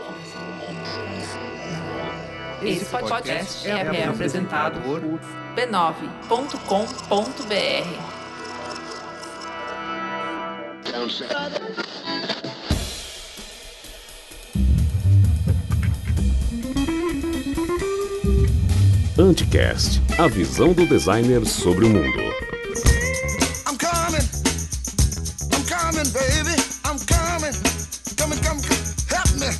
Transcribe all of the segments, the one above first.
Esse podcast é apresentado por b9.com.br. Anticast, a visão do designer sobre o mundo. I'm coming, baby. I'm coming. Come, help me.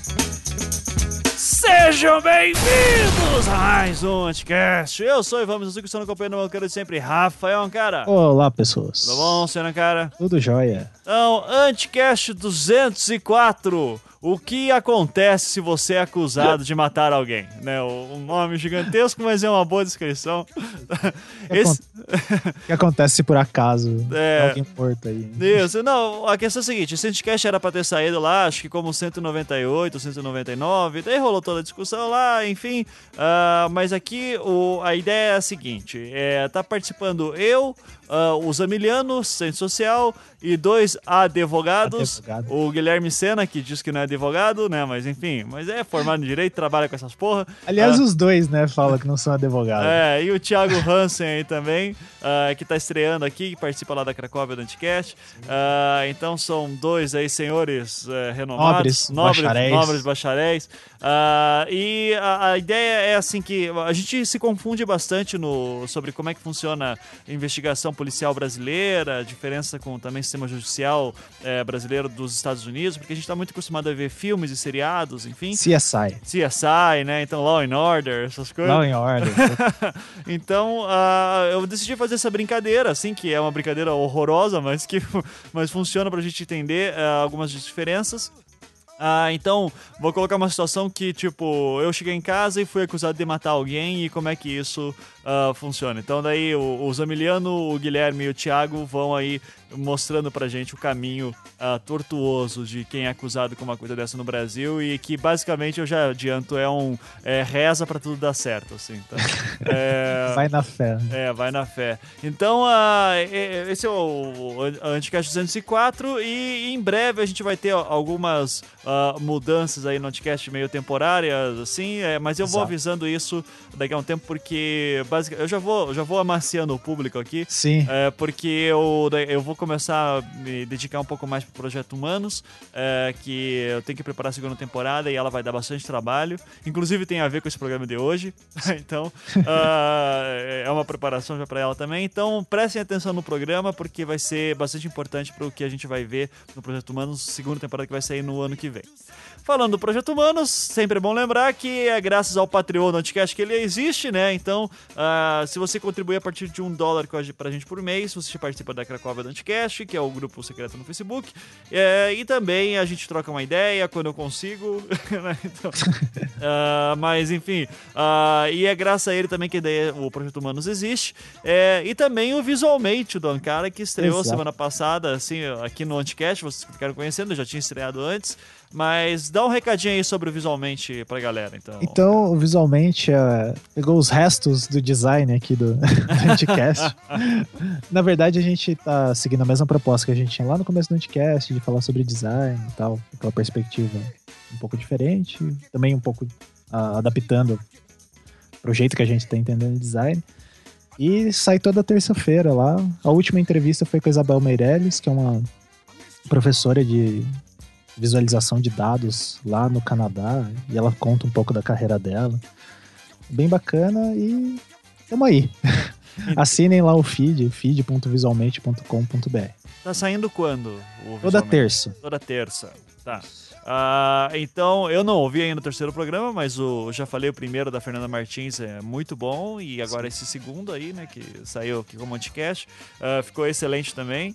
Sejam bem-vindos a mais um Anticast. Eu sou o Ivan Mizuki, estou no companhia do meu querido sempre, Rafael Ancara. Olá, pessoas. Tudo bom, senhor Ancara? Tudo jóia. Então, Anticast 204. O que acontece se você é acusado de matar alguém? Né? Um nome gigantesco, mas é uma boa descrição. O que acontece se por acaso alguém morto aí? Isso, não, a questão é a seguinte, esse Anticast era pra ter saído lá, acho que como 198, 199, daí rolou toda a discussão lá, enfim, mas aqui a ideia é a seguinte, tá participando eu, o Zamiliano, Ciência Social, e 2 advogados, o Guilherme Sena, que diz que não é advogado, né, mas enfim, mas é formado em Direito, trabalha com essas porra. Aliás, os dois, né, falam que não são advogados. E o Thiago Hansen aí também, que tá estreando aqui, que participa lá da Cracóvia do Anticast. Então são 2 aí senhores renomados, nobres bacharéis. E a ideia é assim que a gente se confunde bastante sobre como é que funciona a investigação policial brasileira, a diferença com também o sistema judicial brasileiro dos Estados Unidos, porque a gente está muito acostumado a ver filmes e seriados, enfim. CSI, né? Então Law and Order, essas coisas. Law and Order. Então eu decidi fazer essa brincadeira, assim, que é uma brincadeira horrorosa, mas funciona pra gente entender algumas diferenças. Então, vou colocar uma situação que, tipo, eu cheguei em casa e fui acusado de matar alguém e como é que isso funciona. Então, daí o Zamiliano, o Guilherme e o Thiago vão aí mostrando pra gente o caminho tortuoso de quem é acusado com uma coisa dessa no Brasil e que, basicamente, eu já adianto, reza pra tudo dar certo, assim. Então, vai na fé. Vai na fé. Então, esse é o Anticast 204 e em breve a gente vai ter algumas mudanças aí no Anticast meio temporárias, assim, mas eu vou avisando isso daqui a um tempo, porque basicamente eu já vou amaciando o público aqui. Sim. Porque eu vou começar a me dedicar um pouco mais pro Projeto Humanos, que eu tenho que preparar a segunda temporada e ela vai dar bastante trabalho. Inclusive tem a ver com esse programa de hoje. Então, é uma preparação já para ela também. Então, prestem atenção no programa, porque vai ser bastante importante para o que a gente vai ver no Projeto Humanos, segunda temporada que vai sair no ano que vem. Falando do Projeto Humanos, sempre é bom lembrar que é graças ao Patreon do Anticast que ele existe, né? Então, se você contribuir a partir de $1 pra gente por mês, você participa da Cracóvia do Anticast, que é o grupo secreto no Facebook. E também a gente troca uma ideia quando eu consigo. Né? Então, mas, enfim. E é graças a ele também que o Projeto Humanos existe. E também o Visualmente do Ancara, que estreou semana passada, assim, aqui no Anticast. Vocês ficaram conhecendo, eu já tinha estreado antes. Mas dá um recadinho aí sobre o Visualmente pra galera, então. Então, o Visualmente pegou os restos do design aqui do Anticast. Na verdade, a gente tá seguindo a mesma proposta que a gente tinha lá no começo do Anticast, de falar sobre design e tal, aquela perspectiva um pouco diferente, também um pouco adaptando pro jeito que a gente tá entendendo design. E sai toda terça-feira lá. A última entrevista foi com a Isabel Meirelles, que é uma professora de visualização de dados lá no Canadá, e ela conta um pouco da carreira dela. Bem bacana e tamo aí. Assinem lá o feed.visualmente.com.br. Tá saindo quando? Toda terça. Toda terça, tá. Então, eu não ouvi ainda o terceiro programa, mas já falei o primeiro da Fernanda Martins, é muito bom, e agora esse segundo aí, né, que saiu aqui como Anticast, ficou excelente também.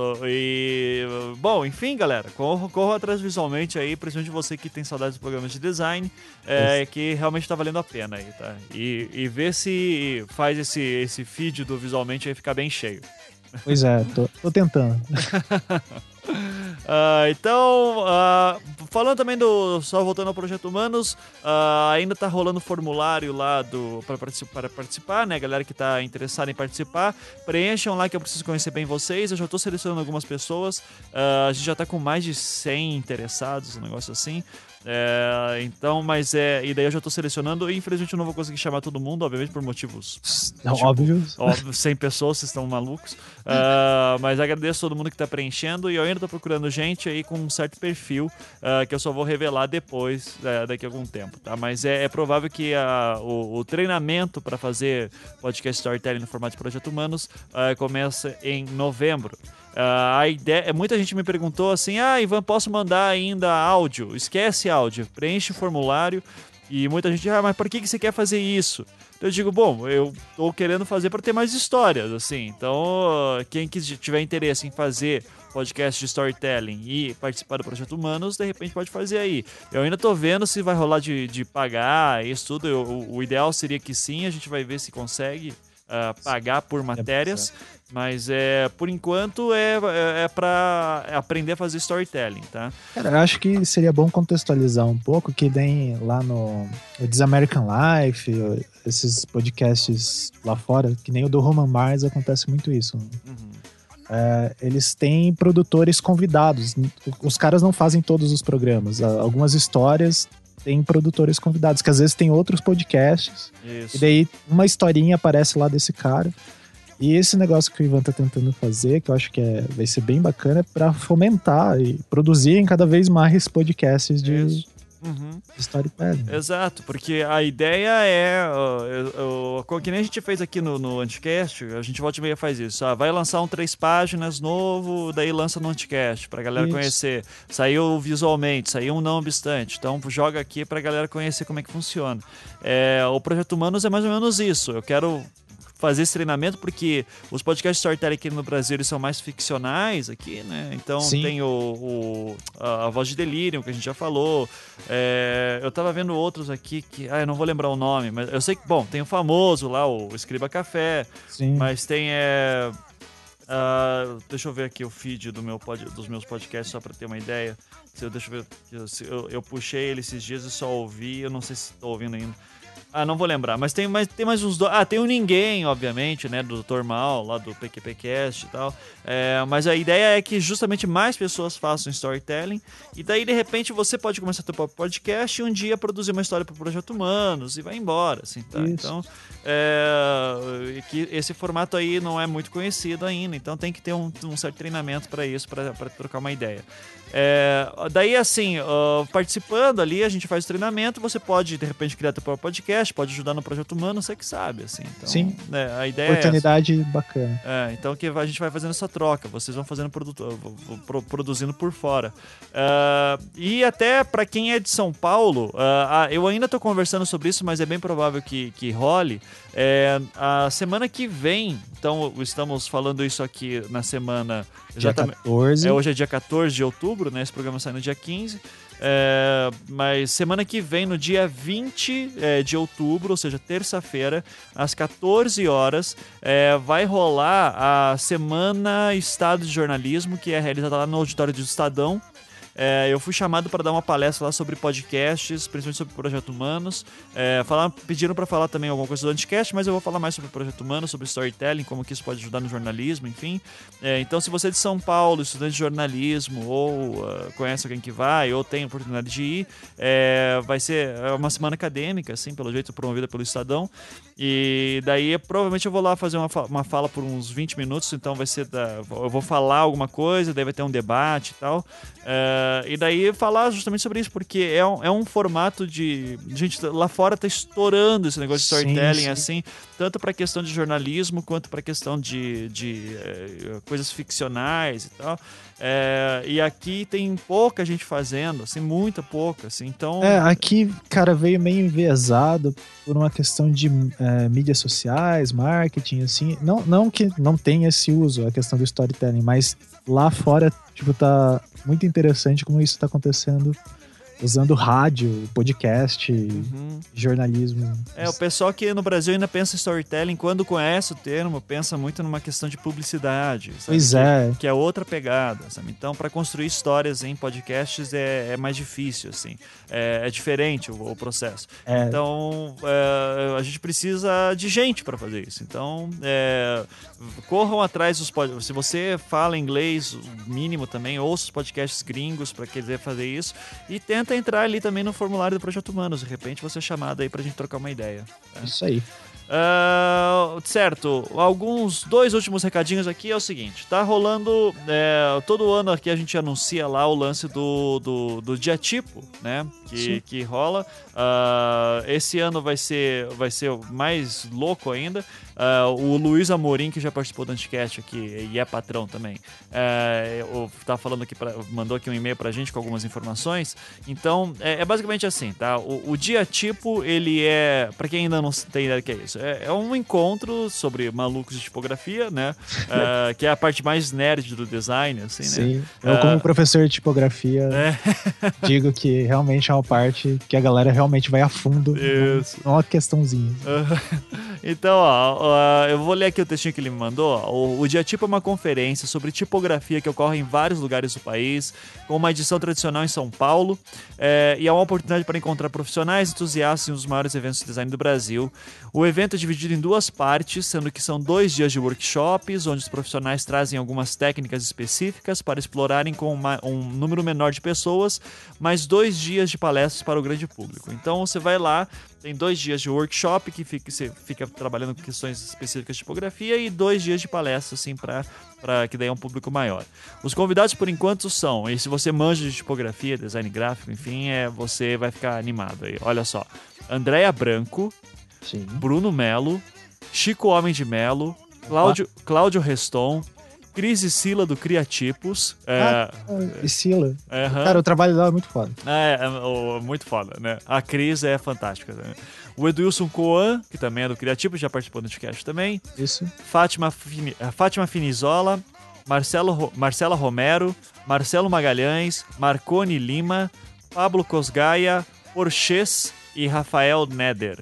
Bom, enfim, galera, corra atrás Visualmente aí, principalmente você que tem saudades dos programas de design, que realmente tá valendo a pena aí, tá? E vê se faz esse feed do Visualmente aí ficar bem cheio. Pois é, tô tentando. Então, falando também só voltando ao Projeto Humanos, ainda tá rolando formulário lá para participar, né? Galera que tá interessada em participar, preencham lá que eu preciso conhecer bem vocês. Eu já tô selecionando algumas pessoas, a gente já tá com mais de 100 interessados, um negócio assim. Então, e daí eu já tô selecionando. Infelizmente eu não vou conseguir chamar todo mundo, obviamente por motivos óbvio. 100 pessoas, vocês estão malucos. Mas agradeço todo mundo que tá preenchendo. E eu ainda tô procurando gente aí com um certo perfil, que eu só vou revelar depois, daqui a algum tempo, tá? Mas é provável que o treinamento para fazer podcast storytelling no formato de Projeto Humanos comece em novembro. A ideia, muita gente me perguntou assim: Ivan, posso mandar ainda áudio? Esquece áudio, preenche o formulário. E muita gente, mas por que você quer fazer isso? Então eu digo, bom, eu tô querendo fazer para ter mais histórias, assim. Então, quem tiver interesse em fazer podcast de storytelling e participar do Projeto Humanos, de repente pode fazer aí. Eu ainda tô vendo se vai rolar de pagar isso tudo. O ideal seria que sim, a gente vai ver se consegue pagar por matérias. Mas por enquanto é para aprender a fazer storytelling, tá? Cara, eu acho que seria bom contextualizar um pouco que nem lá no This American Life, esses podcasts lá fora, que nem o do Roman Mars, acontece muito isso. Eles têm produtores convidados. Os caras não fazem todos os programas. Algumas histórias têm produtores convidados, que às vezes tem outros podcasts. Isso. E daí uma historinha aparece lá desse cara. E esse negócio que o Ivan tá tentando fazer, que eu acho que vai ser bem bacana, é pra fomentar e produzirem cada vez mais podcasts de storytelling. Exato, porque a ideia que nem a gente fez aqui no Anticast, a gente volta e meia faz isso. Vai lançar um 3 páginas novo, daí lança no Anticast, pra galera conhecer. Saiu visualmente, saiu um não obstante. Então joga aqui pra galera conhecer como é que funciona. O Projeto Humanos é mais ou menos isso. Eu quero fazer esse treinamento, porque os podcasts storytelling aqui no Brasil, eles são mais ficcionais aqui, né? Então tem a Voz de Delirium, que a gente já falou. Eu tava vendo outros aqui que... eu não vou lembrar o nome, mas eu sei que, bom, tem o famoso lá, o Escriba Café. Sim. Mas tem... deixa eu ver aqui o feed dos meus podcasts, só pra ter uma ideia. Deixa eu ver. Eu puxei ele esses dias e só ouvi, eu não sei se tô ouvindo ainda. Não vou lembrar, mas tem mais uns dois. Tem o Ninguém, obviamente, né, do Dr. Mal, lá do PQPcast e tal. Mas a ideia é que justamente mais pessoas façam storytelling, e daí, de repente, você pode começar a ter um podcast e um dia produzir uma história para o Projeto Humanos e vai embora, assim, tá? Então, que esse formato aí não é muito conhecido ainda, então tem que ter um certo treinamento para isso, para trocar uma ideia. Daí, assim, participando ali, a gente faz o treinamento, você pode, de repente, criar teu próprio podcast, pode ajudar no Projeto Humano, você que sabe, assim. Então, sim, a ideia oportunidade bacana. Então que a gente vai fazendo essa troca, vocês vão fazendo produzindo por fora. E até para quem é de São Paulo, eu ainda tô conversando sobre isso, mas é bem provável que role. A semana que vem, então estamos falando isso aqui na semana... Dia 14. Hoje é dia 14 de outubro, né? Esse programa sai no dia 15. Mas semana que vem, no dia 20 de outubro, ou seja, terça-feira, às 14 horas, vai rolar a Semana Estado de Jornalismo, que é realizada lá no auditório do Estadão. Eu fui chamado para dar uma palestra lá sobre podcasts, principalmente sobre Projeto Humanos. Pediram para falar também alguma coisa do Anticast, mas eu vou falar mais sobre Projeto Humanos, sobre storytelling, como que isso pode ajudar no jornalismo, enfim. Então, se você é de São Paulo, estudante de jornalismo, ou conhece alguém que vai, ou tem oportunidade de ir, vai ser uma semana acadêmica, assim, pelo jeito, promovida pelo Estadão. E daí, provavelmente, eu vou lá fazer uma fala por uns 20 minutos, então vai ser... eu vou falar alguma coisa, daí vai ter um debate e tal. E daí falar justamente sobre isso, porque é um formato de... Gente, lá fora tá estourando esse negócio de storytelling, sim. Assim, tanto pra questão de jornalismo, quanto pra questão de coisas ficcionais e tal. E aqui tem pouca gente fazendo, assim, muita pouca, assim, então... Aqui, cara, veio meio enviesado por uma questão de mídias sociais, marketing, assim, não que não tenha esse uso, a questão do storytelling, mas lá fora, tipo, tá muito interessante como isso tá acontecendo usando rádio, podcast, jornalismo. O pessoal que no Brasil ainda pensa em storytelling, quando conhece o termo, pensa muito numa questão de publicidade. Sabe? Pois é. Que é outra pegada, sabe? Então, para construir histórias em podcasts é mais difícil, assim. É diferente o processo. Então, a gente precisa de gente para fazer isso. Então, corram atrás dos podcasts. Se você fala inglês, o mínimo também, ouça os podcasts gringos para querer fazer isso. E tenta entrar ali também no formulário do Projeto Humanos. De repente, você é chamado aí pra gente trocar uma ideia. Tá? Isso aí. Certo, dois últimos recadinhos aqui é o seguinte, tá rolando todo ano aqui a gente anuncia lá o lance do Dia Tipo, né, que rola. Esse ano vai ser mais louco ainda. O Luiz Amorim, que já participou do Anticast aqui e é patrão também, tá falando aqui, mandou aqui um e-mail pra gente com algumas informações. Então, é basicamente assim, tá? O Dia Tipo, ele pra quem ainda não tem ideia do que é isso, é um encontro sobre malucos de tipografia, né? Que é a parte mais nerd do design, assim, né? Sim, eu como professor de tipografia digo que realmente é uma parte que a galera realmente vai a fundo. Isso. Não é uma questãozinha. Então, eu vou ler aqui o textinho que ele me mandou. O Dia Tipo é uma conferência sobre tipografia que ocorre em vários lugares do país, com uma edição tradicional em São Paulo, e é uma oportunidade para encontrar profissionais entusiastas em um dos maiores eventos de design do Brasil. O evento é dividido em 2 partes, sendo que são 2 dias de workshops, onde os profissionais trazem algumas técnicas específicas para explorarem com um número menor de pessoas, mais 2 dias de palestras para o grande público. Então você vai lá, tem 2 dias de workshop, que você fica trabalhando com questões específicas de tipografia, e 2 dias de palestra, assim, para que daí é um público maior. Os convidados, por enquanto, são, e se você manja de tipografia, design gráfico, enfim, você vai ficar animado aí. Olha só, Andréia Branco, Sim. Bruno Melo, Chico Homem de Melo, Cláudio Reston, Cris e Sila do Criatipos. E Sila. Cara, o trabalho dela é muito foda. Muito foda, né? A Cris é fantástica. Né? O Edilson Coan, que também é do Criatipos, já participou do podcast também. Isso. Fátima Finizola, Marcela Romero, Marcelo Magalhães, Marconi Lima, Pablo Cosgaia, Porches e Rafael Neder.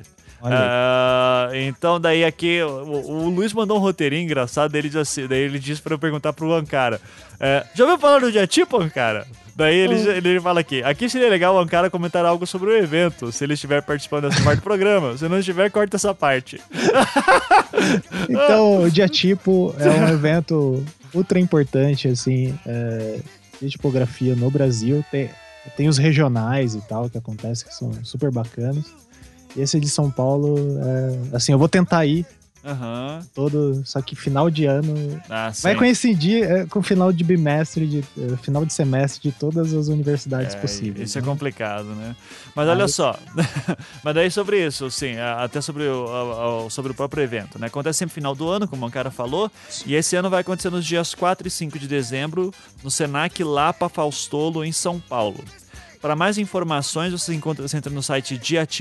Então daí aqui o Luiz mandou um roteirinho engraçado, daí ele disse pra eu perguntar pro Ankara, já ouviu falar do Dia Tipo, Ankara? Daí ele fala aqui seria legal o Ankara comentar algo sobre o evento, se ele estiver participando dessa parte do programa. Se não estiver, corta essa parte. Então, o Dia Tipo é um evento ultra importante, assim, de tipografia no Brasil. Tem os regionais e tal que acontecem, que são super bacanas. E esse de São Paulo, assim, eu vou tentar ir só que final de ano vai coincidir com o final de bimestre, final de semestre de todas as universidades possíveis. Isso é complicado, né? Mas olha só, mas daí sobre isso, assim, até sobre o próprio evento, né? Acontece sempre final do ano, como o cara falou, e esse ano vai acontecer nos dias 4 e 5 de dezembro, no Senac Lapa Faustolo, em São Paulo. Para mais informações, você entra no site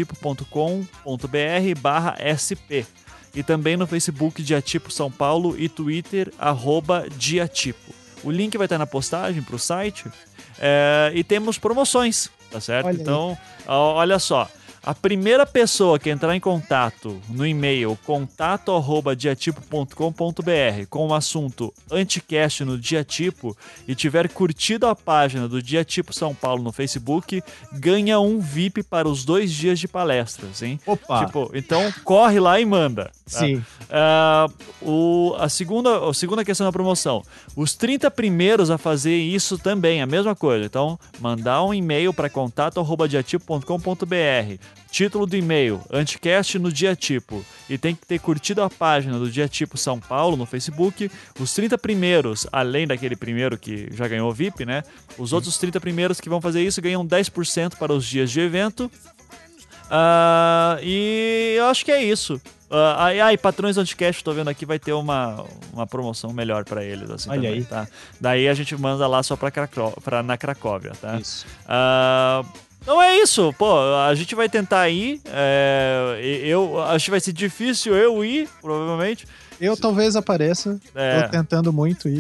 diatipo.com.br/sp e também no Facebook Diatipo São Paulo e Twitter @Diatipo. O link vai estar na postagem para o site e temos promoções, tá certo? Então, olha só. A primeira pessoa que entrar em contato no e-mail contato@diatipo.com.br com o assunto Anticast no Dia Tipo e tiver curtido a página do Dia Tipo São Paulo no Facebook, ganha um VIP para os 2 dias de palestras, hein? Opa! Então corre lá e manda. Tá? Sim. A segunda questão da promoção. Os 30 primeiros a fazer isso também, a mesma coisa. Então, mandar um e-mail para contato@diatipo.com.br. Título do e-mail, Anticast no Dia Tipo. E tem que ter curtido a página do Dia Tipo São Paulo no Facebook. Os 30 primeiros, além daquele primeiro que já ganhou o VIP, né? Os outros 30 primeiros que vão fazer isso ganham 10% para os dias de evento. E eu acho que é isso. Patrões do Anticast, tô vendo aqui, vai ter uma promoção melhor pra eles. Assim, olha também, aí. Tá? Daí a gente manda lá só na Cracóvia, tá? Isso. Então é isso, pô, a gente vai tentar ir, eu acho que vai ser difícil eu ir, provavelmente. Eu talvez apareça, tô tentando muito ir.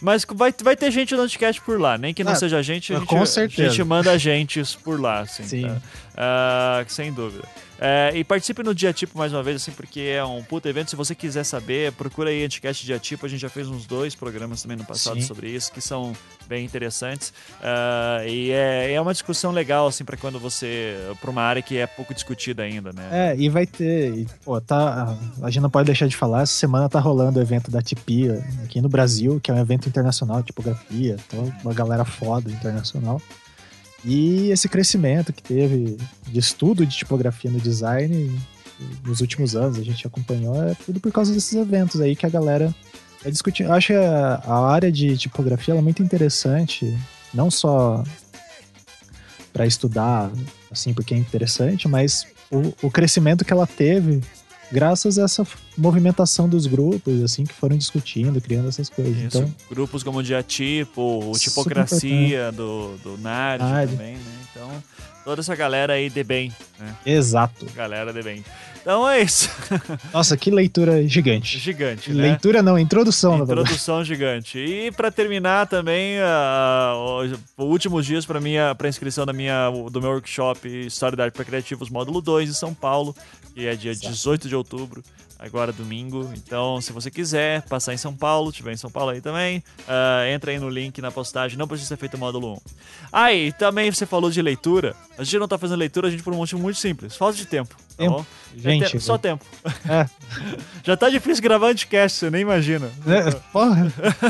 Mas vai ter gente no Anticast por lá, nem que não seja a gente, com certeza. a gente manda agentes por lá, assim, Sim. tá? Sem dúvida. E participe no Dia Tipo mais uma vez, assim, porque é um puta evento. Se você quiser saber, procura aí Anticast Dia Tipo. A gente já fez uns 2 programas também no passado sobre isso, que são bem interessantes. E é uma discussão legal, assim, pra quando você... pra uma área que é pouco discutida ainda, né? E vai ter... a gente não pode deixar de falar, essa semana tá rolando o evento da TIPI aqui no Brasil, que é um evento internacional de tipografia, então uma galera foda internacional. E esse crescimento que teve de estudo de tipografia no design nos últimos anos, a gente acompanhou, é tudo por causa desses eventos aí que a galera vai discutir. Eu acho que a área de tipografia ela é muito interessante, não só para estudar, assim, porque é interessante, mas o crescimento que ela teve graças a essa movimentação dos grupos, assim, que foram discutindo, criando essas coisas. Isso, então, grupos como o Dia Tipo, o Tipocracia do Nard também, né? Então, toda essa galera aí de bem, né? Exato. Galera de bem. Então é isso. Nossa, que leitura gigante. Gigante, né? Leitura não, introdução. Introdução gigante. E para terminar também, os últimos dias para inscrição do meu workshop História da Arte para Criativos Módulo 2 em São Paulo, que é dia 18 de outubro, agora domingo. Então, se você quiser passar em São Paulo, estiver em São Paulo aí também, entra aí no link na postagem, não precisa ser feito o módulo 1. E também você falou de leitura. A gente não tá fazendo leitura, a gente por um motivo muito simples. Falta de tempo, tá bom? Gente, só tempo. Já tá difícil gravar anticast, você nem imagina. Porra.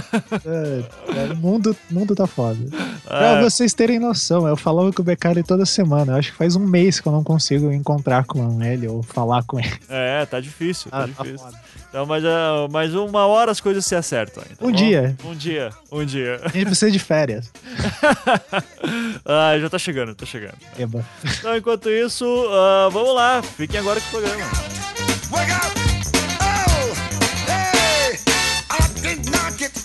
O mundo tá foda. Pra vocês terem noção, eu falava com o Beccari toda semana. Eu acho que faz um mês que eu não consigo encontrar com ele ou falar com ele. Tá difícil, tá difícil. Tá foda. Então, mas uma hora as coisas se acertam. Tá um dia. Um dia. A gente precisa de férias. Já tá chegando. Eba. Então, enquanto isso, vamos lá. Fiquem agora com o programa. Wake up! Oh! Hey! I did not get...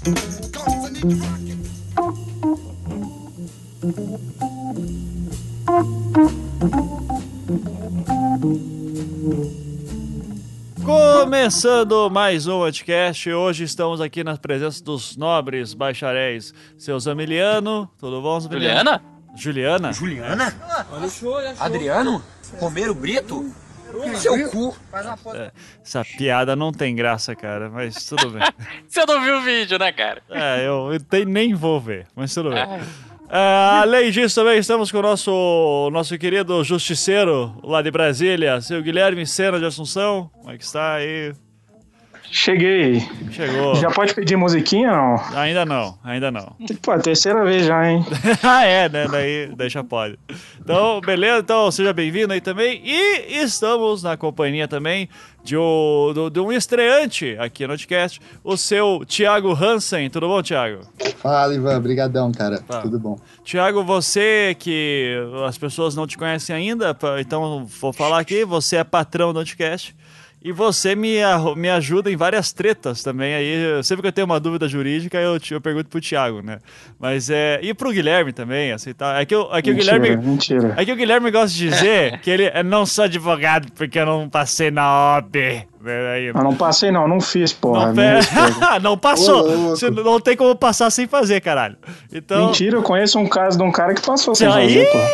Começando mais um podcast, hoje estamos aqui na presença dos nobres bacharéis. Seu Zamiliano, tudo bom, Zamiliano? Juliana? Olha o show, Adriano? Romero Brito? Seu cu. Essa piada não tem graça, cara, mas tudo bem. Você não viu o vídeo, né, cara? Eu nem vou ver, mas tudo bem. Além disso, também estamos com o nosso querido justiceiro lá de Brasília, seu Guilherme Sena de Assunção. Como é que está aí? Cheguei. Chegou. Já pode pedir musiquinha, não? Ainda não. Pô, terceira vez já, hein? Né? Daí já pode. Então, beleza? Então, seja bem-vindo aí também. E estamos na companhia também de um estreante aqui no podcast, o seu Thiago Hansen. Tudo bom, Thiago? Fala, Ivan. Brigadão, cara. Tudo bom. Thiago, você que as pessoas não te conhecem ainda, então vou falar aqui, você é patrão do podcast. E você me ajuda em várias tretas também. Aí, sempre que eu tenho uma dúvida jurídica, eu pergunto pro Thiago, né? Mas e pro Guilherme também, assim, tá? Mentira. É que o Guilherme gosta de dizer que ele não sou advogado porque eu não passei na OAB. Eu não passei, não fiz, porra. Não passou. Você não tem como passar sem fazer, caralho. Então... Mentira, eu conheço um caso de um cara que passou sem fazer, porra.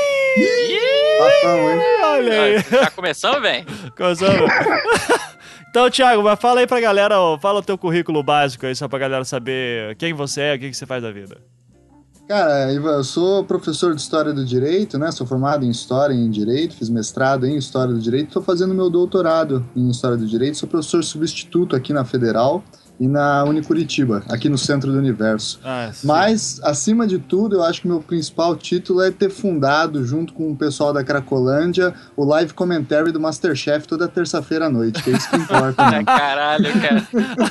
Olha aí. Já começamos, velho? Começamos. Então, Thiago, mas fala aí pra galera, fala o teu currículo básico aí, só pra galera saber quem você é, o que você faz da vida. Cara, Ivan, eu sou professor de História do Direito, né? Sou formado em História e em Direito, fiz mestrado em História do Direito, tô fazendo meu doutorado em História do Direito, sou professor substituto aqui na Federal e na Unicuritiba, aqui no centro do universo. Mas, acima de tudo, eu acho que meu principal título é ter fundado, junto com o pessoal da Cracolândia, o live commentary do Masterchef toda terça-feira à noite, que é isso que importa, né? Caralho, cara.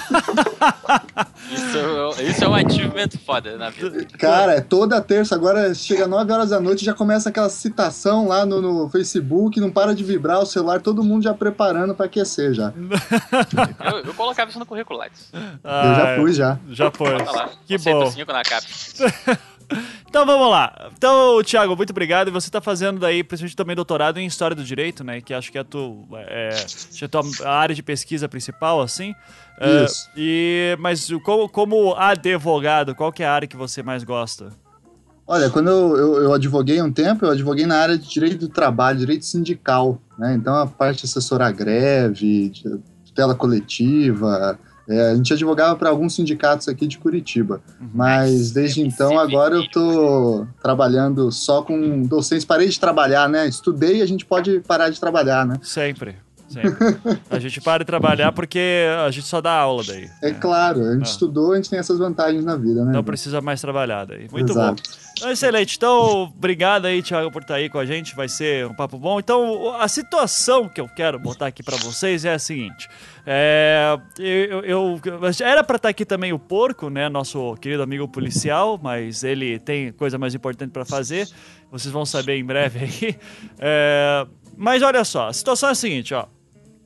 Isso é um achievement foda na vida. Cara, é toda terça, agora chega 9 horas da noite, já começa aquela citação lá no Facebook, não para de vibrar o celular, todo mundo já preparando pra aquecer já. Eu colocava isso no currículo, Lights. Eu já fui, já. Já foi. Lá, que bom. 5 na capa. Então vamos lá. Então, Thiago, muito obrigado. E você tá fazendo daí, principalmente também doutorado em História do Direito, né? Que acho que é a tua área de pesquisa principal, assim. Isso. Mas como advogado, qual que é a área que você mais gosta? Olha, quando eu advoguei um tempo, eu advoguei na área de direito do trabalho, direito sindical, né? Então a parte de assessorar greve, de tutela coletiva, a gente advogava para alguns sindicatos aqui de Curitiba. Mas desde então, agora eu tô trabalhando só com docentes. Parei de trabalhar, né? Estudei e a gente pode parar de trabalhar, né? Sempre. A gente para de trabalhar porque a gente só dá aula daí. É claro, a gente estudou, a gente tem essas vantagens na vida, né? Não precisa mais trabalhar daí. Muito Exato. bom. Então, excelente. Então, obrigado aí, Thiago, por estar aí com a gente. Vai ser um papo bom. Então, a situação que eu quero botar aqui pra vocês é a seguinte. Era pra estar aqui também o Porco, né? Nosso querido amigo policial, mas ele tem coisa mais importante pra fazer. Vocês vão saber em breve aí. Mas olha só, a situação é a seguinte, ó.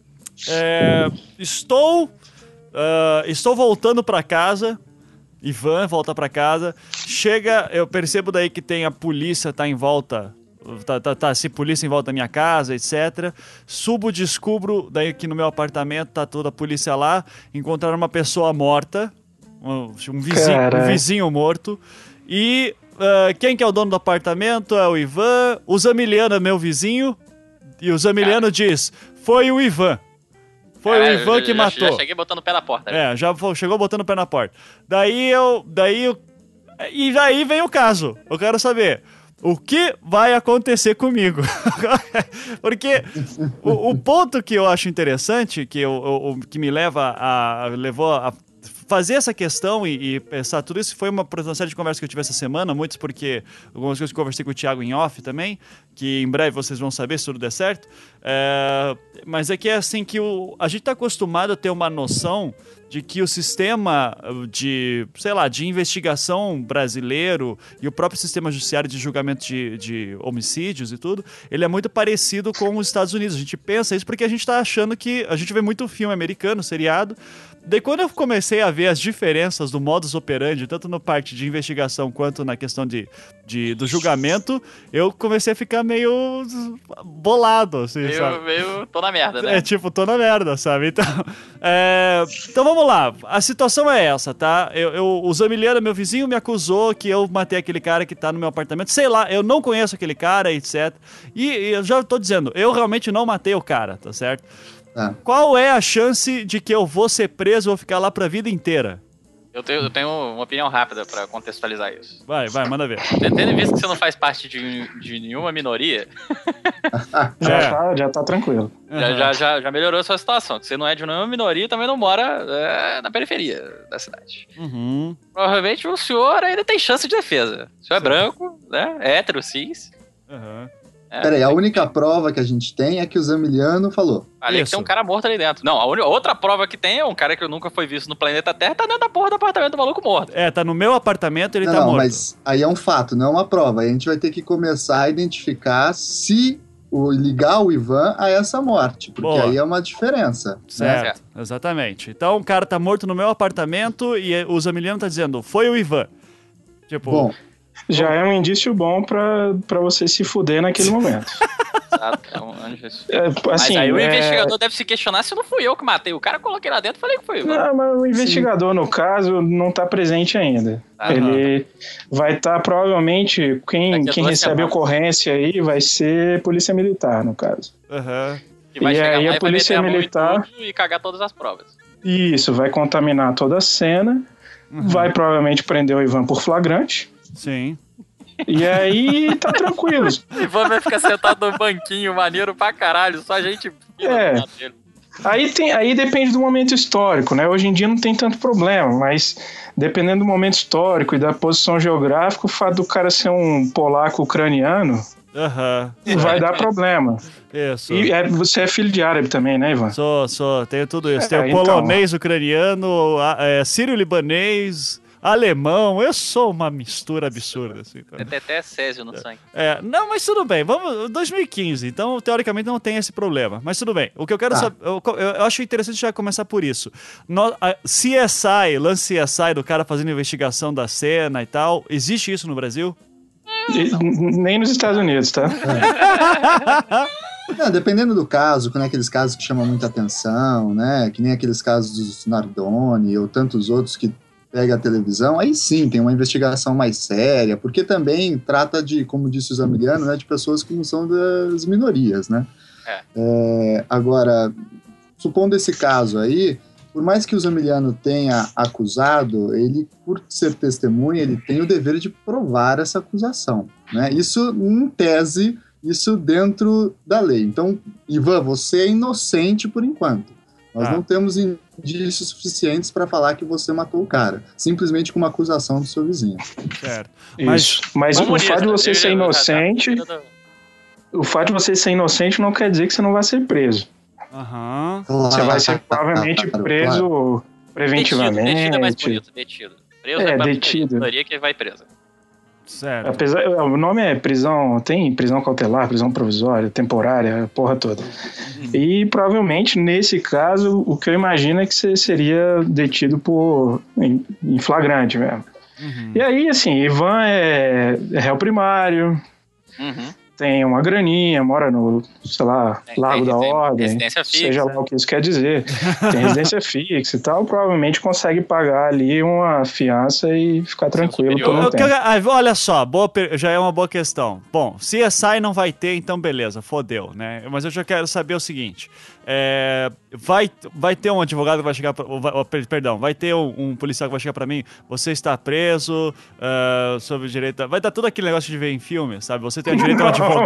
Estou voltando pra casa. Ivan volta pra casa. Chega, eu percebo daí que tem a polícia, tá em volta. Se polícia em volta da minha casa, etc. Subo, descubro daí que no meu apartamento tá toda a polícia lá. Encontraram uma pessoa morta. Um vizinho morto. E quem que é o dono do apartamento? É o Ivan. O Zamiliano é meu vizinho. E o Zamiliano diz: foi o Ivan. Foi o Ivan que matou. Já cheguei botando o pé na porta. Né? Já chegou botando o pé na porta. Daí vem o caso. Eu quero saber o que vai acontecer comigo. Porque o ponto que eu acho interessante, que me levou a fazer essa questão e pensar tudo isso, foi uma série de conversas que eu tive essa semana, muitas porque algumas coisas que eu conversei com o Thiago em off também, que em breve vocês vão saber se tudo der certo. Mas é que é assim que a gente está acostumado a ter uma noção de que o sistema de investigação brasileiro e o próprio sistema judiciário de julgamento de homicídios e tudo, ele é muito parecido com os Estados Unidos. A gente pensa isso porque a gente está achando que a gente vê muito filme americano, seriado. Daí quando eu comecei a ver as diferenças do modus operandi, tanto na parte de investigação quanto na questão do julgamento, eu comecei a ficar meio bolado, assim, sabe? Meio tô na merda, né? Tô na merda, sabe? Então vamos lá, a situação é essa, tá? O Zamiliano, meu vizinho, me acusou que eu matei aquele cara que tá no meu apartamento, sei lá, eu não conheço aquele cara, etc. E eu já tô dizendo, eu realmente não matei o cara, tá certo? Qual é a chance de que eu vou ser preso ou ficar lá pra vida inteira? Eu tenho uma opinião rápida pra contextualizar isso. Vai, manda ver. Tendo visto que você não faz parte de nenhuma minoria... já tá tranquilo. Já melhorou a sua situação. Que você não é de nenhuma minoria e também não mora na periferia da cidade. Uhum. Provavelmente o senhor ainda tem chance de defesa. O senhor é branco, né? É hétero, cis. Aham. Peraí, a única prova que a gente tem é que o Zamiliano falou. Ali que tem um cara morto ali dentro. Não, a outra prova que tem é um cara que nunca foi visto no planeta Terra, tá dentro da porra do apartamento do maluco morto. Tá no meu apartamento, ele tá morto. Mas aí é um fato, não é uma prova. Aí a gente vai ter que começar a identificar se ligar o Ivan a essa morte, porque aí é uma diferença. Certo, né? Exatamente. Então o cara tá morto no meu apartamento e o Zamiliano tá dizendo, foi o Ivan. Bom, já é um indício bom pra você se fuder naquele momento. Exato, assim, mas aí o investigador deve se questionar se não fui eu que matei o cara, coloquei lá dentro e falei que foi eu. Não, mas o investigador, no caso, não tá presente ainda. Ele vai estar, provavelmente, quem recebe a ocorrência aí vai ser polícia militar, no caso. E vai chegar aí lá a polícia militar e cagar todas as provas. Isso, vai contaminar toda a cena, vai provavelmente prender o Ivan por flagrante. Sim. E aí tá tranquilo. O Ivan vai ficar sentado no banquinho, maneiro pra caralho, só a gente... Aí depende do momento histórico, né? Hoje em dia não tem tanto problema, mas dependendo do momento histórico e da posição geográfica, o fato do cara ser um polaco ucraniano vai dar problema. Isso. E você é filho de árabe também, né, Ivan? Sou. Tenho tudo isso. Tenho polonês, ucraniano, sírio-libanês... alemão, eu sou uma mistura absurda. Assim, tá? Tem até Césio no sangue. Não, mas tudo bem, vamos, 2015, então teoricamente não tem esse problema, mas tudo bem. O que eu quero saber, eu acho interessante já começar por isso. CSI, lance CSI do cara fazendo investigação da cena e tal, existe isso no Brasil? Nem nos Estados Unidos, tá? Não, dependendo do caso, quando é aqueles casos que chamam muita atenção, né? Que nem aqueles casos dos Nardoni ou tantos outros que pega a televisão, aí sim tem uma investigação mais séria, porque também trata de, como disse o Zamiliano, né, de pessoas que não são das minorias, né? Agora, supondo esse caso aí, por mais que o Zamiliano tenha acusado, ele, por ser testemunha, ele tem o dever de provar essa acusação, né? Isso, em tese, isso dentro da lei. Então, Ivan, você é inocente por enquanto. Nós não temos indícios suficientes para falar que você matou o cara. Simplesmente com uma acusação do seu vizinho. Certo. Mas o fato de você ser inocente... O fato de você ser inocente não quer dizer que você não vai ser preso. Você vai ser provavelmente preso preventivamente. Detido é mais bonito, detido. Preso é detido. Que vai preso. Certo. O nome é prisão, tem prisão cautelar, prisão provisória, temporária, a porra toda. E provavelmente, nesse caso, o que eu imagino é que você seria detido em flagrante mesmo. E aí, assim, Ivan é réu primário, tem uma graninha, mora no, sei lá, Lago da Ordem, residência fixa, seja lá o que isso quer dizer. Tem residência fixa e tal, provavelmente consegue pagar ali uma fiança e ficar tranquilo por um tempo. Olha só, já é uma boa questão. Bom, CSI não vai ter, então beleza, fodeu, né? Mas eu já quero saber o seguinte, vai ter um advogado que vai chegar, vai ter um policial que vai chegar pra mim, você está preso, sob direito, vai dar tudo aquele negócio de ver em filme, sabe? Você tem direito a um advogado.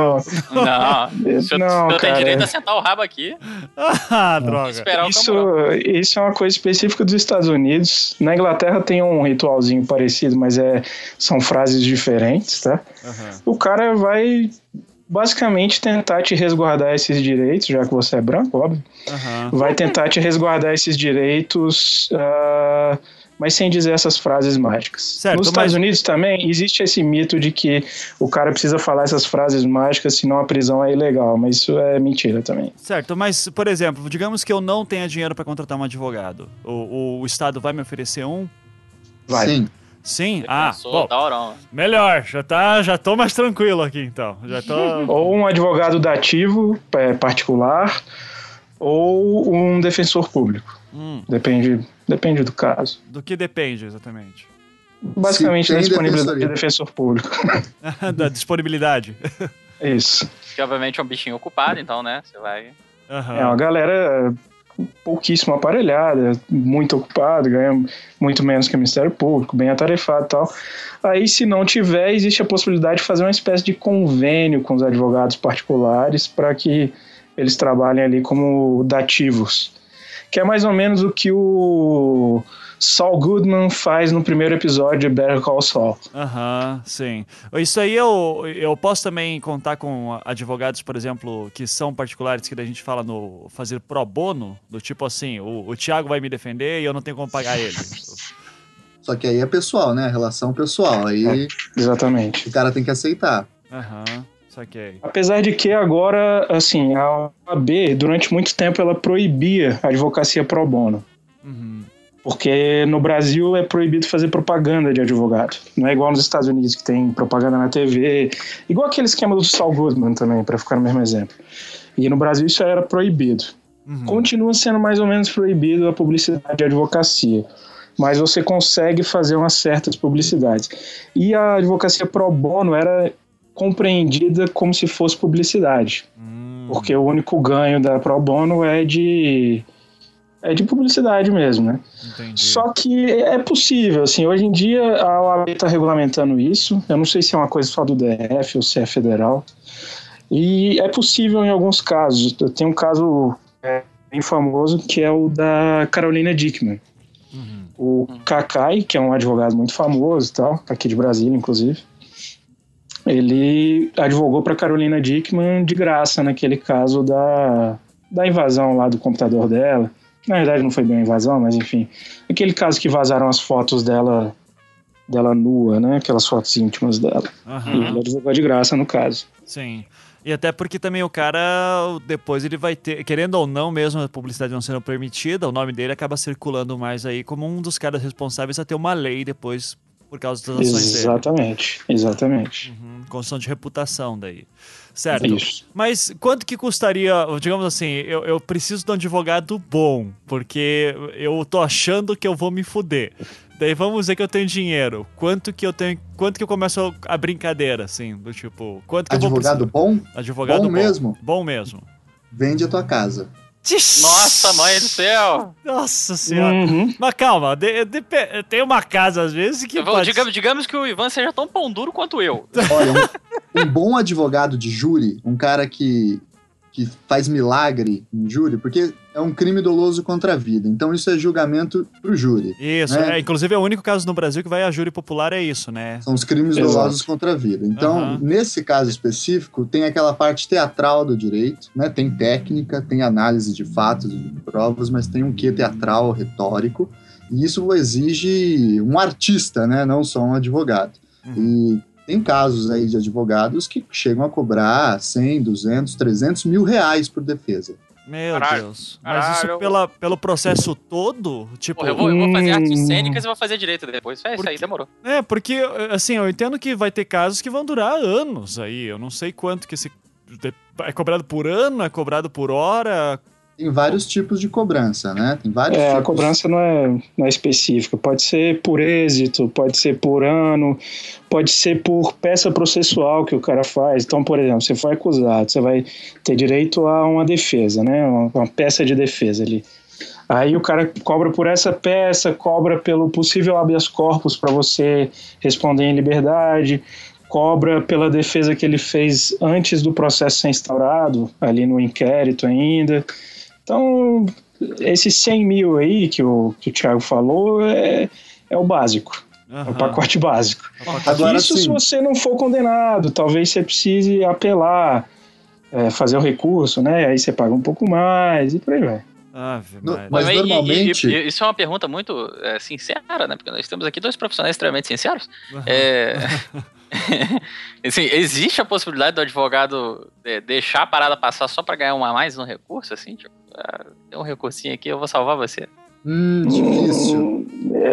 Eu tenho direito a sentar o rabo aqui. Droga. Isso é uma coisa específica dos Estados Unidos. Na Inglaterra tem um ritualzinho parecido, mas são frases diferentes, tá? O cara vai basicamente tentar te resguardar esses direitos, já que você é branco, óbvio. Vai tentar te resguardar esses direitos, mas sem dizer essas frases mágicas. Certo, nos Estados Unidos também existe esse mito de que o cara precisa falar essas frases mágicas, senão a prisão é ilegal, mas isso é mentira também. Certo, mas, por exemplo, digamos que eu não tenha dinheiro para contratar um advogado. O Estado vai me oferecer um? Vai. Sim. Sim? Bom, melhor, já tô mais tranquilo aqui, então. Ou um advogado dativo, particular, ou um defensor público. Depende do caso. Do que depende, exatamente? Basicamente da disponibilidade de defensor público. Da disponibilidade. Isso. Que obviamente é um bichinho ocupado, então, né? Você vai... É uma galera pouquíssimo aparelhada, muito ocupada, ganha muito menos que o Ministério Público, bem atarefado e tal. Aí, se não tiver, existe a possibilidade de fazer uma espécie de convênio com os advogados particulares para que eles trabalhem ali como dativos. Que é mais ou menos o que o Saul Goodman faz no primeiro episódio de Better Call Saul. Sim. Isso aí eu posso também contar com advogados, por exemplo, que são particulares, que a gente fala no fazer pro bono, do tipo assim, o Thiago vai me defender e eu não tenho como pagar ele. Só que aí é pessoal, né? Relação pessoal. Aí exatamente. O cara tem que aceitar. Saquei. Apesar de que agora, assim, a OAB, durante muito tempo, ela proibia a advocacia pro bono. Porque no Brasil é proibido fazer propaganda de advogado. Não é igual nos Estados Unidos, que tem propaganda na TV. Igual aquele esquema do Saul Goodman também, para ficar no mesmo exemplo. E no Brasil isso era proibido. Continua sendo mais ou menos proibido a publicidade de advocacia. Mas você consegue fazer umas certas publicidades. E a advocacia pro bono era compreendida como se fosse publicidade. Porque o único ganho da pro bono é de publicidade mesmo, né? Entendi. Só que é possível, assim, hoje em dia a OAB está regulamentando isso, eu não sei se é uma coisa só do DF ou se é federal, e é possível em alguns casos. Eu tenho um caso bem famoso que é o da Carolina Dickmann. O Kakai, que é um advogado muito famoso e tal, aqui de Brasília, inclusive, ele advogou para Carolina Dickmann de graça naquele caso da invasão lá do computador dela, Na verdade não foi bem uma invasão, mas enfim. Aquele caso que vazaram as fotos dela nua, né? Aquelas fotos íntimas dela. E ele advogou de graça no caso. Sim. E até porque também o cara, depois ele vai ter, querendo ou não, mesmo a publicidade não sendo permitida, o nome dele acaba circulando mais aí como um dos caras responsáveis a ter uma lei depois por causa das ações dele. Exatamente. Construção de reputação daí. Certo. Isso. Mas quanto que custaria, digamos assim, eu preciso de um advogado bom, porque eu tô achando que eu vou me fuder. Daí vamos dizer que eu tenho dinheiro. Quanto que eu começo a brincadeira, assim, do tipo... Quanto que advogado eu vou bom? Advogado bom. Mesmo? Bom mesmo. Vende a tua casa. Nossa, mãe do céu! Nossa senhora. Mas calma, tem uma casa às vezes que digamos que o Ivan seja tão pão duro quanto eu. Olha, um bom advogado de júri, um cara que faz milagre em júri, porque é um crime doloso contra a vida. Então isso é julgamento pro júri. Isso, né? Inclusive é o único caso no Brasil que vai a júri popular, é isso, né? São os crimes dolosos contra a vida. Então, nesse caso específico, tem aquela parte teatral do direito, né? Tem técnica, tem análise de fatos, de provas, mas tem um quê teatral, retórico, e isso exige um artista, né? Não só um advogado. E tem casos aí de advogados que chegam a cobrar 100, 200, 300 mil reais por defesa. Meu Deus. Mas isso pelo processo todo? Tipo... Porra, eu vou fazer artes cênicas e vou fazer direito depois. Isso aí demorou. Porque, assim, eu entendo que vai ter casos que vão durar anos aí. Eu não sei quanto que esse... É cobrado por ano? É cobrado por hora? Tem vários tipos de cobrança, né? Tem vários tipos. A cobrança não é específica. Pode ser por êxito, pode ser por ano, pode ser por peça processual que o cara faz. Então, por exemplo, você foi acusado, você vai ter direito a uma defesa, né? Uma peça de defesa ali. Aí o cara cobra por essa peça, cobra pelo possível habeas corpus para você responder em liberdade, cobra pela defesa que ele fez antes do processo ser instaurado, ali no inquérito ainda. Então, esses 100 mil aí que o Thiago falou é o básico, é o pacote básico. Agora, isso se você não for condenado, talvez você precise apelar, fazer o recurso, né? Aí você paga um pouco mais e por aí vai. Mas normalmente... Isso é uma pergunta muito sincera, né? Porque nós temos aqui dois profissionais extremamente sinceros. Assim, existe a possibilidade do advogado deixar a parada passar só pra ganhar uma a mais no recurso, assim? Tipo, tem um recursinho aqui, eu vou salvar você. Difícil.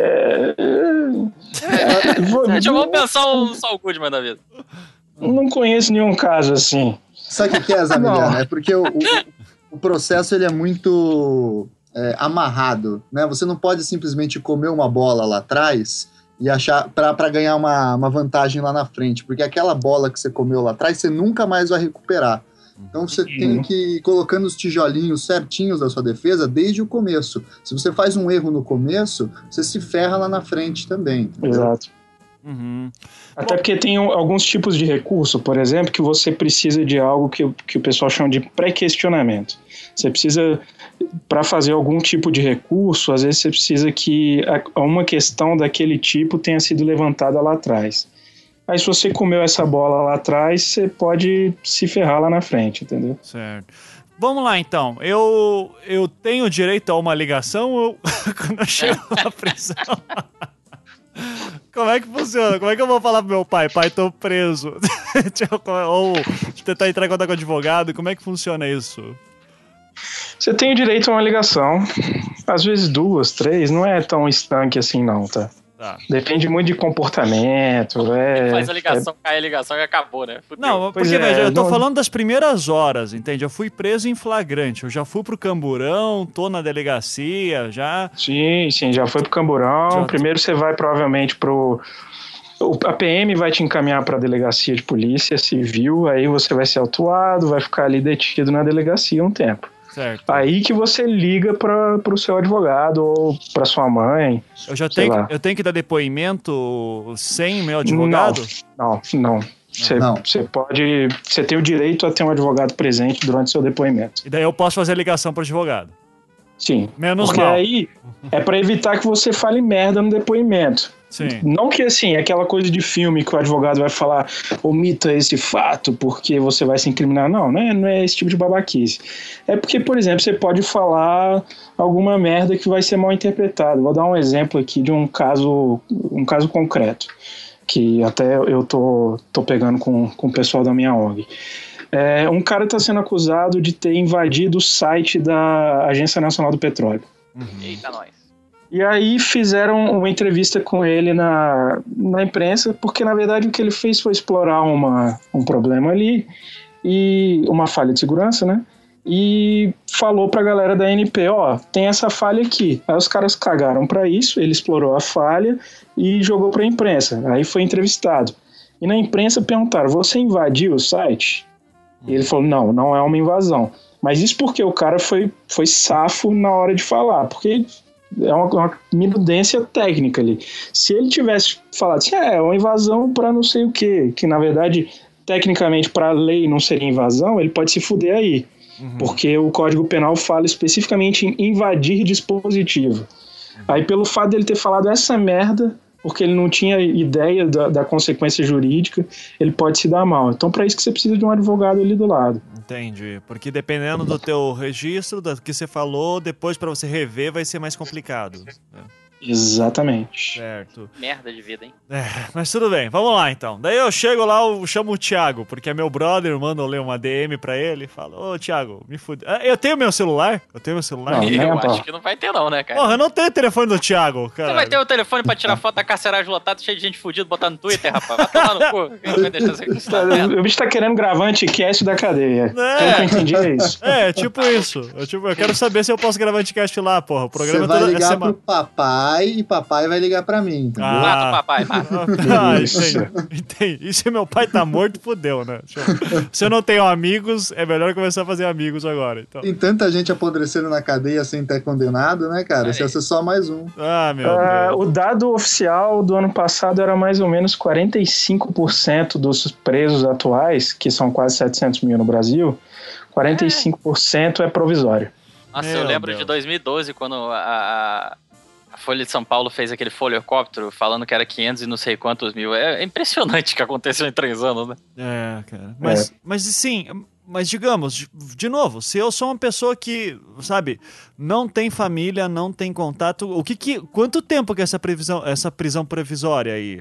Vamos pensar um Saul Goodman da vida. Não conheço nenhum caso assim. Sabe o que é, Zamiliano? É porque o processo ele é muito amarrado, né? Você não pode simplesmente comer uma bola lá atrás e achar para ganhar uma vantagem lá na frente, porque aquela bola que você comeu lá atrás você nunca mais vai recuperar. Então você tem que ir colocando os tijolinhos certinhos da sua defesa desde o começo. Se você faz um erro no começo, você se ferra lá na frente também. Entendeu? Exato. Até porque tem alguns tipos de recurso, por exemplo, que você precisa de algo que o pessoal chama de pré-questionamento. Você precisa, para fazer algum tipo de recurso, às vezes você precisa que uma questão daquele tipo tenha sido levantada lá atrás. Aí se você comeu essa bola lá atrás, você pode se ferrar lá na frente, entendeu? Certo. Vamos lá, então. Eu tenho direito a uma ligação quando eu chego na prisão? Como é que funciona? Como é que eu vou falar pro meu pai? Pai, tô preso. Ou tentar entrar em contato com o advogado. Como é que funciona isso? Você tem o direito a uma ligação. Às vezes 2, 3. Não é tão estanque assim não, tá? Depende muito de comportamento. Faz a ligação, cai a ligação e acabou, né? Fudeu. Não, porque, veja, eu tô falando das primeiras horas, entende? Eu fui preso em flagrante, eu já fui pro Camburão, tô na delegacia, já... Sim, já foi pro Camburão. Primeiro você vai provavelmente a PM vai te encaminhar para a delegacia de polícia civil, aí você vai ser autuado, vai ficar ali detido na delegacia um tempo. Certo. Aí que você liga pro seu advogado ou pra sua mãe. Eu tenho que dar depoimento sem meu advogado? Não. Você tem o direito a ter um advogado presente durante o seu depoimento. E daí eu posso fazer a ligação pro advogado? Sim. Menos porque mal. Aí é pra evitar que você fale merda no depoimento. Sim. Não que assim, aquela coisa de filme que o advogado vai falar, omita esse fato porque você vai se incriminar. Não é esse tipo de babaquice. É porque, por exemplo, você pode falar alguma merda que vai ser mal interpretado. Vou dar um exemplo aqui de um caso concreto, que até eu tô pegando com o pessoal da minha ONG. Um cara está sendo acusado de ter invadido o site da Agência Nacional do Petróleo. Eita, nós. E aí fizeram uma entrevista com ele na imprensa, porque na verdade o que ele fez foi explorar um problema ali, e uma falha de segurança, né? E falou pra galera da ANP, tem essa falha aqui. Aí os caras cagaram pra isso, ele explorou a falha e jogou pra imprensa. Aí foi entrevistado. E na imprensa perguntaram, você invadiu o site? E ele falou, não é uma invasão. Mas isso porque o cara foi safo na hora de falar, porque é uma minudência técnica ali. Se ele tivesse falado assim, é uma invasão para não sei o quê, que na verdade, tecnicamente, para a lei não seria invasão, ele pode se fuder aí. Porque o Código Penal fala especificamente em invadir dispositivo. Aí, pelo fato dele ter falado essa merda, porque ele não tinha ideia da consequência jurídica, ele pode se dar mal. Então, para isso que você precisa de um advogado ali do lado. Entendi. Porque dependendo do teu registro, do que você falou, depois para você rever vai ser mais complicado. Exatamente. Certo. Merda de vida, hein? Mas tudo bem, vamos lá então. Daí eu chego lá, eu chamo o Thiago, porque é meu brother, mando eu ler uma DM pra ele e falo, ô Thiago, me fude. Eu tenho meu celular? Não, eu acho que não vai ter não, né, cara? Porra, eu não tenho o telefone do Thiago, cara. Você vai ter o telefone pra tirar foto da carceragem lotada, cheio de gente fudida, botar no Twitter, rapaz. Vai tomar no cu. Quem vai deixar você O bicho tá querendo gravar anticast da cadeia. Pelo que eu entendi é isso. Tipo isso. Eu quero saber se eu posso gravar anticast lá, porra. O programa você vai ligar pro papai e papai vai ligar pra mim, entendeu? Mata o papai, mata. Entendi. E se meu pai tá morto, fodeu, né? Se eu não tenho amigos, é melhor começar a fazer amigos agora. Então. Tem tanta gente apodrecendo na cadeia sem ter condenado, né, cara? Esse ia ser só mais um. Meu Deus. O dado oficial do ano passado era mais ou menos 45% dos presos atuais, que são quase 700 mil no Brasil, 45% é provisório. Nossa, eu lembro de 2012, quando a Folha de São Paulo fez aquele folhocóptero falando que era 500 e não sei quantos mil. É impressionante o que aconteceu em 3 anos, né? Cara. Mas sim, mas digamos, de novo, se eu sou uma pessoa que, sabe, não tem família, não tem contato, quanto tempo que é essa prisão provisória aí?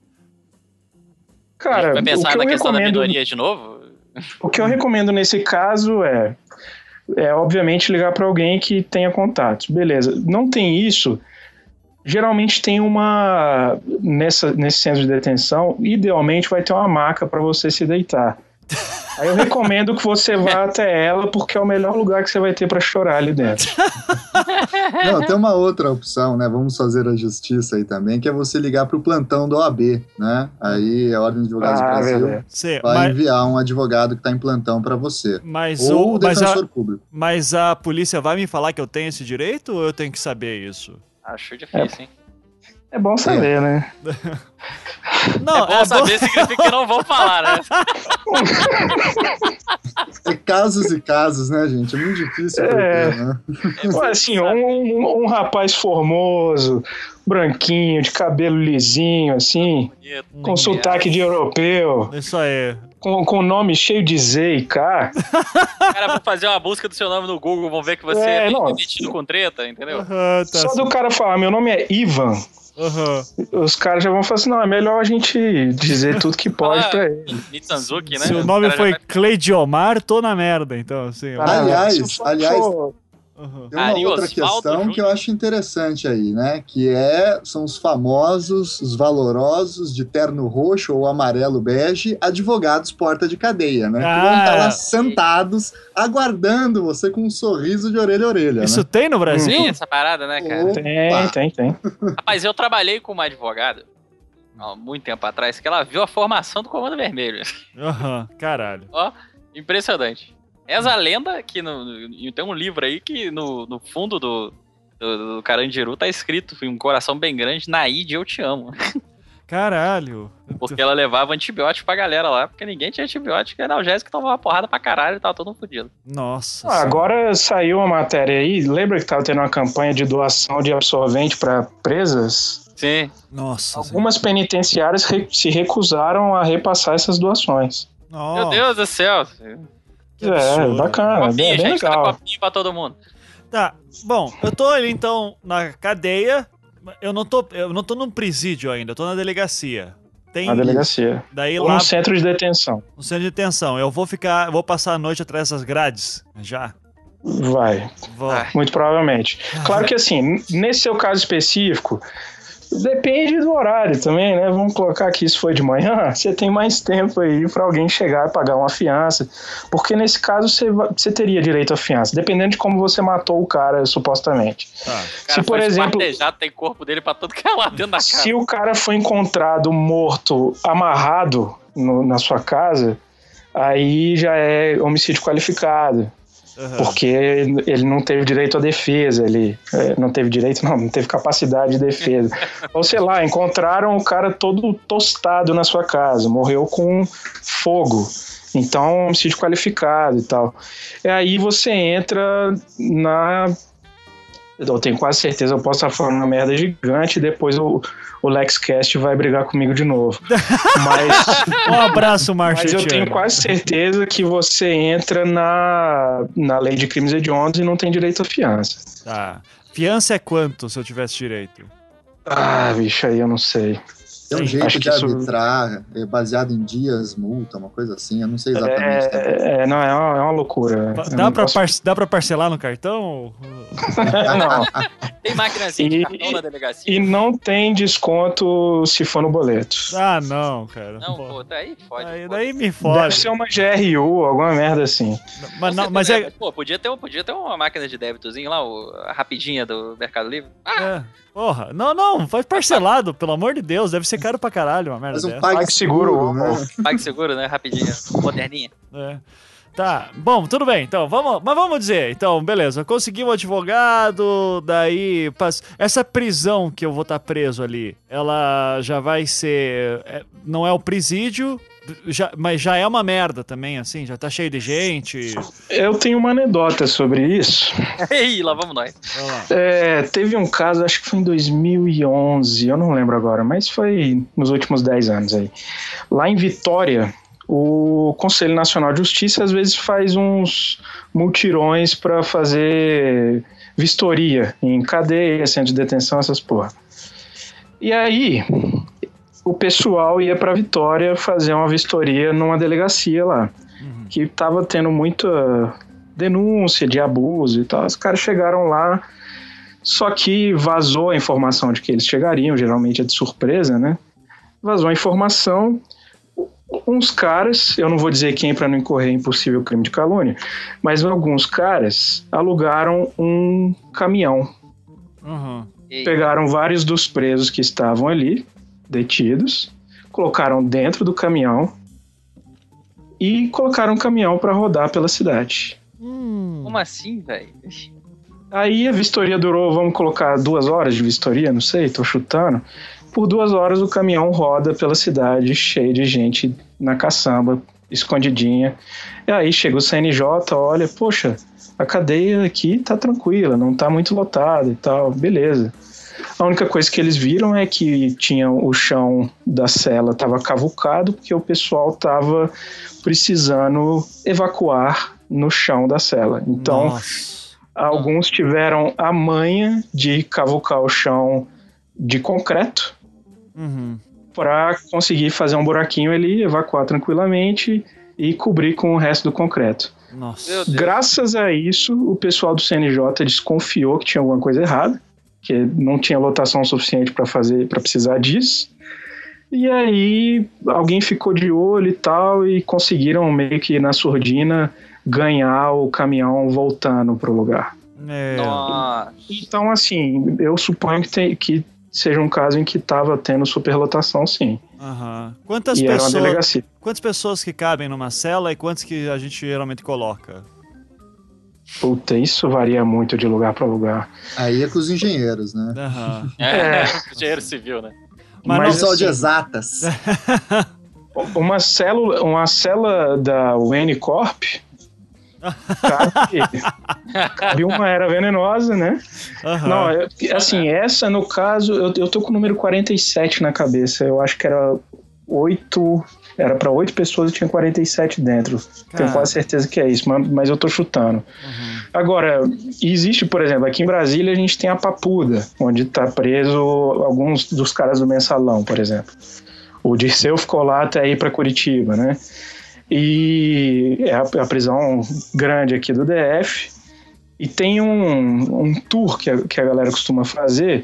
Cara, vai pensar na questão da minoria de novo? O que eu recomendo nesse caso é obviamente ligar para alguém que tenha contatos. Beleza, não tem isso. Geralmente tem nesse centro de detenção, idealmente vai ter uma maca para você se deitar. Aí eu recomendo que você vá até ela, porque é o melhor lugar que você vai ter para chorar ali dentro. Não, tem uma outra opção, né? Vamos fazer a justiça aí também, que é você ligar pro plantão da OAB, né? Aí a Ordem de Advogados do Brasil vai enviar um advogado que tá em plantão para você. Ou o defensor público. Mas a polícia vai me falar que eu tenho esse direito ou eu tenho que saber isso? Acho difícil, hein? É bom saber, né? Não, é bom saber, significa que não vão falar, né? É casos e casos, né, gente? É muito difícil. Né? Assim, um rapaz formoso, branquinho, de cabelo lisinho, assim, com sotaque de europeu. Isso aí. Com nome cheio de Z e K. Cara, vou fazer uma busca do seu nome no Google, vão ver que você é metido com treta, entendeu? Só do cara falar, meu nome é Ivan. Os caras já vão falar assim, não, é melhor a gente dizer tudo que pode pra ele. Mitsanzuki, né? Se o nome foi Cleidiomar, tô na merda, então, assim. Aliás, tem uma outra questão que eu acho interessante aí, né? Que são os famosos, os valorosos de terno roxo ou amarelo bege, advogados porta de cadeia, né? Que vão estar lá sentados, aguardando você com um sorriso de orelha a orelha. Isso, né? Tem no Brasil? Tem essa parada, né, cara? Tem. Rapaz, eu trabalhei com uma advogada há muito tempo atrás, que ela viu a formação do Comando Vermelho. Caralho. Ó, impressionante. Essa lenda, que tem um livro aí que no fundo do Carandiru tá escrito, um coração bem grande, Naide, eu te amo. Caralho. Porque ela levava antibiótico pra galera lá, porque ninguém tinha antibiótico, era analgésico, tomava porrada pra caralho e tava todo mundo fudido. Nossa. Agora saiu uma matéria aí, lembra que tava tendo uma campanha de doação de absorvente pra presas? Sim. Nossa. Algumas penitenciárias se recusaram a repassar essas doações. Meu Deus do céu. Bacana, Copinho, bem gente, legal. dá copinho pra todo mundo. Tá, bom, eu tô ali então na cadeia, eu não tô num presídio ainda, eu tô na delegacia. Na delegacia. Daí ou lá, no centro de detenção. no centro de detenção, eu vou passar a noite atrás dessas grades, já? Vai, muito provavelmente. Claro que assim, nesse seu caso específico, depende do horário também, né? Vamos colocar aqui, se foi de manhã, você tem mais tempo aí pra alguém chegar e pagar uma fiança, porque nesse caso você teria direito à fiança, dependendo de como você matou o cara, supostamente. Se, por exemplo, tem corpo dele pra todo que é lá dentro da casa. Se o cara foi encontrado morto, amarrado na sua casa, aí já é homicídio qualificado. Porque ele não teve direito à defesa, não teve capacidade de defesa. Ou sei lá, encontraram o cara todo tostado na sua casa, morreu com fogo. Então, homicídio qualificado e tal. E aí você entra na... Eu tenho quase certeza, eu posso estar falando uma merda gigante e depois o LexCast vai brigar comigo de novo. Mas, um abraço, Márcio. Mas eu tenho quase certeza que você entra na lei de crimes hediondos e não tem direito à fiança. Tá. Fiança é quanto, se eu tivesse direito? Bicho, aí eu não sei. Tem um jeito de arbitrar, baseado em dias, multa, uma coisa assim, eu não sei exatamente. É uma loucura. Dá pra parcelar no cartão? Não. Tem máquina assim de cartão na delegacia? E não tem desconto se for no boleto. Ah, não, cara. Não, pô, daí fode. Daí me fode. Deve ser uma GRU, alguma merda assim. Pô, podia ter uma máquina de débitozinho lá, a rapidinha do Mercado Livre. Porra, não, faz parcelado, pelo amor de Deus, deve ser caro pra caralho uma merda dessa. PagSeguro, né? PagSeguro, né? Rapidinho, moderninha. Tá, bom, tudo bem, então, vamos dizer, então, beleza, consegui um advogado, daí, essa prisão que eu vou estar preso ali, ela já vai ser, não é o presídio, mas já é uma merda também, assim, já tá cheio de gente. Eu tenho uma anedota sobre isso. Ei, lá vamos nós. Teve um caso, acho que foi em 2011, eu não lembro agora, mas foi nos últimos 10 anos aí. Lá em Vitória, o Conselho Nacional de Justiça às vezes faz uns multirões para fazer vistoria em cadeia, centro de detenção, essas porra. E aí, o pessoal ia para Vitória fazer uma vistoria numa delegacia lá, que tava tendo muita denúncia de abuso e tal. Os caras chegaram lá, só que vazou a informação de que eles chegariam, geralmente é de surpresa, né? Vazou a informação. Uns caras, eu não vou dizer quem para não incorrer em possível crime de calúnia, mas alguns caras alugaram um caminhão. Pegaram vários dos presos que estavam ali, detidos, colocaram dentro do caminhão e colocaram o caminhão para rodar pela cidade. Como assim, velho? Aí a vistoria durou, vamos colocar 2 horas de vistoria, não sei, tô chutando. Por 2 horas o caminhão roda pela cidade, cheio de gente na caçamba, escondidinha. E aí chega o CNJ, olha, poxa, a cadeia aqui tá tranquila, não tá muito lotada e tal, beleza. A única coisa que eles viram é que tinha o chão da cela tava cavucado, porque o pessoal tava precisando evacuar no chão da cela. Então, alguns tiveram a manha de cavucar o chão de concreto, para conseguir fazer um buraquinho ali, evacuar tranquilamente e cobrir com o resto do concreto. Graças a isso, o pessoal do CNJ desconfiou que tinha alguma coisa errada, que não tinha lotação suficiente para precisar disso. E aí alguém ficou de olho e tal, e conseguiram meio que na surdina ganhar o caminhão voltando pro lugar. Então, assim, eu suponho que seja um caso em que estava tendo superlotação, sim. Quantas pessoas que cabem numa cela e quantas que a gente geralmente coloca? Puta, isso varia muito de lugar para lugar. Aí é com os engenheiros, né? Engenheiro civil, né? Mas só de exatas. Uma célula da UN Corp cabe uma era venenosa, né? Aham. Não, assim, essa no caso, eu tô com o número 47 na cabeça. Eu acho que era 8. Era pra 8 pessoas e tinha 47 dentro. Tenho quase certeza que é isso, mas eu tô chutando. Agora, existe, por exemplo, aqui em Brasília a gente tem a Papuda, onde tá preso alguns dos caras do Mensalão, por exemplo. O Dirceu ficou lá até ir pra Curitiba, né? E é a prisão grande aqui do DF. E tem um tour que a galera costuma fazer.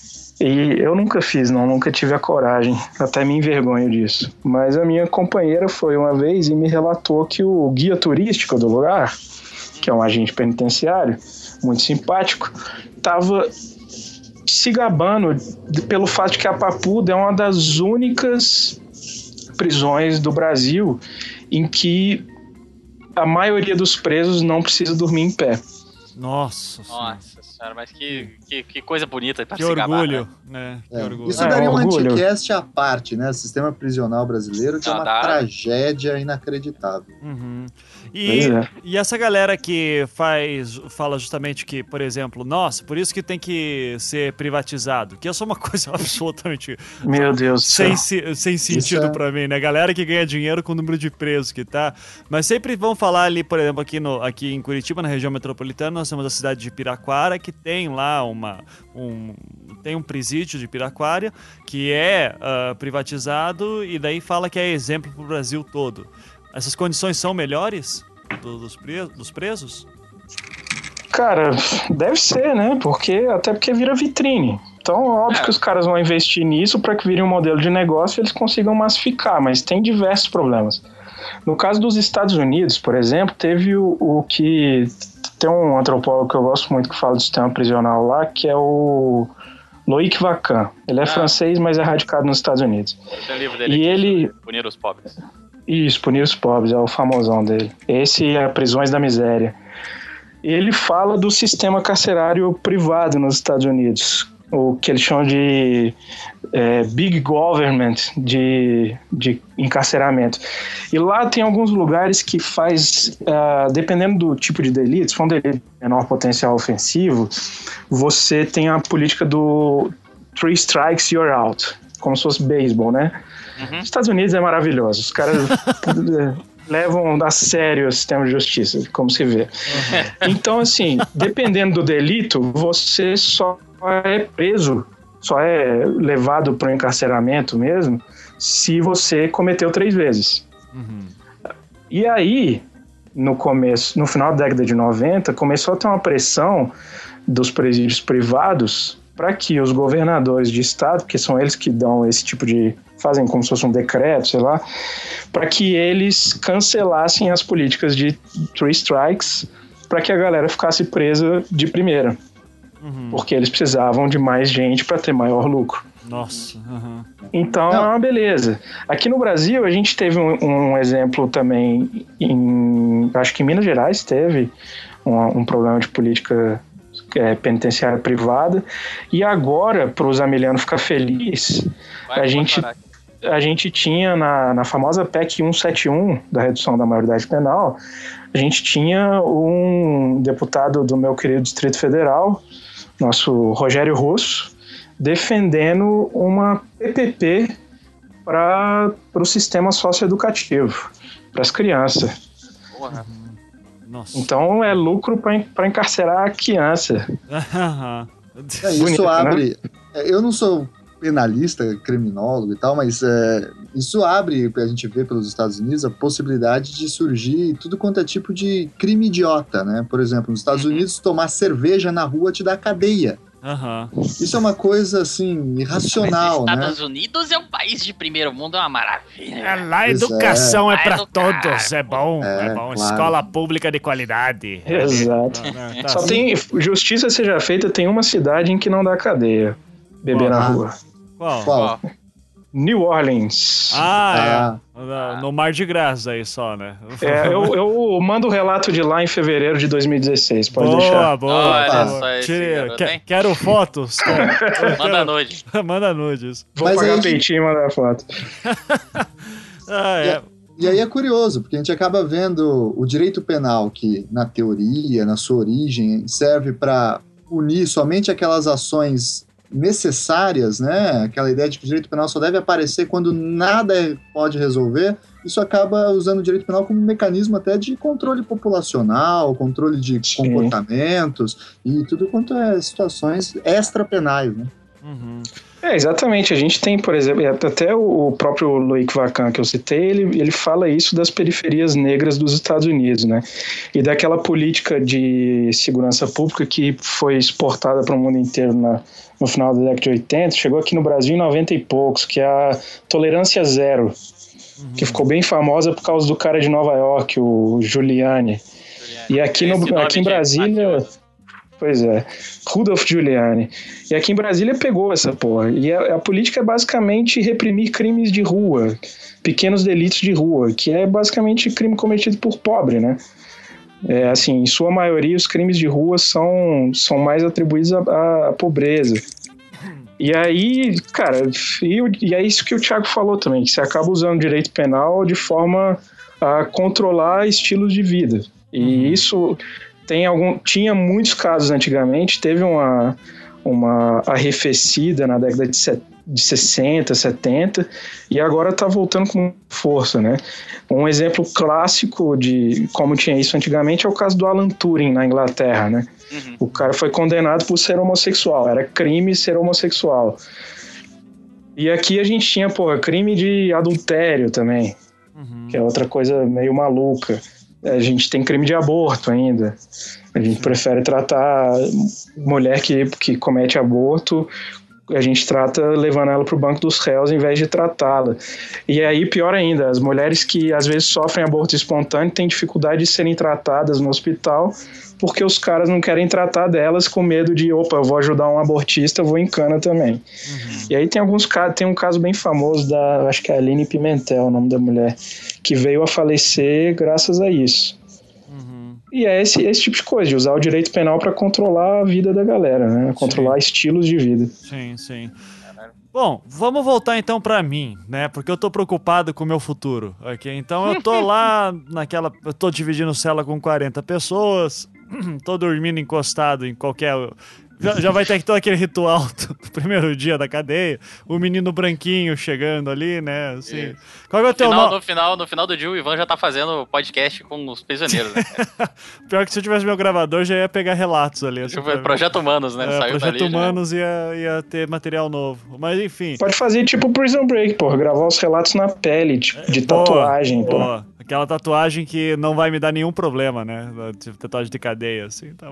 E eu nunca fiz, nunca tive a coragem. Até me envergonho disso. Mas a minha companheira foi uma vez e me relatou que o guia turístico do lugar, que é um agente penitenciário, muito simpático, estava se gabando pelo fato de que a Papuda é uma das únicas prisões do Brasil em que a maioria dos presos não precisa dormir em pé. Nossa senhora, mas que coisa bonita pra que se orgulho, gabar, né? Que orgulho. Isso daria um orgulho. anticast à parte, né? O sistema prisional brasileiro, que é uma tragédia inacreditável. Uhum. Pois E essa galera que fala justamente que, por exemplo, nossa, por isso que tem que ser privatizado, que é só uma coisa absolutamente Meu Deus do céu. sem sentido pra mim, né? Galera que ganha dinheiro com o número de presos que tá, mas sempre vão falar ali, por exemplo, aqui em Curitiba, na região metropolitana, nós temos a cidade de Piraquara, que tem lá tem um presídio de Piraquara que é privatizado e daí fala que é exemplo pro Brasil todo. Essas condições são melhores dos presos? Cara, deve ser, né? Até porque vira vitrine. Então, óbvio que os caras vão investir nisso para que vire um modelo de negócio e eles consigam massificar, mas tem diversos problemas. No caso dos Estados Unidos, por exemplo, teve o que... Tem um antropólogo que eu gosto muito que fala do sistema prisional lá, que é o Loïc Vacan. Ele é francês, mas é radicado nos Estados Unidos. Tem o livro dele E aqui, ele... Punir os Pobres. Isso, Punir os Pobres, é o famosão dele. Esse é Prisões da Miséria. Ele fala do sistema carcerário privado nos Estados Unidos, o que eles chamam de Big Government de encarceramento. E lá tem alguns lugares que faz, dependendo do tipo de delito, se for um delito de menor potencial ofensivo, você tem a política do 3 strikes, you're out, como se fosse beisebol, né? Os Estados Unidos é maravilhoso, os caras levam a sério o sistema de justiça, como se vê. Então, assim, dependendo do delito, você só é preso, só é levado para o encarceramento mesmo, se você cometeu 3 vezes. E aí, no final da década de 90, começou a ter uma pressão dos presídios privados para que os governadores de estado, que são eles que dão esse tipo de... fazem como se fosse um decreto, sei lá, para que eles cancelassem as políticas de 3 strikes para que a galera ficasse presa de primeira. Porque eles precisavam de mais gente para ter maior lucro. Nossa. Então, é uma beleza. Aqui no Brasil, a gente teve um exemplo também, acho que em Minas Gerais teve um problema de política penitenciária privada. E agora, para o Zamiliano ficar feliz, a gente tinha na famosa PEC 171, da redução da maioridade penal, a gente tinha um deputado do meu querido Distrito Federal, nosso Rogério Russo, defendendo uma PPP para o sistema socioeducativo, para as crianças. Porra. Nossa. Então é lucro para encarcerar a criança. Isso Bonito, abre... né? Eu não sou penalista, criminólogo e tal, mas isso abre, a gente vê pelos Estados Unidos, a possibilidade de surgir tudo quanto é tipo de crime idiota, né? Por exemplo, nos Estados Unidos, tomar cerveja na rua te dá cadeia. Isso é uma coisa, assim, irracional, mas né? Estados Unidos é um país de primeiro mundo, é uma maravilha. Lá a educação é pra educar. todos, é bom. Claro. Escola pública de qualidade. Exato. Tá Só assim. tem, justiça seja feita, tem uma cidade em que não dá cadeia. Beber na rua. Qual? New Orleans. No Mar de Graça aí só, né? Eu mando o relato de lá em fevereiro de 2016, pode boa, deixar. Boa. Quero fotos. Manda nude. Manda nudes. Vou pagar peitinho e mandar foto. E aí é curioso, porque a gente acaba vendo o direito penal que, na teoria, na sua origem, serve para punir somente aquelas ações necessárias, né? Aquela ideia de que o direito penal só deve aparecer quando nada pode resolver. Isso acaba usando o direito penal como um mecanismo até de controle populacional, controle de comportamentos e tudo quanto é situações extrapenais, né? Uhum. Exatamente. A gente tem, por exemplo, até o próprio Loic Vacan que eu citei, ele fala isso das periferias negras dos Estados Unidos, né? E daquela política de segurança pública que foi exportada para o mundo inteiro no final da década de 80, chegou aqui no Brasil em 90 e poucos, que é a tolerância zero, que ficou bem famosa por causa do cara de Nova York, o Giuliani. E aqui em Brasília... Pois é, Rudolph Giuliani. E aqui em Brasília pegou essa porra. E a política é basicamente reprimir crimes de rua, pequenos delitos de rua, que é basicamente crime cometido por pobre, né? Assim, em sua maioria, os crimes de rua são mais atribuídos à pobreza. E aí, cara, e é isso que o Thiago falou também, que você acaba usando o direito penal de forma a controlar estilos de vida. E isso... Tinha muitos casos antigamente, teve uma arrefecida na década de 60, 70, e agora está voltando com força, né? Um exemplo clássico de como tinha isso antigamente é o caso do Alan Turing na Inglaterra, né? Uhum. O cara foi condenado por ser homossexual, era crime ser homossexual. E aqui a gente tinha, crime de adultério também, que é outra coisa meio maluca. A gente tem crime de aborto ainda. A gente prefere tratar mulher que comete aborto, a gente trata levando ela para o banco dos réus em vez de tratá-la. E aí, pior ainda, as mulheres que às vezes sofrem aborto espontâneo têm dificuldade de serem tratadas no hospital porque os caras não querem tratar delas com medo de, eu vou ajudar um abortista, eu vou em cana também. E aí tem um caso bem famoso acho que é a Aline Pimentel, o nome da mulher, que veio a falecer graças a isso. E é esse tipo de coisa, de usar o direito penal para controlar a vida da galera, né? Controlar estilos de vida. Sim, sim. Bom, vamos voltar então pra mim, né? Porque eu tô preocupado com o meu futuro, ok? Então eu tô lá eu tô dividindo cela com 40 pessoas, tô dormindo encostado em qualquer... Já vai ter todo aquele ritual do primeiro dia da cadeia, o menino branquinho chegando ali, né? Assim. Qual é o teu nome? No final do dia, o Ivan já tá fazendo podcast com os prisioneiros, né? Pior que se eu tivesse meu gravador, já ia pegar relatos ali. Assim, Projeto Humanos, né? Saiu Projeto dali, Humanos ia ter material novo. Mas enfim. Pode fazer tipo Prison Break, gravar os relatos na pele, tipo, de tatuagem. Boa. Aquela tatuagem que não vai me dar nenhum problema, né? Tatuagem de cadeia, assim. Tá,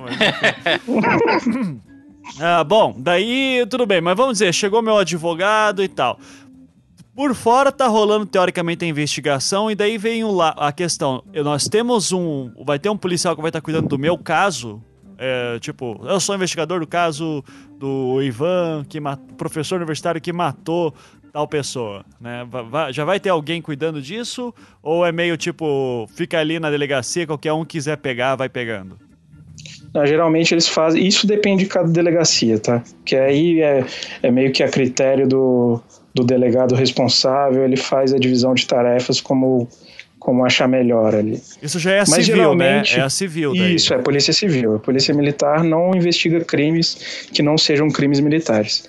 mas... bom, daí tudo bem, mas vamos dizer, chegou meu advogado e tal. Por fora tá rolando teoricamente a investigação e daí vem a questão, nós temos vai ter um policial que vai estar cuidando do meu caso, tipo, eu sou investigador do caso do Ivan, professor universitário que matou tal pessoa, né? Já vai ter alguém cuidando disso? Ou é meio tipo, fica ali na delegacia, qualquer um quiser pegar, vai pegando? Não, geralmente eles fazem... Isso depende de cada delegacia, tá? Que aí é meio que a critério do delegado responsável, ele faz a divisão de tarefas como achar melhor ali. Isso já é a civil, né? É a civil daí. Isso, é a polícia civil. A polícia militar não investiga crimes que não sejam crimes militares.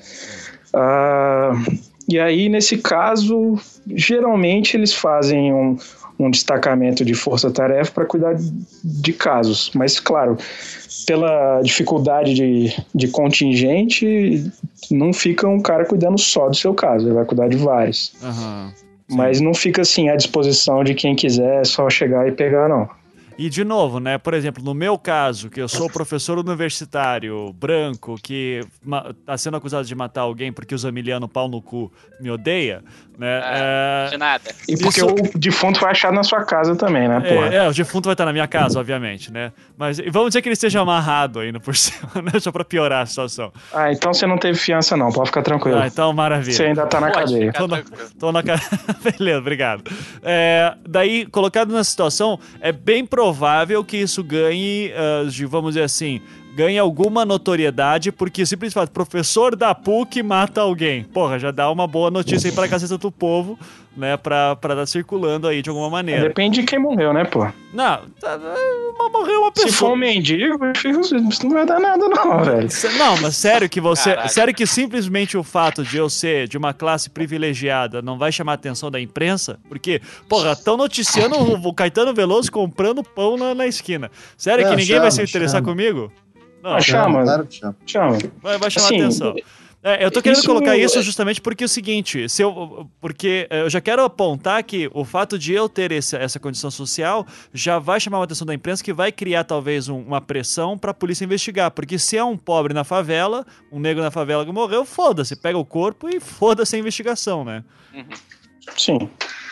E aí, nesse caso, geralmente eles fazem um destacamento de força-tarefa para cuidar de casos. Mas, claro, pela dificuldade de contingente, não fica um cara cuidando só do seu caso, ele vai cuidar de vários. Mas não fica assim à disposição de quem quiser só chegar e pegar, não. E, de novo, né, por exemplo, no meu caso, que eu sou professor universitário, branco, que tá sendo acusado de matar alguém porque o Zamiliano, pau no cu, me odeia, né? De nada. E porque o defunto vai achar na sua casa também, né, porra? O defunto vai estar na minha casa, obviamente, né? Mas vamos dizer que ele esteja amarrado ainda por cima, né? Só pra piorar a situação. Ah, então você não teve fiança não, pode ficar tranquilo. Ah, então maravilha. Você ainda tá na cadeia. Tô na cadeia. Beleza, obrigado. Daí, colocado nessa situação, é bem provável que isso ganhe, vamos dizer assim, ganhe alguma notoriedade, porque simplesmente professor da PUC mata alguém. Porra, já dá uma boa notícia aí pra caceta do povo, né, pra dar circulando aí de alguma maneira. Depende de quem morreu, né, pô? Não, morreu uma pessoa. Se for um mendigo, isso não vai dar nada não, velho. Não, mas sério que sério que simplesmente o fato de eu ser de uma classe privilegiada não vai chamar a atenção da imprensa? Porque, porra, estão noticiando o Caetano Veloso comprando pão na esquina. Sério que ninguém vai se interessar comigo? Não, chama. Vai chamar atenção. Eu tô querendo colocar isso justamente porque é o seguinte, porque eu já quero apontar que o fato de eu ter essa condição social já vai chamar a atenção da imprensa, que vai criar talvez uma pressão pra polícia investigar, porque se é um pobre na favela, um negro na favela que morreu, foda-se, pega o corpo e foda-se a investigação, né? Sim.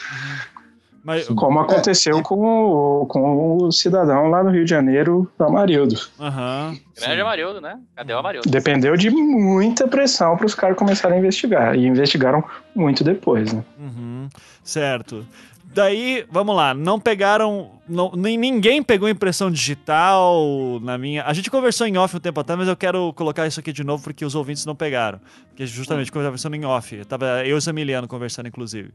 Mas, como aconteceu com o cidadão lá no Rio de Janeiro, o Amarildo. Grande Amarildo, né? Cadê o Amarildo? Dependeu de muita pressão para os caras começarem a investigar. E investigaram muito depois, né? Certo. Daí, vamos lá, não pegaram... ninguém pegou impressão digital na minha... A gente conversou em off um tempo atrás, mas eu quero colocar isso aqui de novo porque os ouvintes não pegaram. Porque justamente conversando em off. Tava eu e o Zamiliano conversando, inclusive.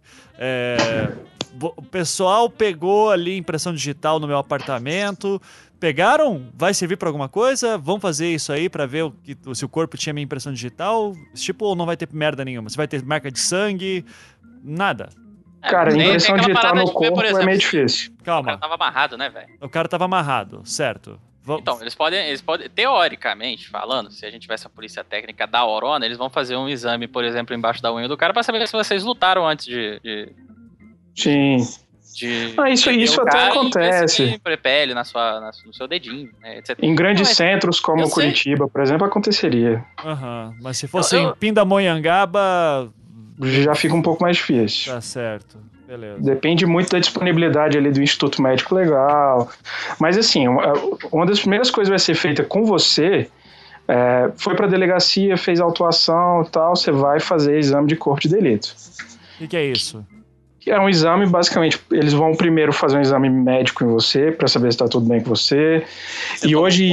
O pessoal pegou ali impressão digital no meu apartamento... Pegaram? Vai servir pra alguma coisa? Vamos fazer isso aí pra ver se o corpo tinha minha impressão digital? Tipo, ou não vai ter merda nenhuma? Se vai ter marca de sangue? Nada. Cara, impressão digital no corpo é meio difícil. Calma. O cara tava amarrado, né, velho? O cara tava amarrado, certo. Então, eles podem, teoricamente falando, se a gente tivesse a polícia técnica da Orona, eles vão fazer um exame, por exemplo, embaixo da unha do cara pra saber se vocês lutaram antes de... Sim. Isso até acontece. Prepele no seu dedinho, né, etc. Em grandes centros como Curitiba, por exemplo, aconteceria. Mas se fosse em Pindamonhangaba... Já fica um pouco mais difícil. Tá certo, beleza. Depende muito da disponibilidade ali do Instituto Médico Legal. Mas assim, uma das primeiras coisas que vai ser feita com você... foi pra delegacia, fez autuação e tal, você vai fazer exame de corpo de delito. O que é isso? É um exame, basicamente, eles vão primeiro fazer um exame médico em você, pra saber se tá tudo bem com você. E hoje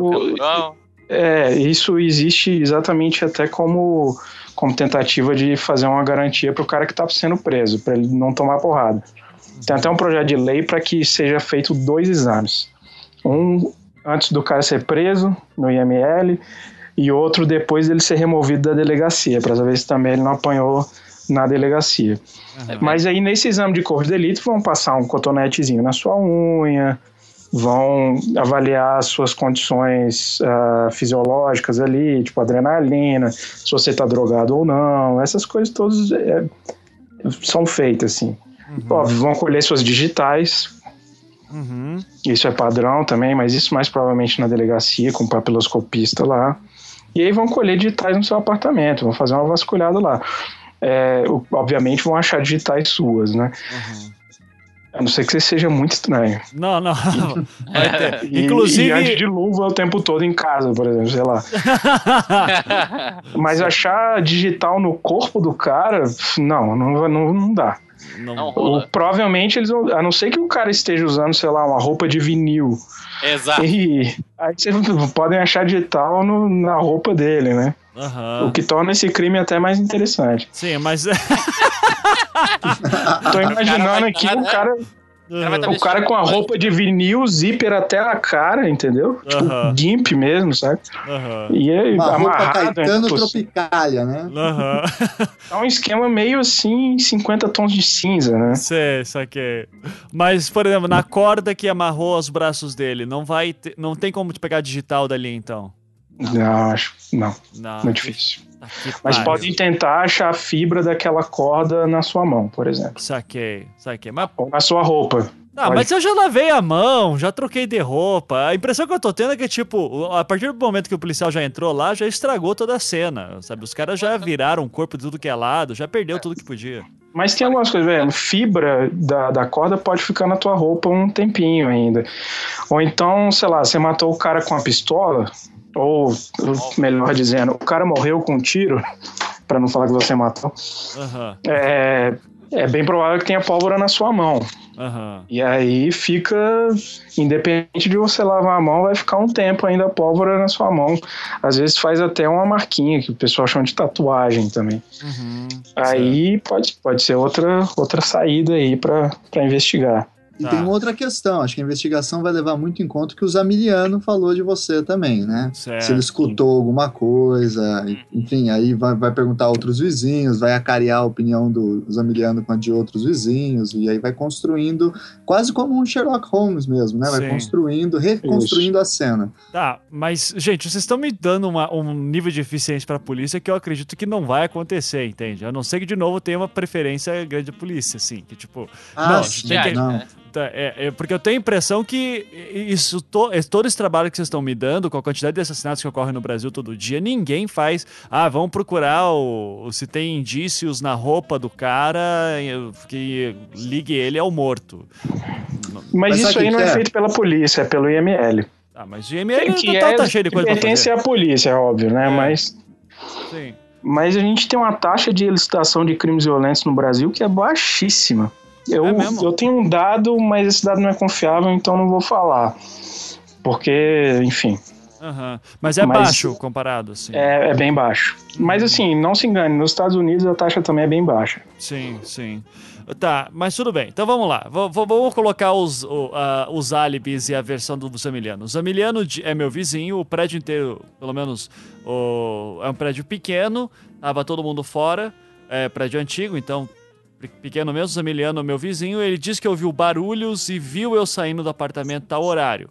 isso existe exatamente até como tentativa de fazer uma garantia pro cara que tá sendo preso, pra ele não tomar porrada. Tem até um projeto de lei para que seja feito 2 exames. Um antes do cara ser preso no IML e outro depois dele ser removido da delegacia, para saber se também ele não apanhou na delegacia. Mas aí nesse exame de corpo de delito vão passar um cotonetezinho na sua unha, vão avaliar as suas condições fisiológicas ali, tipo adrenalina, se você está drogado ou não, essas coisas todas são feitas assim. Óbvio, vão colher suas digitais, isso é padrão também, mas isso mais provavelmente na delegacia com o papiloscopista lá, e aí vão colher digitais no seu apartamento, vão fazer uma vasculhada lá. Obviamente vão achar digitais suas, né? A não ser que você seja muito estranho. Não. Vai ter. Inclusive... E antes de luva o tempo todo em casa, por exemplo, sei lá. Mas achar digital no corpo do cara, não dá. Não rola. Provavelmente eles vão... A não ser que o cara esteja usando, sei lá, uma roupa de vinil. Exato. E aí vocês podem achar digital na roupa dele, né? O que torna esse crime até mais interessante. Sim, mas... Tô imaginando aqui o cara com a roupa de vinil, zíper até a cara, entendeu? Tipo, gimp mesmo, sabe? E aí, uma roupa amarrado. Caetano Tropicália, né? É um esquema meio assim, 50 tons de cinza, né? Sei, saquei. Mas, por exemplo, na corda que amarrou os braços dele, não tem como te pegar digital dali, então? Não. Muito difícil. Mas podem tentar achar a fibra daquela corda na sua mão, por exemplo. Saquei. Ou na sua roupa. Ah, mas eu já lavei a mão, já troquei de roupa. A impressão que eu tô tendo é que, tipo, a partir do momento que o policial já entrou lá, já estragou toda a cena, sabe? Os caras já viraram o corpo de tudo que é lado, já perdeu tudo que podia. Mas tem algumas coisas, velho. Fibra da corda pode ficar na tua roupa um tempinho ainda. Ou então, sei lá, você matou o cara com a pistola, ou, melhor dizendo, o cara morreu com um tiro, pra não falar que você matou. Uhum. É bem provável que tenha pólvora na sua mão. Uhum. E aí fica, independente de você lavar a mão, vai ficar um tempo ainda a pólvora na sua mão. Às vezes faz até uma marquinha, que o pessoal chama de tatuagem também. Uhum. Aí pode ser outra saída aí pra investigar. E tem uma outra questão, acho que a investigação vai levar muito em conta o que o Zamiliano falou de você também, né? Certo. Se ele escutou alguma coisa, enfim, aí vai perguntar a outros vizinhos, vai acarear a opinião do Zamiliano com a de outros vizinhos, e aí vai construindo, quase como um Sherlock Holmes mesmo, né? Vai reconstruindo a cena. Tá, mas, gente, vocês estão me dando um nível de eficiência pra polícia que eu acredito que não vai acontecer, entende? A não ser que, de novo, tenha uma preferência grande da polícia, assim, que tipo... Porque eu tenho a impressão que todo esse trabalho que vocês estão me dando, com a quantidade de assassinatos que ocorrem no Brasil todo dia, ninguém faz. Vamos procurar se tem indícios na roupa do cara que ligue ele ao morto. Mas isso aí não é feito pela polícia, é pelo IML. Mas o IML tá cheio de coisa pra fazer. Pertence à polícia, é óbvio, né? Mas... Sim. Mas a gente tem uma taxa de elicitação de crimes violentos no Brasil que é baixíssima. Eu tenho um dado, mas esse dado não é confiável, então não vou falar. Porque, enfim... Mas baixo comparado, assim. É bem baixo. Mas assim, não se engane, nos Estados Unidos a taxa também é bem baixa. Sim, sim. Tá, mas tudo bem. Então vamos lá. Vamos colocar os álibis e a versão do Zamiliano. O Zamiliano é meu vizinho, o prédio inteiro, pelo menos, é um prédio pequeno, tava todo mundo fora, é prédio antigo, então... pequeno mesmo, o Zamiliano, meu vizinho, ele disse que ouviu barulhos e viu eu saindo do apartamento a horário.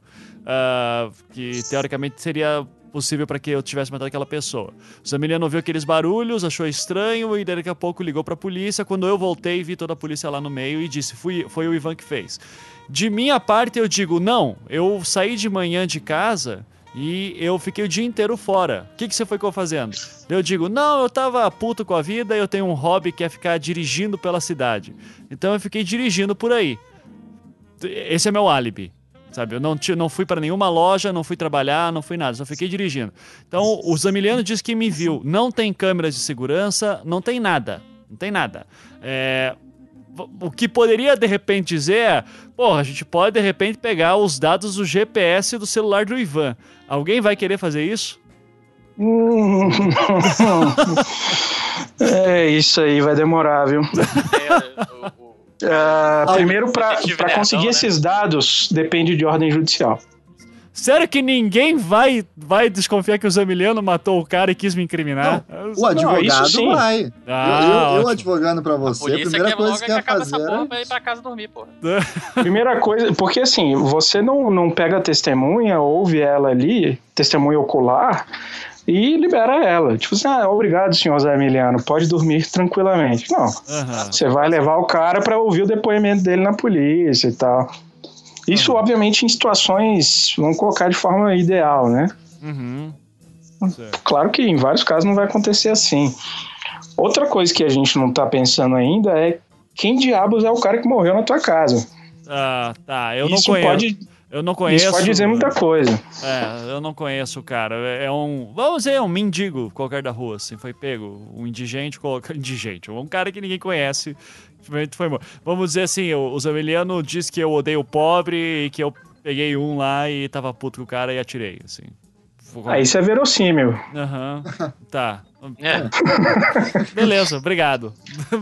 Que teoricamente seria possível para que eu tivesse matado aquela pessoa. O Zamiliano ouviu aqueles barulhos, achou estranho e daqui a pouco ligou para a polícia. Quando eu voltei, vi toda a polícia lá no meio e disse, foi o Ivan que fez. De minha parte, eu digo, não, eu saí de manhã de casa... e eu fiquei o dia inteiro fora. O que você foi fazendo? Eu digo, não, eu tava puto com a vida e eu tenho um hobby que é ficar dirigindo pela cidade. Então eu fiquei dirigindo por aí. Esse é meu álibi, sabe? Eu não fui pra nenhuma loja, não fui trabalhar, não fui nada, só fiquei dirigindo. Então o Zamiliano disse que me viu. Não tem câmeras de segurança, não tem nada. Não tem nada. O que poderia, de repente, dizer é... Porra, a gente pode, de repente, pegar os dados do GPS do celular do Ivan. Alguém vai querer fazer isso? Isso aí vai demorar, viu? Primeiro, para conseguir esses dados, depende de ordem judicial. Sério que ninguém vai desconfiar que o Zamiliano matou o cara e quis me incriminar? Não, o advogado vai. Eu advogando pra você, a primeira coisa que ia fazer era ir pra casa dormir, porra. Primeira coisa, porque assim, você não pega a testemunha, ouve ela ali, testemunha ocular, e libera ela. Tipo assim, obrigado, senhor Zamiliano, pode dormir tranquilamente. Não, você vai levar o cara pra ouvir o depoimento dele na polícia e tal. Isso, obviamente, em situações, vamos colocar de forma ideal, né? Claro que em vários casos não vai acontecer assim. Outra coisa que a gente não tá pensando ainda é quem diabos é o cara que morreu na tua casa. Tá, eu não conheço. Eu não conheço. Isso pode dizer muita coisa. Eu não conheço o cara. Vamos dizer, um mendigo qualquer da rua, assim, foi pego. Um indigente, um cara que ninguém conhece. Foi morto. Vamos dizer assim, o Zamiliano disse que eu odeio o pobre e que eu peguei um lá e tava puto com o cara e atirei, assim. Isso é verossímil. Tá. Beleza, obrigado.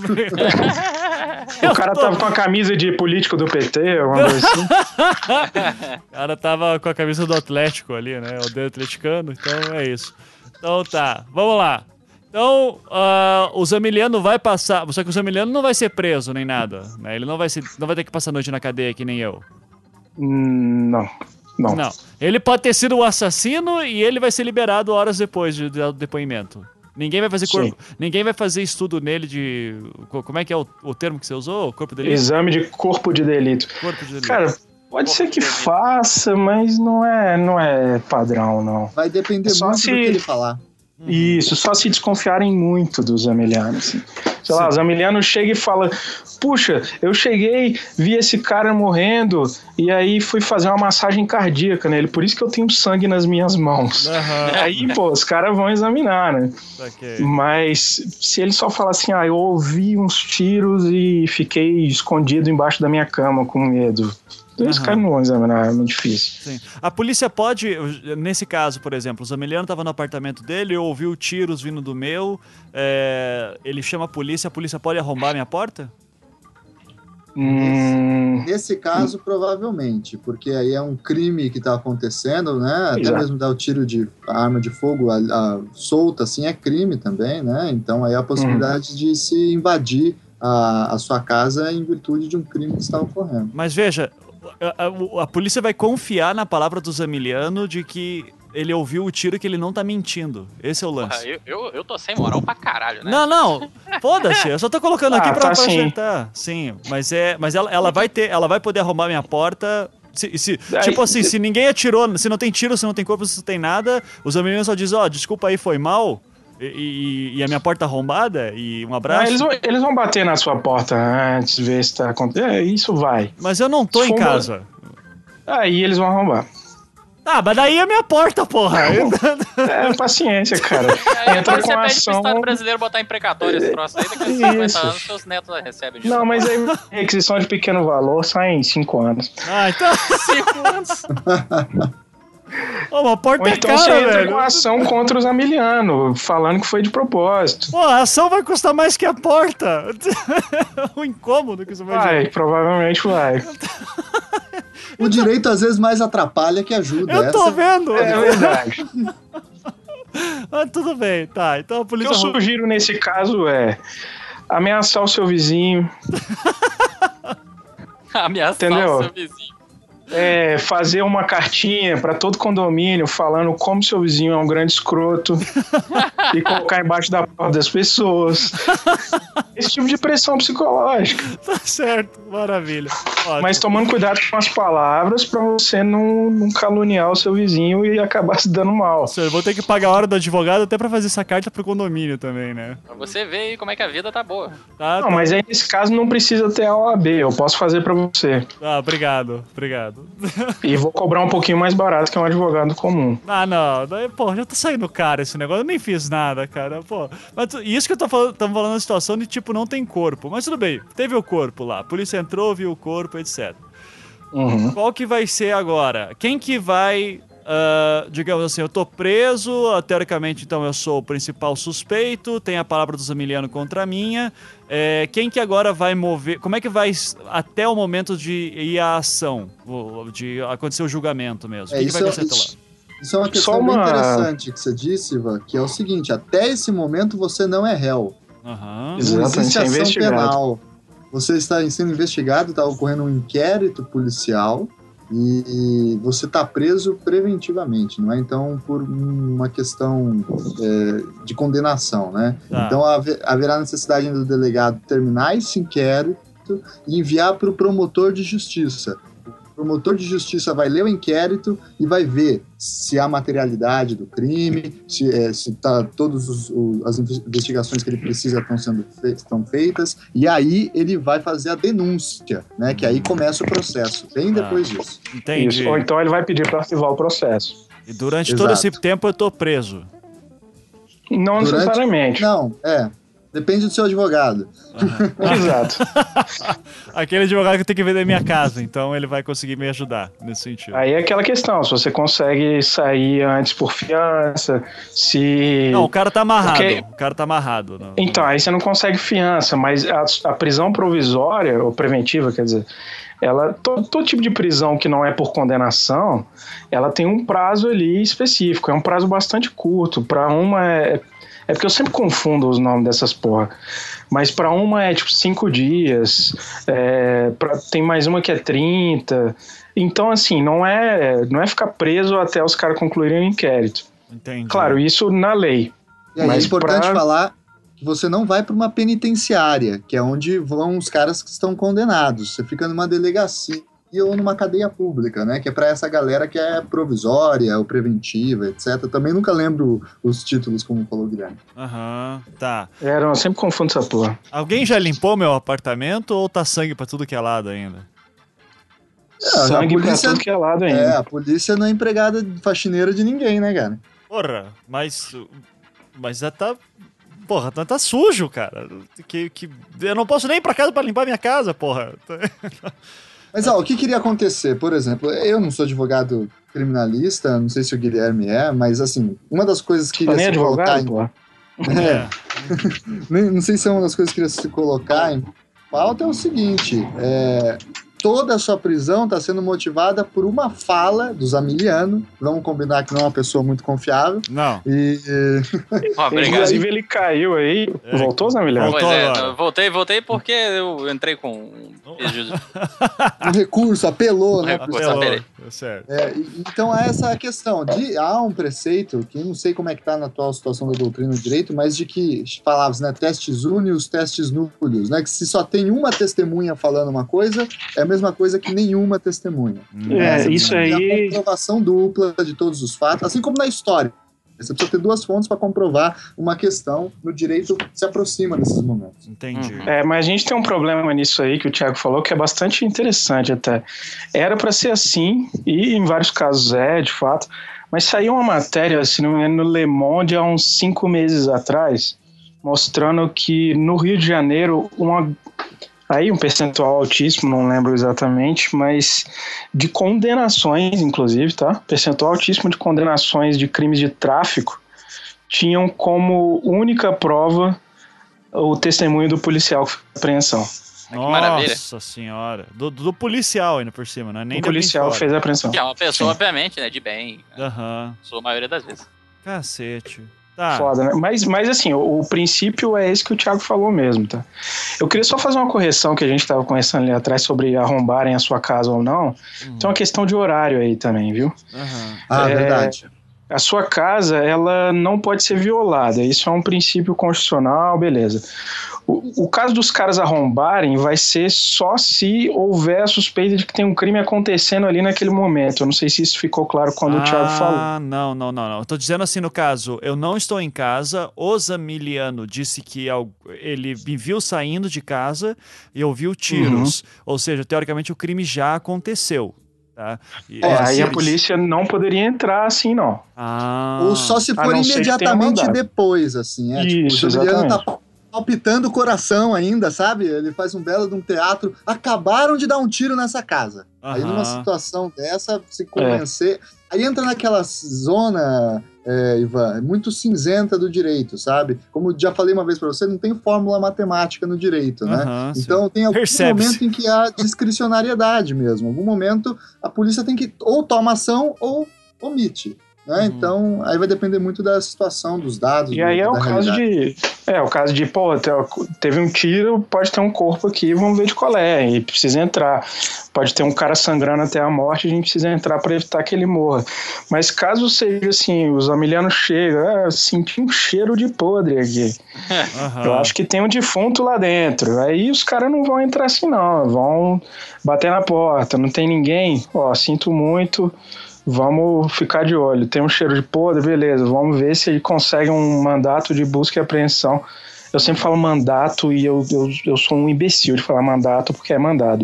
O cara tava com a camisa de político do PT, alguma coisa assim. O cara tava com a camisa do Atlético ali, né? O dedo atleticano, então é isso. Então tá, vamos lá. Então, o Zamiliano vai passar... Só que o Zamiliano não vai ser preso nem nada, né? Ele não vai ter que passar a noite na cadeia que nem eu. Não. Ele pode ter sido o assassino e ele vai ser liberado horas depois do depoimento. Ninguém vai fazer corpo. Ninguém vai fazer estudo nele de. Como é que é o termo que você usou? Corpo de delito? Exame de corpo de delito. Corpo de delito. Cara, pode ser que faça, mas não é padrão, não. Vai depender muito do que ele falar. Isso, só se desconfiarem muito dos Zamiliano, assim. Sei lá, o Zamiliano chega e fala: puxa, eu cheguei, vi esse cara morrendo e aí fui fazer uma massagem cardíaca nele, por isso que eu tenho sangue nas minhas mãos. Aí, pô, os caras vão examinar, né? Mas se ele só falar assim: eu ouvi uns tiros e fiquei escondido embaixo da minha cama com medo, os caras não vão examinar, é muito difícil. Sim. A polícia pode, nesse caso, por exemplo, o Zamiliano estava no apartamento dele, eu ouvi tiros vindo do meu, ele chama a polícia pode arrombar a minha porta? Nesse caso, provavelmente, porque aí é um crime que está acontecendo, né? Até mesmo dar o tiro de arma de fogo solta, assim, é crime também, né? Então aí a possibilidade de se invadir a sua casa em virtude de um crime que está ocorrendo. Mas veja, a polícia vai confiar na palavra do Zamiliano de que ele ouviu o tiro e que ele não tá mentindo. Esse é o lance. Eu tô sem moral pra caralho, né? Não. Foda-se. Eu só tô colocando aqui pra acertar. Sim, mas ela vai poder arrombar minha porta. Tipo assim, se ninguém atirou, se não tem tiro, se não tem corpo, se não tem nada, os Zamiliano só dizem, desculpa aí, foi mal. E a minha porta arrombada e um abraço. Eles vão bater na sua porta antes, ver se tá acontecendo. Isso vai. Mas eu não tô em casa. Aí eles vão arrombar. Mas daí é minha porta, porra. Paciência, cara. Entra com você pede pro Estado brasileiro botar em precatório esse troço aí, daqui a 50 anos seus netos recebem. Não, mas aí requisição de pequeno valor sai em 5 anos. Então 5 anos. Uma porta então cara, você entra velho. com ação contra os Zamiliano, falando que foi de propósito. A ação vai custar mais que a porta. O incômodo que isso vai gerar. Provavelmente vai. O direito às vezes mais atrapalha que ajuda. Eu tô vendo. É verdade. Mas tudo bem, tá. Então a polícia... O que eu sugiro nesse caso é ameaçar o seu vizinho. Ameaçar o seu vizinho. Fazer uma cartinha pra todo condomínio falando como seu vizinho é um grande escroto e colocar embaixo da porta das pessoas. Esse tipo de pressão psicológica. Tá certo, maravilha. Ótimo. Mas tomando cuidado com as palavras pra você não caluniar o seu vizinho e acabar se dando mal. Eu vou ter que pagar a hora do advogado até pra fazer essa carta pro condomínio também, né? Pra você ver aí como é que a vida tá boa. Mas aí nesse caso não precisa ter a OAB, eu posso fazer pra você. Obrigado. E vou cobrar um pouquinho mais barato que um advogado comum. Não. Daí, já tá saindo caro esse negócio. Eu nem fiz nada, cara. Mas isso que eu tô falando, estamos falando da situação de tipo, não tem corpo. Mas tudo bem, teve o corpo lá. A polícia entrou, viu o corpo, etc. Qual que vai ser agora? Quem que vai... digamos assim, eu tô preso, teoricamente então eu sou o principal suspeito, tem a palavra do Zamiliano contra a minha, quem que agora vai mover, como é que vai até o momento de ir à ação, de acontecer o julgamento mesmo? Quem que vai acontecer até lá? Isso é uma questão bem interessante que você disse, Ivan, que é o seguinte, até esse momento você não é réu. Não existe ação penal. Você está sendo investigado, está ocorrendo um inquérito policial, e você está preso preventivamente, não é? Então, por uma questão de condenação, né? Então, haverá necessidade do delegado terminar esse inquérito e enviar para o promotor de justiça. O promotor de justiça vai ler o inquérito e vai ver se há materialidade do crime, se todas as investigações que ele precisa estão feitas, e aí ele vai fazer a denúncia, né? Que aí começa o processo, bem depois disso. Entendi. Isso. Ou então ele vai pedir para arquivar o processo. E durante todo esse tempo eu tô preso? Não necessariamente. Não, depende do seu advogado. Exato. Aquele advogado que tem que vender minha casa, então ele vai conseguir me ajudar nesse sentido. Aí é aquela questão, se você consegue sair antes por fiança, se... Não, o cara tá amarrado. O cara tá amarrado. Não. Então, aí você não consegue fiança, mas a prisão provisória, ou preventiva, quer dizer, todo tipo de prisão que não é por condenação, ela tem um prazo ali específico, é um prazo bastante curto. Para uma é porque eu sempre confundo os nomes dessas porra. Mas pra uma é tipo 5 dias, tem mais uma que é 30. Então, assim, não é ficar preso até os caras concluírem o inquérito. Entendi. Claro, isso na lei. E aí é importante falar que você não vai para uma penitenciária, que é onde vão os caras que estão condenados. Você fica numa delegacia ou numa cadeia pública, né? Que é para essa galera que é provisória ou preventiva, etc. Também nunca lembro os títulos, como falou o Guilherme. Tá. Eu sempre confundo essa porra. Alguém já limpou meu apartamento ou tá sangue pra tudo que é lado ainda? Sangue pra tudo que é lado ainda. A polícia não é empregada faxineira de ninguém, né, cara? Porra, mas já tá... Porra, tá sujo, cara. Eu não posso nem ir pra casa pra limpar minha casa, porra. Mas, o que queria acontecer? Por exemplo, eu não sou advogado criminalista, não sei se o Guilherme é, mas, assim, uma das coisas que queria se colocar não sei se é uma das coisas que queria se colocar em pauta é o seguinte, toda a sua prisão está sendo motivada por uma fala do Zamiliano. Vamos combinar que não é uma pessoa muito confiável. Não. Inclusive, ele caiu aí. Voltou, Zamiliano? Voltei porque eu entrei com um recurso, apelou, né? Apelei. Certo. Então, essa é a questão. Há um preceito, que não sei como é que está na atual situação da doutrina do direito, mas de que falava, né? Testes únios, testes núlios, né? Que se só tem uma testemunha falando uma coisa, é a mesma coisa que nenhuma testemunha. Isso aí... A comprovação dupla de todos os fatos, assim como na história. Você precisa ter duas fontes para comprovar uma questão. No direito se aproxima nesses momentos. Entendi. Mas a gente tem um problema nisso aí que o Thiago falou, que é bastante interessante até. Era para ser assim, e em vários casos de fato, mas saiu uma matéria, se não me engano, no Le Monde há uns 5 meses atrás, mostrando que no Rio de Janeiro um percentual altíssimo, não lembro exatamente, mas de condenações, inclusive, tá? Percentual altíssimo de condenações de crimes de tráfico tinham como única prova o testemunho do policial que fez a apreensão. Nossa senhora. Do policial ainda por cima, né? Nem o policial fez a apreensão. Que é uma pessoa, obviamente, né? De bem. Sua maioria das vezes. Cacete. Tá. Foda, né? Mas assim, o princípio é esse que o Thiago falou mesmo, tá? Eu queria só fazer uma correção que a gente estava conversando ali atrás sobre arrombarem a sua casa ou não. Tem uma questão de horário aí também, viu? Verdade. A sua casa, ela não pode ser violada. Isso é um princípio constitucional, beleza. O caso dos caras arrombarem vai ser só se houver a suspeita de que tem um crime acontecendo ali naquele momento. Eu não sei se isso ficou claro quando o Thiago falou. Não. Eu tô dizendo assim, no caso, eu não estou em casa, o Zamiliano disse que ele me viu saindo de casa e ouviu tiros. Ou seja, teoricamente o crime já aconteceu. Tá? Aí a polícia não poderia assim, não. Ou só se for imediatamente depois, assim. Isso, o Zamiliano tá palpitando o coração ainda, sabe? Ele faz um belo de um teatro. Acabaram de dar um tiro nessa casa. Aí numa situação dessa, se convencer... Aí entra naquela zona, Ivan, muito cinzenta do direito, sabe? Como já falei uma vez pra você, não tem fórmula matemática no direito, né? Então tem algum momento em que há discricionariedade mesmo. Algum momento a polícia tem que ou toma ação ou omite. Né? Então, aí vai depender muito da situação, dos dados. E aí é o caso de, teve um tiro, pode ter um corpo aqui, vamos ver de qual é, e precisa entrar. Pode ter um cara sangrando até a morte, a gente precisa entrar para evitar que ele morra. Mas caso seja assim, os Zamiliano chega, senti um cheiro de podre aqui. Eu acho que tem um defunto lá dentro. Aí os caras não vão entrar assim não, vão bater na porta, não tem ninguém, sinto muito... Vamos ficar de olho. Tem um cheiro de podre, beleza. Vamos ver se ele consegue um mandato de busca e apreensão. Eu sempre falo mandato e eu sou um imbecil de falar mandato porque é mandado.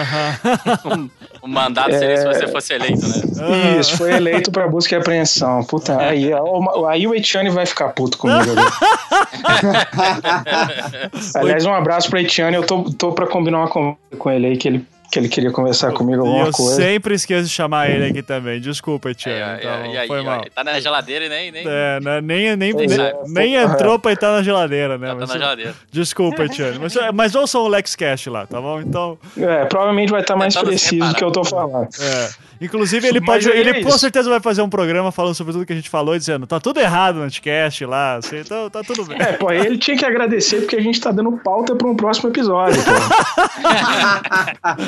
O mandato seria se você fosse eleito, né? Isso, foi eleito pra busca e apreensão. Puta, aí o Etienne vai ficar puto comigo agora. Aliás, um abraço pro Etienne. Eu tô pra combinar uma conversa com ele aí que ele queria conversar comigo alguma coisa. Eu sempre esqueço de chamar ele aqui também. Desculpa, Etienne. Foi mal. Tá na geladeira e nem entrou pra entrar na geladeira, né? Tá na geladeira. Desculpa, Etienne. Mas ouçam o LexCast lá, tá bom? Então... provavelmente vai estar mais preciso do que eu tô falando. Inclusive, ele com certeza vai fazer um programa falando sobre tudo que a gente falou e dizendo, tá tudo errado no Anticast lá, assim, então tá tudo bem. Ele tinha que agradecer porque a gente tá dando pauta pra um próximo episódio,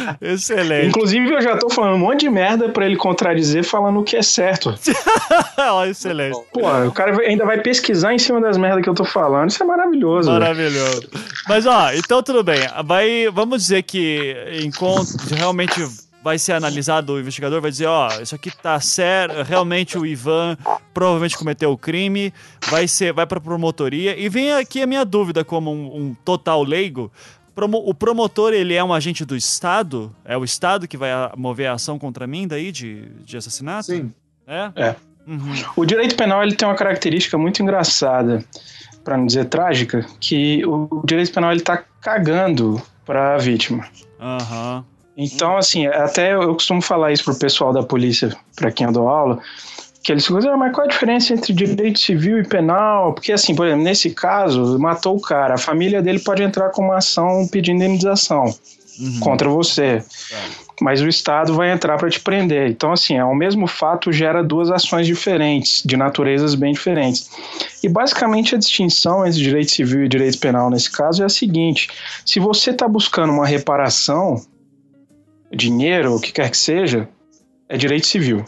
Excelente. Inclusive, eu já tô falando um monte de merda pra ele contradizer falando o que é certo. Excelente. Pô, o cara ainda vai pesquisar em cima das merdas que eu tô falando. Isso é maravilhoso. Maravilhoso. Mas, então tudo bem. Vamos dizer que realmente vai ser analisado, o investigador vai dizer, isso aqui tá sério, realmente o Ivan provavelmente cometeu o crime, vai pra promotoria. E vem aqui a minha dúvida como um total leigo. O promotor, ele é um agente do Estado? É o Estado que vai mover a ação contra mim daí de assassinato? Sim. É. Uhum. O direito penal, ele tem uma característica muito engraçada, para não dizer trágica, que o direito penal, ele tá cagando pra vítima. Aham. Então, assim, até eu costumo falar isso pro pessoal da polícia, pra quem eu dou aula, que eles ficam, mas qual a diferença entre direito civil e penal? Porque, assim, por exemplo, nesse caso, matou o cara, a família dele pode entrar com uma ação pedindo indenização contra você, mas o Estado vai entrar para te prender. Então, assim, o mesmo fato gera duas ações diferentes, de naturezas bem diferentes. E, basicamente, a distinção entre direito civil e direito penal, nesse caso, é a seguinte: se você está buscando uma reparação, dinheiro, o que quer que seja, é direito civil.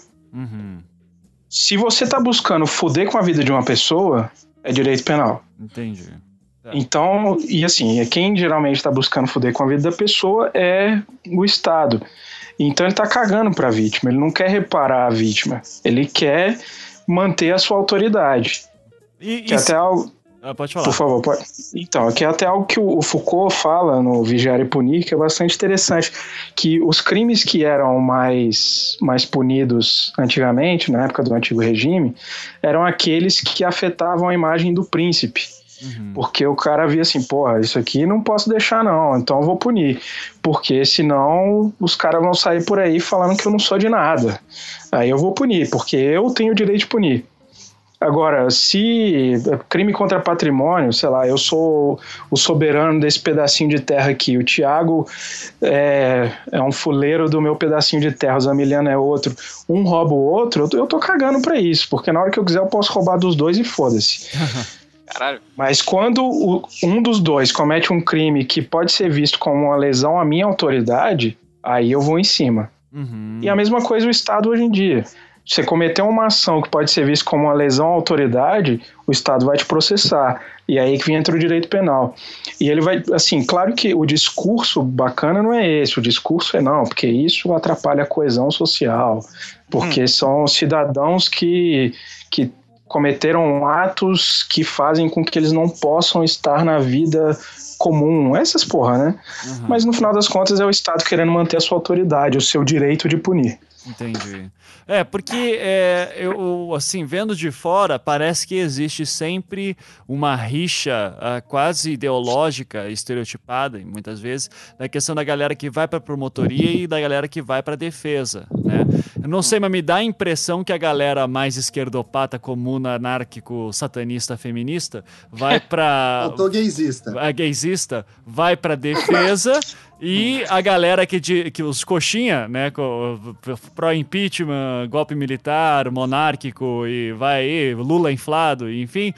Se você tá buscando foder com a vida de uma pessoa, é direito penal. Entendi. Então, e assim, quem geralmente tá buscando foder com a vida da pessoa é o Estado. Então ele tá cagando pra vítima, ele não quer reparar a vítima, ele quer manter a sua autoridade. Que até algo... pode falar. Por favor, pode. Então, que é até algo que o Foucault fala no Vigiar e Punir, que é bastante interessante, que os crimes que eram mais punidos antigamente, na época do antigo regime, eram aqueles que afetavam a imagem do príncipe. Porque o cara via assim, porra, isso aqui não posso deixar não, então eu vou punir. Porque senão os caras vão sair por aí falando que eu não sou de nada. Aí eu vou punir, porque eu tenho o direito de punir. Agora, se crime contra patrimônio, sei lá, eu sou o soberano desse pedacinho de terra aqui, o Thiago é um fuleiro do meu pedacinho de terra, o Zamiliano é outro, um rouba o outro, eu tô cagando pra isso, porque na hora que eu quiser eu posso roubar dos dois e foda-se. Caralho. Mas quando um dos dois comete um crime que pode ser visto como uma lesão à minha autoridade, aí eu vou em cima. E a mesma coisa o Estado hoje em dia. Você cometeu uma ação que pode ser vista como uma lesão à autoridade, o Estado vai te processar. E aí que entra o direito penal. E ele vai, assim, claro que o discurso bacana não é esse, o discurso é não, porque isso atrapalha a coesão social, porque são cidadãos que cometeram atos que fazem com que eles não possam estar na vida comum, essas porra, né? Mas no final das contas é o Estado querendo manter a sua autoridade, o seu direito de punir. Entendi. Porque eu, assim, vendo de fora, parece que existe sempre uma rixa quase ideológica, estereotipada, muitas vezes, da questão da galera que vai pra promotoria e da galera que vai pra defesa, né? Eu não sei, mas me dá a impressão que a galera mais esquerdopata, comuna, anárquico, satanista, feminista, vai pra... Eu tô gaysista. A gaysista vai pra defesa... E a galera que os coxinha, né, pró-impeachment, golpe militar, monárquico e vai aí, Lula inflado, enfim,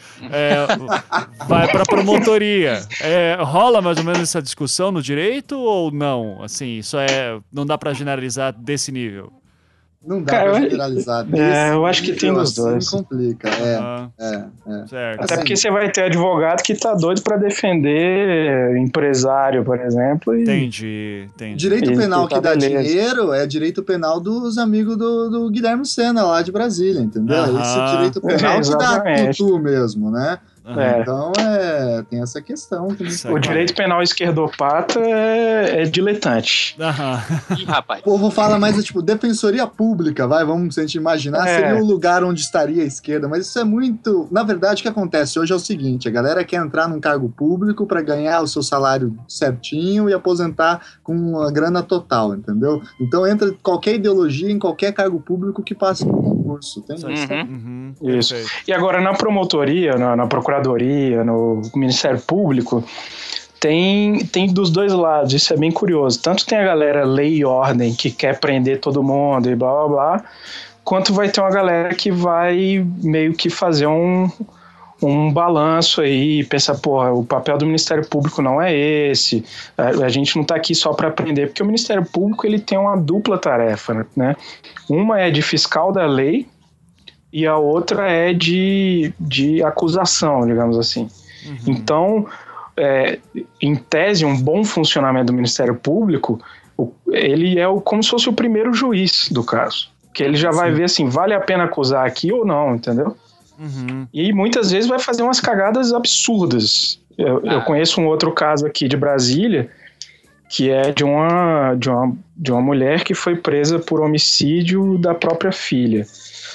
vai pra promotoria. Rola mais ou menos essa discussão no direito ou não? Assim, isso não dá pra generalizar desse nível? Não dá pra generalizar. Eu acho que tem os dois. Complica, Certo. Até porque você vai ter advogado que tá doido pra defender empresário, por exemplo. Entendi. Direito penal que dá dinheiro é direito penal dos amigos do Guilherme Sena, lá de Brasília, entendeu? Esse é direito penal que dá tutu mesmo, né? Então tem essa questão. O direito penal esquerdopata é diletante. Ih, rapaz. O povo fala mais tipo defensoria pública, vamos a gente imaginar, seria o lugar onde estaria a esquerda, mas isso é muito... Na verdade, o que acontece hoje é o seguinte, a galera quer entrar num cargo público para ganhar o seu salário certinho e aposentar com uma grana total, entendeu? Então entra qualquer ideologia em qualquer cargo público que passe por concurso. Tem isso. E agora, na promotoria, na procuradoria, no Ministério Público, tem dos dois lados, isso é bem curioso. Tanto tem a galera lei e ordem que quer prender todo mundo e blá blá blá, quanto vai ter uma galera que vai meio que fazer um balanço aí, pensar, porra, o papel do Ministério Público não é esse, a gente não está aqui só para aprender, porque o Ministério Público ele tem uma dupla tarefa, né? Uma é de fiscal da lei e a outra é de acusação, digamos assim. Então, em tese, um bom funcionamento do Ministério Público, ele é como se fosse o primeiro juiz do caso, que ele já vai ver assim, vale a pena acusar aqui ou não, entendeu? E muitas vezes vai fazer umas cagadas absurdas. Eu conheço um outro caso aqui de Brasília, que é de uma mulher que foi presa por homicídio da própria filha.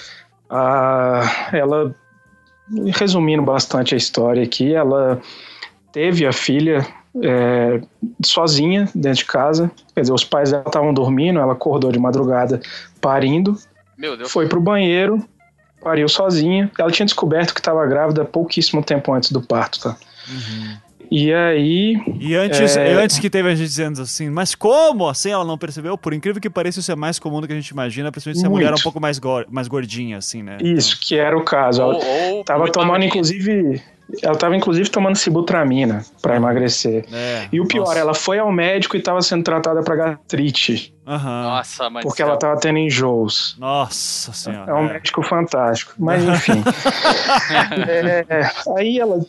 Ela, resumindo bastante a história aqui, ela teve a filha sozinha dentro de casa, quer dizer, os pais dela estavam dormindo, ela acordou de madrugada parindo, Meu Deus. foi pro banheiro, pariu sozinha. Ela tinha descoberto que estava grávida pouquíssimo tempo antes do parto, tá? E aí... E antes que teve a gente dizendo assim, mas como assim ela não percebeu? Por incrível que pareça, isso é mais comum do que a gente imagina, principalmente se a mulher é um pouco mais gordinha, assim, né? Isso, que era o caso. Ela tava tomando, inclusive... Ela estava, inclusive, tomando sibutramina para emagrecer. E o pior, ela foi ao médico e estava sendo tratada para gastrite. Nossa, mas... Porque ela estava tendo enjôos. Nossa Senhora. É um médico fantástico. Mas, enfim. Aí ela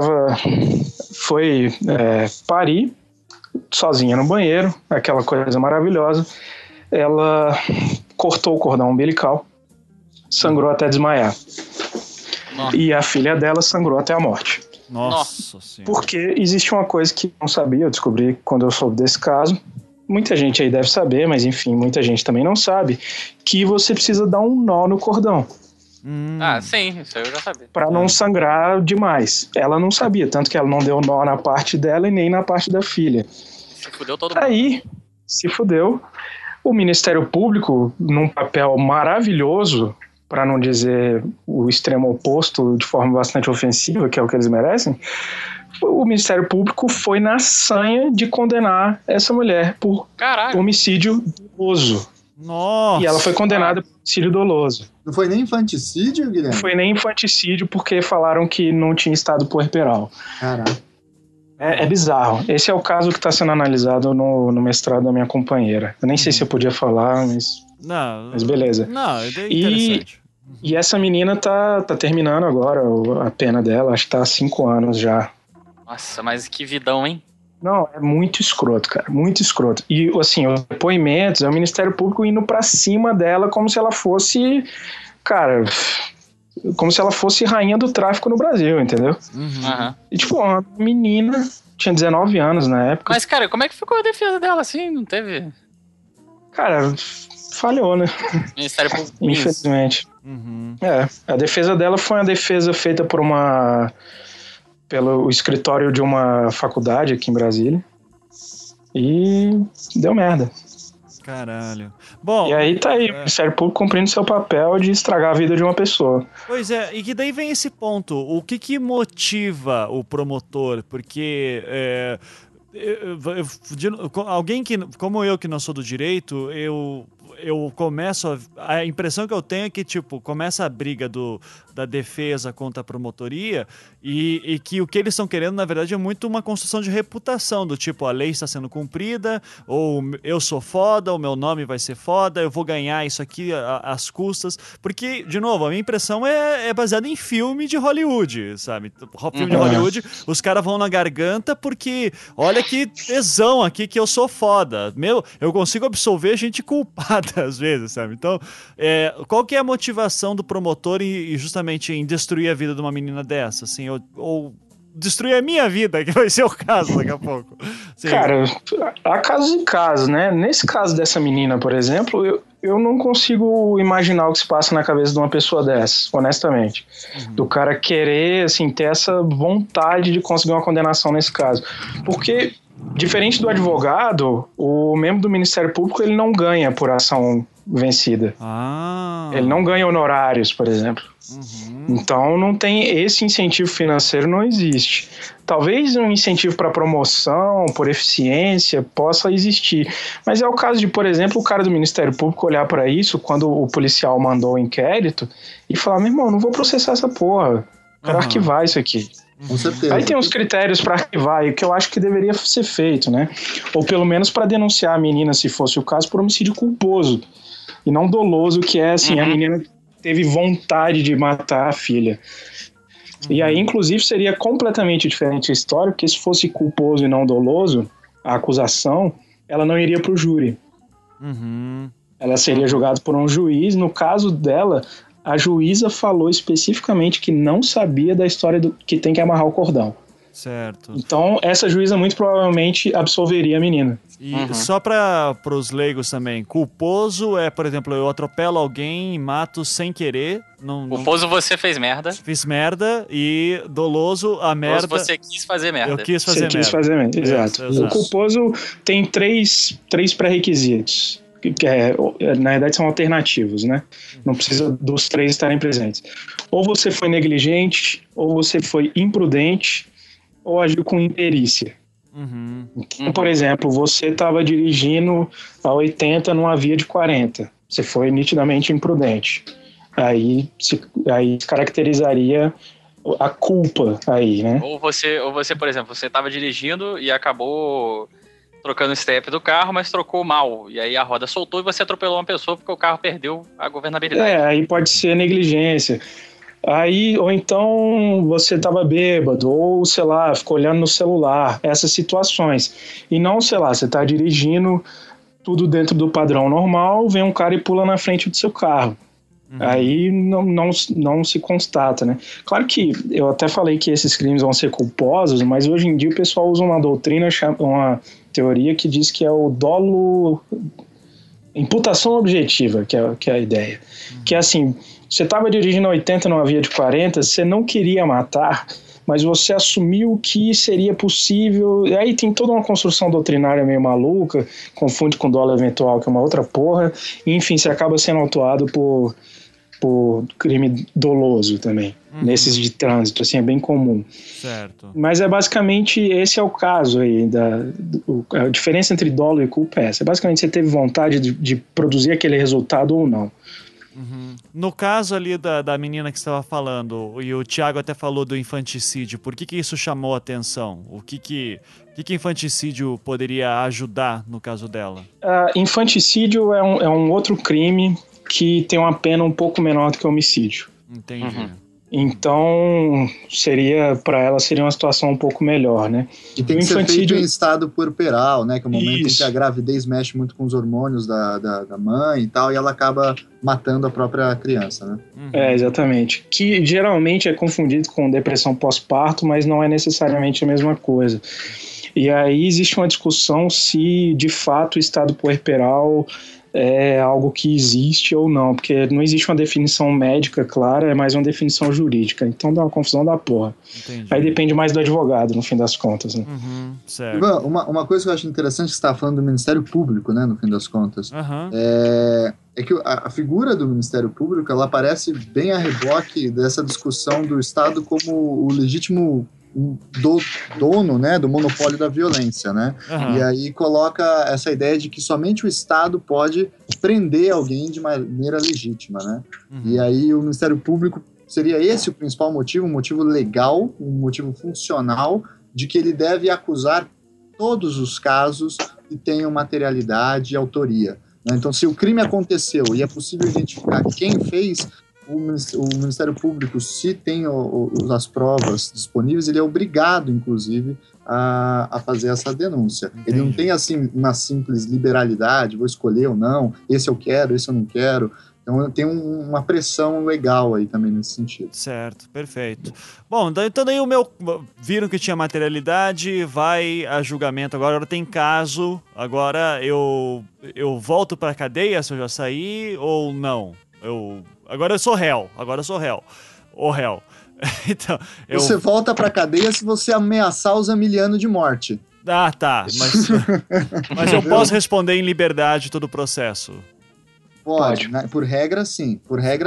foi parir, sozinha no banheiro, aquela coisa maravilhosa. Ela cortou o cordão umbilical, sangrou até desmaiar. Nossa. E a filha dela sangrou até a morte. Nossa Senhora. Porque existe uma coisa que eu não sabia, eu descobri quando eu soube desse caso. Muita gente aí deve saber, mas enfim, muita gente também não sabe, que você precisa dar um nó no cordão. Sim, isso aí eu já sabia. Pra não sangrar demais. Ela não sabia, tanto que ela não deu nó na parte dela e nem na parte da filha. Se fudeu todo mundo. Aí, se fudeu. O Ministério Público, num papel maravilhoso, para não dizer o extremo oposto de forma bastante ofensiva, que é o que eles merecem, o Ministério Público foi na sanha de condenar essa mulher por homicídio doloso. Nossa. E ela foi condenada por homicídio doloso. Não foi nem infanticídio, Guilherme? Não foi nem infanticídio, porque falaram que não tinha estado puerperal. Caraca. É bizarro. Esse é o caso que está sendo analisado no mestrado da minha companheira. Eu nem sei se eu podia falar, mas beleza. Não, é interessante. E essa menina tá terminando agora a pena dela, acho que tá há 5 anos já. Nossa, mas que vidão, hein? Não, é muito escroto, cara, muito escroto. E, assim, os depoimentos, é o Ministério Público indo pra cima dela como se ela fosse, cara, como se ela fosse rainha do tráfico no Brasil, entendeu? E, tipo, uma menina, tinha 19 anos na época. Mas, cara, como é que ficou a defesa dela, assim? Não teve... Cara, falhou, né? Ministério Público. Infelizmente. A defesa dela foi uma defesa feita pelo escritório de uma faculdade aqui em Brasília. E deu merda. Caralho. Bom, e aí tá aí, o Ministério Público cumprindo seu papel de estragar a vida de uma pessoa. Pois é, e que daí vem esse ponto. O que motiva o promotor? Porque... alguém que, como eu que não sou do direito, eu começo a impressão que eu tenho é que, tipo, começa a briga da defesa contra a promotoria e que o que eles estão querendo, na verdade, é muito uma construção de reputação, do tipo, a lei está sendo cumprida, ou eu sou foda, o meu nome vai ser foda, eu vou ganhar isso aqui às custas, porque, de novo, a minha impressão é baseada em filme de Hollywood, sabe? Filme de Hollywood, os caras vão na garganta porque, olha que tesão aqui que eu sou foda, eu consigo absolver gente culpada às vezes, sabe? Então, qual que é a motivação do promotor justamente em destruir a vida de uma menina dessa, assim, ou destruir a minha vida, que vai ser o caso daqui a pouco. Sim. Cara, há casos e casos, né? Nesse caso dessa menina, por exemplo, eu não consigo imaginar o que se passa na cabeça de uma pessoa dessa, honestamente. Do cara querer, assim, ter essa vontade de conseguir uma condenação nesse caso. Porque, diferente do advogado, o membro do Ministério Público, ele não ganha por ação vencida. Ele não ganha honorários, por exemplo. Então não tem esse incentivo financeiro, não existe. Talvez um incentivo para promoção, por eficiência, possa existir. Mas é o caso de, por exemplo, o cara do Ministério Público olhar para isso quando o policial mandou o inquérito e falar, meu irmão, não vou processar essa porra. quero arquivar isso aqui. Com certeza. Aí tem uns critérios para arquivar, e o que eu acho que deveria ser feito, né? Ou pelo menos para denunciar a menina, se fosse o caso, por homicídio culposo. E não doloso, que é assim, a menina teve vontade de matar a filha. E aí, inclusive, seria completamente diferente a história, porque se fosse culposo e não doloso, a acusação, ela não iria pro júri. Ela seria julgada por um juiz. No caso dela, a juíza falou especificamente que não sabia da história do que tem que amarrar o cordão. Certo. Então, essa juíza muito provavelmente absolveria a menina. E só para os leigos também, culposo é, por exemplo, eu atropelo alguém e mato sem querer. Culposo você fez merda. Fiz merda. E doloso, a merda... Doloso você quis fazer merda. Eu quis fazer merda. Você quis fazer merda, exato. O culposo tem três pré-requisitos. Na verdade são alternativos, né? Não precisa dos três estarem presentes. Ou você foi negligente, ou você foi imprudente, ou agiu com imperícia. Então, por exemplo, você estava dirigindo a 80 numa via de 40. Você foi nitidamente imprudente. Aí se caracterizaria a culpa aí, né? Ou você, por exemplo, você estava dirigindo e acabou trocando o step do carro, mas trocou mal. E aí a roda soltou e você atropelou uma pessoa porque o carro perdeu a governabilidade. Aí pode ser negligência. Aí, ou então você estava bêbado, ou sei lá, ficou olhando no celular, essas situações. E não, sei lá, você está dirigindo tudo dentro do padrão normal, vem um cara e pula na frente do seu carro. Aí não se constata, né? Claro que eu até falei que esses crimes vão ser culposos, mas hoje em dia o pessoal usa uma doutrina, uma teoria que diz que é o dolo... imputação objetiva, que é a ideia. Que é assim, você estava dirigindo 80 numa via de 40, você não queria matar, mas você assumiu que seria possível, e aí tem toda uma construção doutrinária meio maluca, confunde com dolo eventual, que é uma outra porra, e, enfim, você acaba sendo autuado por crime doloso também, nesses de trânsito, assim, é bem comum. Certo. Mas basicamente, esse é o caso aí, a diferença entre dolo e culpa é essa, basicamente você teve vontade de produzir aquele resultado ou não. No caso ali da menina que você estava falando, e o Thiago até falou do infanticídio, por que isso chamou a atenção? O que infanticídio poderia ajudar no caso dela? Infanticídio é um outro crime que tem uma pena um pouco menor do que homicídio. Entendi. Então, para ela seria uma situação um pouco melhor, né? E tem que ser feito em estado puerperal, né? Que é o momento em que a gravidez mexe muito com os hormônios da mãe e tal, e ela acaba matando a própria criança, né? Exatamente. Que geralmente é confundido com depressão pós-parto, mas não é necessariamente a mesma coisa. E aí existe uma discussão se, de fato, o estado puerperal é algo que existe ou não, porque não existe uma definição médica clara, é mais uma definição jurídica, então dá uma confusão da porra. Entendi. Aí depende mais do advogado, no fim das contas, né? Certo. Ivan, uma coisa que eu acho interessante, que você estava falando do Ministério Público, né, no fim das contas, é que a figura do Ministério Público, ela aparece bem a reboque dessa discussão do Estado como o legítimo dono, né, do monopólio da violência, né? E aí coloca essa ideia de que somente o Estado pode prender alguém de maneira legítima, né? E aí o Ministério Público seria esse o principal motivo, um motivo legal, um motivo funcional de que ele deve acusar todos os casos que tenham materialidade e autoria, né? Então, se o crime aconteceu e é possível identificar quem fez, o Ministério Público, se tem as provas disponíveis, ele é obrigado, inclusive, a fazer essa denúncia. Entendi. Ele não tem, assim, uma simples liberalidade, vou escolher ou não, esse eu quero, esse eu não quero. Então tem uma pressão legal aí também nesse sentido. Certo, perfeito. Bom, então daí viram que tinha materialidade, vai a julgamento agora tem caso, agora eu volto pra cadeia se eu já saí ou não? Agora eu sou réu. Ou réu. Então, Você volta pra cadeia se você ameaçar o Zamiliano de morte. Ah, tá. Mas eu posso responder em liberdade todo o processo? Pode. Né? Por regra, sim.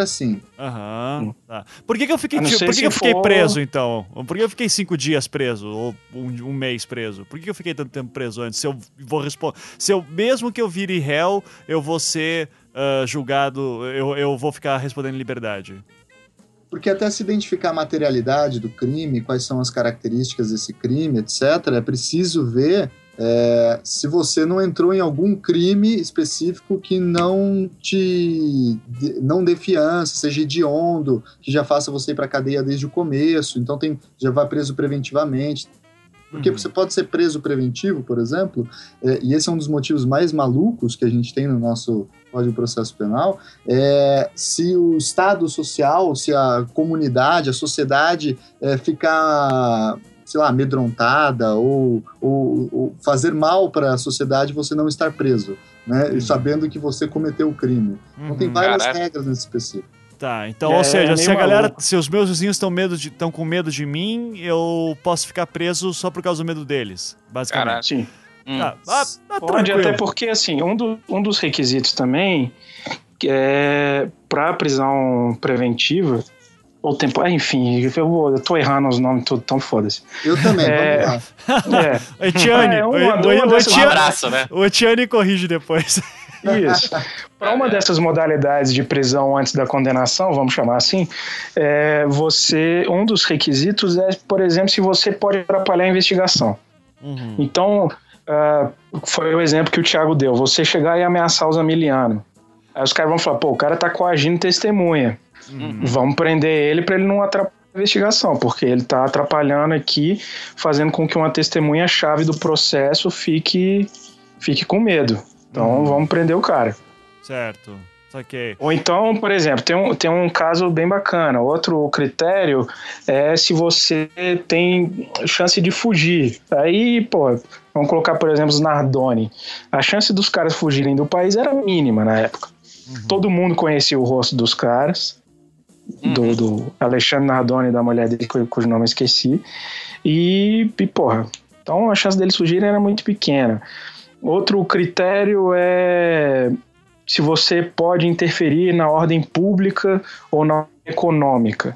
Tá. Por que eu fiquei preso, então? Por que eu fiquei 5 dias preso? Ou um mês preso? Por que eu fiquei tanto tempo preso antes? Mesmo que eu vire réu, eu vou ser julgado, eu vou ficar respondendo em liberdade. Porque até se identificar a materialidade do crime, quais são as características desse crime, etc., é preciso ver se você não entrou em algum crime específico que não dê fiança, seja hediondo, que já faça você ir para a cadeia desde o começo, então já vai preso preventivamente. Porque você pode ser preso preventivo, por exemplo, e esse é um dos motivos mais malucos que a gente tem no nosso Código de Processo Penal, se o estado social, se a comunidade, a sociedade ficar, sei lá, amedrontada ou fazer mal para a sociedade, você não estar preso, né? Sabendo que você cometeu o crime. Então tem várias regras nesse específico. Tá, então, ou seja, se os meus vizinhos estão com medo de mim, eu posso ficar preso só por causa do medo deles, basicamente. Sim. Pode, até porque, assim, um dos requisitos também para prisão preventiva, ou tempo, enfim, eu tô errando os nomes tudo, então foda-se. Eu também, vamos lá. Etienne, um abraço, né? O Etienne corrige depois. Isso. Para uma dessas modalidades de prisão antes da condenação, vamos chamar assim, um dos requisitos é, por exemplo, se você pode atrapalhar a investigação. Então, foi o exemplo que o Thiago deu, você chegar e ameaçar os Zamiliano. Aí os caras vão falar, o cara tá coagindo testemunha. Vamos prender ele para ele não atrapalhar a investigação, porque ele tá atrapalhando aqui, fazendo com que uma testemunha-chave do processo fique com medo. Então vamos prender o cara. Certo, saquei. Ou então, por exemplo, tem um caso bem bacana. Outro critério é se você tem chance de fugir. Aí, vamos colocar, por exemplo, os Nardoni. A chance dos caras fugirem do país era mínima na época. Todo mundo conhecia o rosto dos caras. Do Alexandre Nardoni e da mulher dele, cujo nome eu esqueci. Então a chance deles fugirem era muito pequena. Outro critério é se você pode interferir na ordem pública ou na ordem econômica.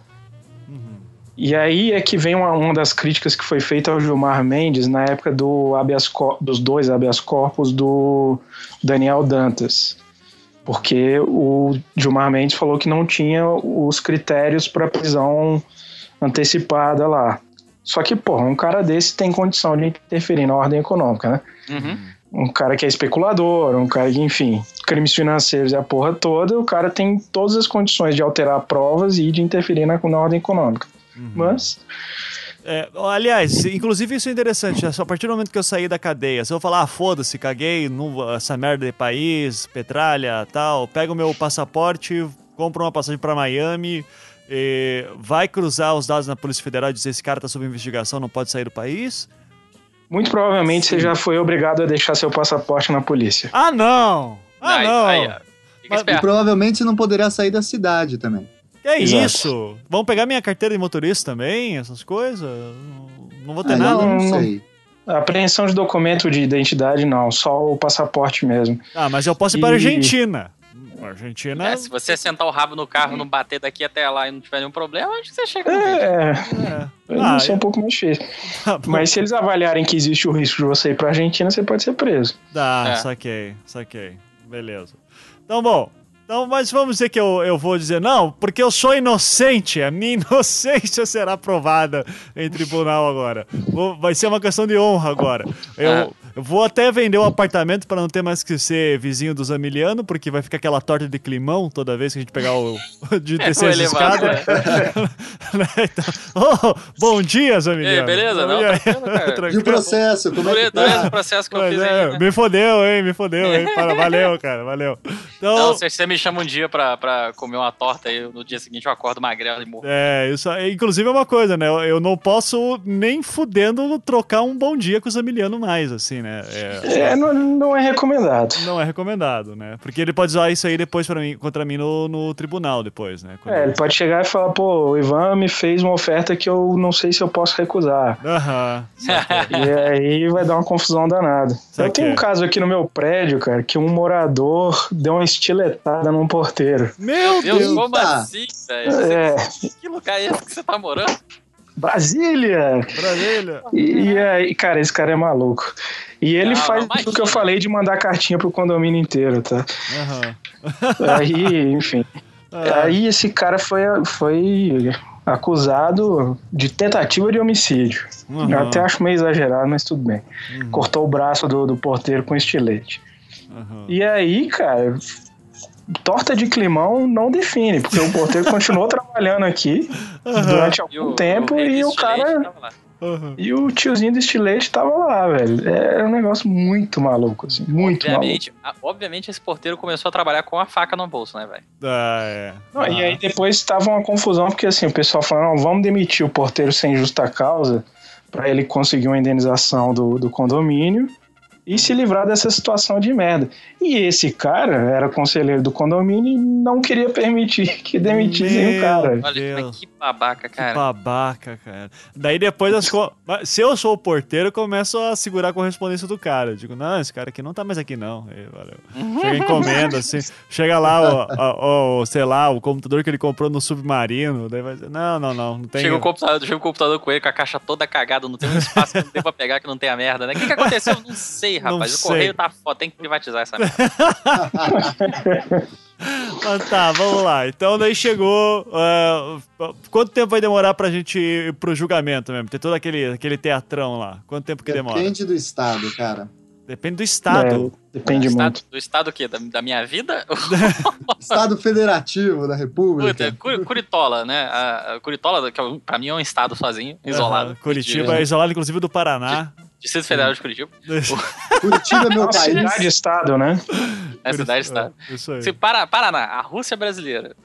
E aí é que vem uma das críticas que foi feita ao Gilmar Mendes na época dos dois habeas corpus do Daniel Dantas. Porque o Gilmar Mendes falou que não tinha os critérios para prisão antecipada lá. Só que, um cara desse tem condição de interferir na ordem econômica, né? Um cara que é especulador, um cara que, enfim, crimes financeiros e a porra toda, o cara tem todas as condições de alterar provas e de interferir na ordem econômica. Mas... aliás, inclusive isso é interessante, a partir do momento que eu saí da cadeia, se eu falar, foda-se, caguei, essa merda de país, petralha, tal, pego o meu passaporte, compro uma passagem pra Miami, vai cruzar os dados na Polícia Federal e dizer esse cara tá sob investigação, não pode sair do país? Muito provavelmente você já foi obrigado a deixar seu passaporte na polícia. Ah, não! E provavelmente você não poderá sair da cidade também. Exato. Isso? Vão pegar minha carteira de motorista também, essas coisas? Não vou ter nada? Não sei. A apreensão de documento de identidade não, só o passaporte mesmo. Mas eu posso ir para a Argentina. Argentina... se você sentar o rabo no carro, não bater daqui até lá e não tiver nenhum problema, acho que você chega no Isso é um pouco mais difícil. Mas se eles avaliarem que existe o risco de você ir pra Argentina, você pode ser preso. Saquei. Beleza. Então, bom. Mas vamos dizer que eu vou dizer não, porque eu sou inocente, a minha inocência será provada em tribunal agora. Vai ser uma questão de honra agora. Eu vou até vender um apartamento para não ter mais que ser vizinho do Zamiliano, porque vai ficar aquela torta de climão toda vez que a gente pegar de descer as escadas. Então, bom dia, Zamiliano. Beleza? Não, E o processo? Como é que tá? O processo que eu fiz aí. Me fodeu, hein? Valeu, cara, valeu. Então, você me chama um dia pra comer uma torta e no dia seguinte eu acordo magrelo e morro. Isso inclusive é uma coisa, né? Eu não posso nem fudendo trocar um bom dia com o Zamiliano mais, assim, né? Não é recomendado. Não é recomendado, né? Porque ele pode usar isso aí depois contra mim no tribunal depois, né? Ele pode chegar e falar, o Ivan me fez uma oferta que eu não sei se eu posso recusar. E aí vai dar uma confusão danada. Eu tenho um caso aqui no meu prédio, cara, que um morador deu uma estiletada num porteiro. Meu Deus! Como assim, velho? Que lugar é esse que você tá morando? Brasília! E aí, cara, esse cara é maluco. E ele faz o que eu falei de mandar cartinha pro condomínio inteiro, tá? Aí, enfim. Aí esse cara foi acusado de tentativa de homicídio. Eu até acho meio exagerado, mas tudo bem. Cortou o braço do porteiro com estilete. E aí, cara, torta de climão não define, porque o porteiro continuou trabalhando aqui durante algum tempo e o cara... E o tiozinho do estilete tava lá, velho. Era um negócio muito maluco, assim. Muito maluco. Obviamente esse porteiro começou a trabalhar com a faca no bolso, né, velho? E aí depois tava uma confusão, porque assim, o pessoal falando, vamos demitir o porteiro sem justa causa pra ele conseguir uma indenização do condomínio e se livrar dessa situação de merda. E esse cara era conselheiro do condomínio e não queria permitir que demitissem o cara. Olha, que babaca, cara. Que babaca, cara. Daí depois, se eu sou o porteiro, eu começo a segurar a correspondência do cara. Eu digo, não, esse cara aqui não tá mais aqui, não. Aí, valeu. Chega encomenda, assim. Chega lá, sei lá, o computador que ele comprou no submarino. Daí vai dizer, não tem. Chega o computador com ele com a caixa toda cagada, não tem um espaço que não tem pra pegar, que não tem a merda, né? O que aconteceu? Não sei, rapaz. O correio tá foda, tem que privatizar essa merda. Mas tá, vamos lá. Então daí chegou. Quanto tempo vai demorar pra gente ir pro julgamento mesmo? Ter todo aquele teatrão lá. Quanto tempo que demora? Depende do estado, cara. Depende do estado. Depende muito. Do estado o quê? Da minha vida? Estado federativo da República. Curitola, né? Curitola, que pra mim é um estado sozinho, isolado. Curitiba é isolado, inclusive, do Paraná. Distrito Federal de Curitiba. Curitiba é meu país. Cidade-estado, né? É cidade-estado. Isso aí. Paraná, a Rússia brasileira.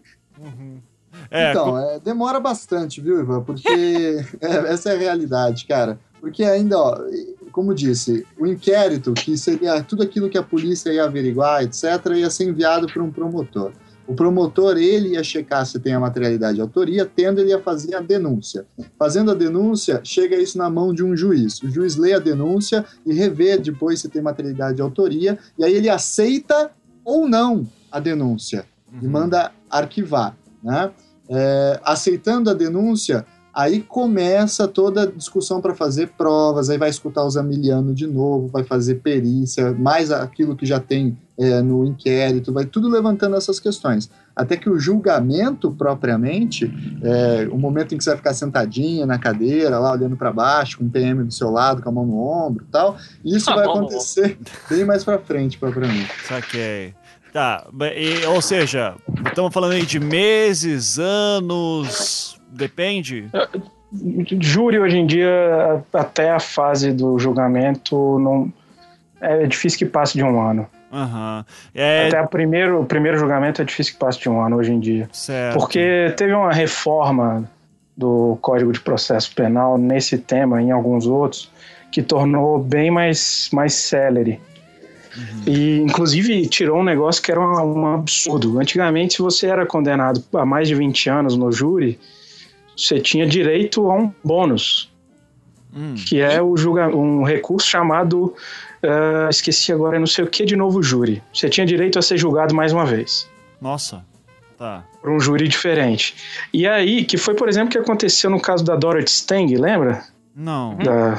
Então, demora bastante, viu, Ivan? Porque essa é a realidade, cara. Porque ainda, como disse, o inquérito, que seria tudo aquilo que a polícia ia averiguar, etc., ia ser enviado para um promotor. O promotor, ele ia checar se tem a materialidade de autoria, tendo, ele ia fazer a denúncia. Fazendo a denúncia, chega isso na mão de um juiz. O juiz lê a denúncia e revê depois se tem materialidade de autoria, e aí ele aceita ou não a denúncia e manda arquivar, né? Aceitando a denúncia, aí começa toda a discussão para fazer provas, aí vai escutar o Zamiliano de novo, vai fazer perícia, mais aquilo que já tem no inquérito, vai tudo levantando essas questões. Até que o julgamento, propriamente, o momento em que você vai ficar sentadinha na cadeira, lá olhando para baixo, com o PM do seu lado, com a mão no ombro e tal, isso vai acontecer bem mais para frente, propriamente. Saquei. Tá, ou seja, estamos falando aí de meses, anos, depende? Júri, hoje em dia, até a fase do julgamento, não é difícil que passe de um ano. Até o primeiro julgamento é difícil que passe de um ano hoje em dia. Certo. Porque teve uma reforma do Código de Processo Penal nesse tema, em alguns outros, que tornou bem mais célere. E, inclusive, tirou um negócio que era um absurdo. Antigamente, se você era condenado a mais de 20 anos no júri, você tinha direito a um bônus, que é um recurso chamado, esqueci agora, não sei o que, de novo júri. Você tinha direito a ser julgado mais uma vez. Nossa, tá. Por um júri diferente. E aí, que foi, por exemplo, o que aconteceu no caso da Dorothy Stang, lembra? Não.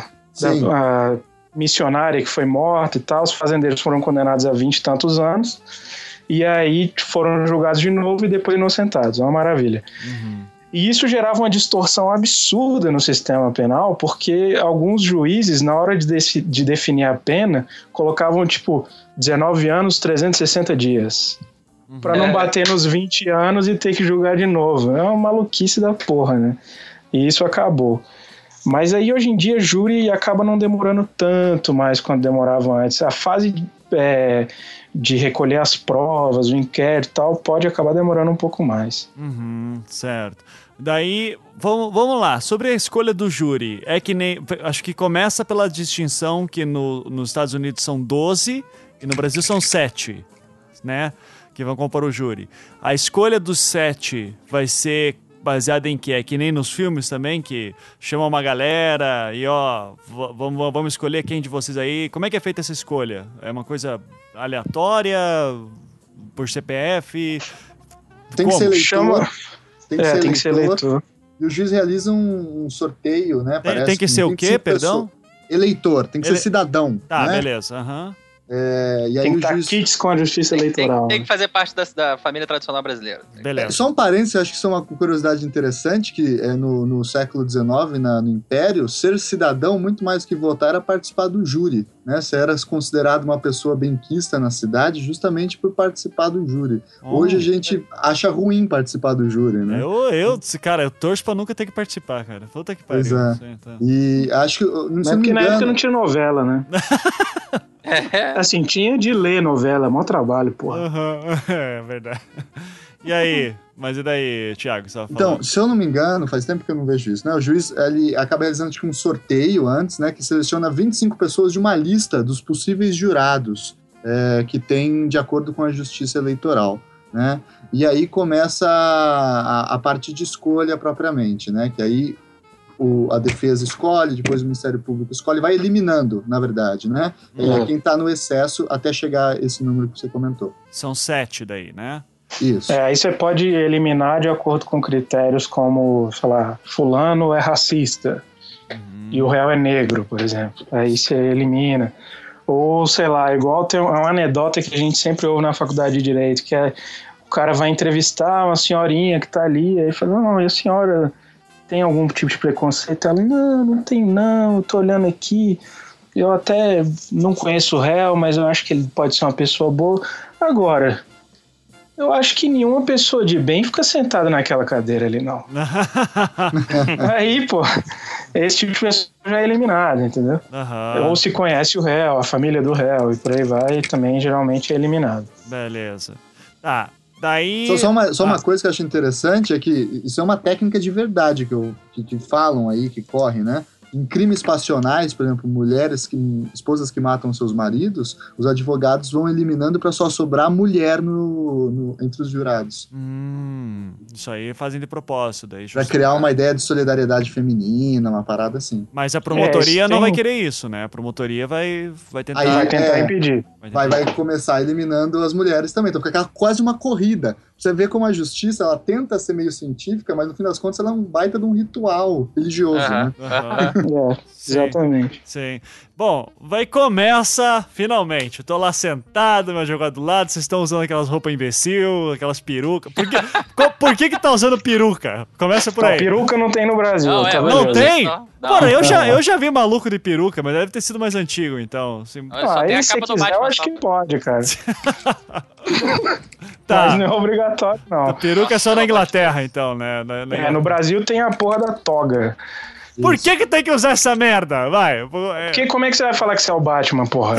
Da missionária que foi morta e tal, os fazendeiros foram condenados a 20 e tantos anos, e aí foram julgados de novo e depois inocentados. É uma maravilha. E isso gerava uma distorção absurda no sistema penal, porque alguns juízes, na hora de definir a pena, colocavam, 19 anos, 360 dias. Pra não bater nos 20 anos e ter que julgar de novo. É uma maluquice da porra, né? E isso acabou. Mas aí, hoje em dia, júri acaba não demorando tanto mais quanto demoravam antes. A fase de recolher as provas, o inquérito e tal, pode acabar demorando um pouco mais. Certo. Daí, vamos lá. Sobre a escolha do júri, acho que começa pela distinção que nos Estados Unidos são 12 e no Brasil são 7, né? Que vão compor o júri. A escolha dos 7 vai ser baseada em que? É que nem nos filmes também, que chama uma galera e vamos escolher quem de vocês aí. Como é que é feita essa escolha? É uma coisa aleatória? Por CPF? Tem que ser eleitor. Tem que ser eleitor. E o juiz realiza um sorteio, né? Tem que ser o quê, perdão? Eleitor, tem que ser cidadão. Tá, né? beleza. E aí Tem que o dar juiz... kits com a justiça eleitoral. Tem que fazer parte da família tradicional brasileira. Beleza. Só um parênteses, acho que isso é uma curiosidade interessante, que no século XIX, no Império, ser cidadão, muito mais que votar, era participar do júri, né? Você era considerado uma pessoa benquista na cidade justamente por participar do júri. Hoje a gente acha ruim participar do júri, né? Cara, eu torço pra nunca ter que participar, cara. Puta que pariu. Pois é. Sim, tá. E acho que... Mas porque na época não tinha novela, né? Assim, tinha de ler novela, mó trabalho, porra. É verdade. E aí? Mas e daí, Thiago? Você tava Então, falando? se eu não me engano, faz tempo que eu não vejo isso, né? O juiz, ele acaba realizando tipo, um sorteio antes, né? Que seleciona 25 pessoas de uma lista dos possíveis jurados que tem de acordo com a justiça eleitoral, né? E aí começa a parte de escolha propriamente, né? Que aí a defesa escolhe, depois o Ministério Público escolhe, vai eliminando, na verdade, né? Quem tá no excesso até chegar a esse número que você comentou. São 7 daí, né? Isso. Aí você pode eliminar de acordo com critérios como, sei lá, fulano é racista e o réu é negro, por exemplo. Aí você elimina. Ou, sei lá, igual tem uma anedota que a gente sempre ouve na faculdade de Direito, que é o cara vai entrevistar uma senhorinha que tá ali, aí fala, não, a senhora tem algum tipo de preconceito? Ela, não tem não, eu tô olhando aqui, eu até não conheço o réu, mas eu acho que ele pode ser uma pessoa boa. Agora, eu acho que nenhuma pessoa de bem fica sentada naquela cadeira ali, não. Aí, pô, esse tipo de pessoa já é eliminado, entendeu? Ou se conhece o réu, a família do réu, e por aí vai, também geralmente é eliminado. Beleza. Tá. Daí... Só uma coisa que eu acho interessante é que isso é uma técnica de verdade que falam aí, que corre, né? Em crimes passionais, por exemplo, esposas que matam seus maridos, os advogados vão eliminando para só sobrar mulher entre os jurados. Isso aí fazem de propósito. Daí para criar uma ideia de solidariedade feminina, uma parada assim. Mas a promotoria não vai querer isso, né? A promotoria vai tentar... Vai tentar impedir. Vai começar eliminando as mulheres também. Então fica quase uma corrida. Você vê como a justiça, ela tenta ser meio científica, mas no fim das contas ela é um baita de um ritual religioso, né? Exatamente. Sim. Bom, começa finalmente. Eu tô lá sentado, meu jogado do lado, vocês estão usando aquelas roupas imbecil, aquelas perucas. Por que tá usando peruca? Começa por aí. Peruca não tem no Brasil. Não tem? Porra, eu já vi maluco de peruca, mas deve ter sido mais antigo, então. Só tem a capa do Batman. Eu acho que pode, cara. Tá. Mas não é obrigatório, não. A peruca é só na Inglaterra, então, né? No Brasil tem a porra da toga. Por que tem que usar essa merda? Vai. Porque como é que você vai falar que você é o Batman, porra?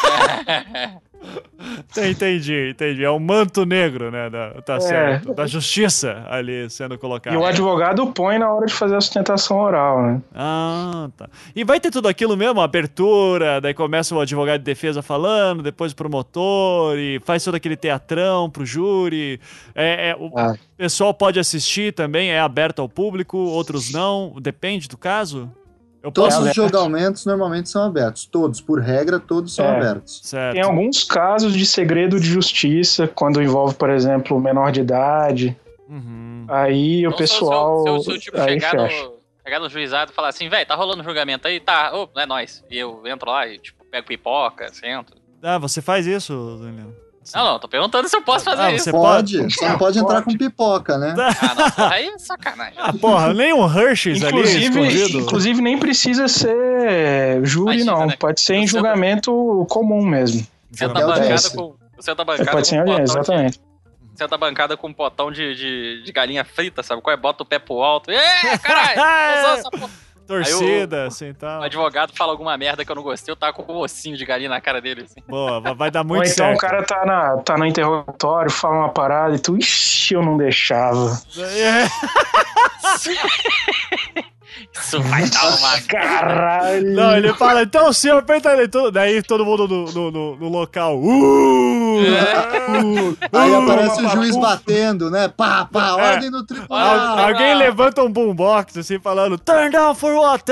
Entendi. É o manto negro, né? Tá certo. Da justiça ali sendo colocado. E o advogado põe na hora de fazer a sustentação oral, né? Ah, tá. E vai ter tudo aquilo mesmo? Abertura, daí começa o advogado de defesa falando, depois o promotor, e faz todo aquele teatrão pro júri. O pessoal pode assistir também, é aberto ao público, outros não, depende do caso? Todos os julgamentos normalmente são abertos. Todos, por regra, todos são abertos. Certo. Tem alguns casos de segredo de justiça, quando envolve, por exemplo, menor de idade. Aí o pessoal... Se eu tipo, chegar no juizado e falar assim, velho, tá rolando julgamento aí? Tá, não é nóis. E eu entro lá e, tipo, pego pipoca, sento. Ah, você faz isso, Daniel? Não, tô perguntando se eu posso fazer isso. Você pode, só não pode entrar com pipoca, né? Não, porra, aí é sacanagem. Porra, nem um Hershey's ali escondido. Inclusive, nem precisa ser júri, não. Né? Pode ser em julgamento comum mesmo. Senta a bancada com... Pode ser em audiência, exatamente. Senta a bancada com um potão de galinha frita, sabe? Qual é? Bota o pé pro alto. Caralho! Essa porra. Torcida, assim, tal. O advogado fala alguma merda que eu não gostei, eu tava com um ossinho de galinha na cara dele, assim. Boa, vai dar muito certo. Ou então o cara tá no interrogatório, fala uma parada e tu, ixi, eu não deixava. Isso vai dar uma... Caralho! Não, ele fala, então o senhor aperta ele tudo. Daí todo mundo no local. Aí aparece o juiz batendo, né? Pá, ordem no tribunal. Alguém levanta um boombox assim, falando, turn down for what?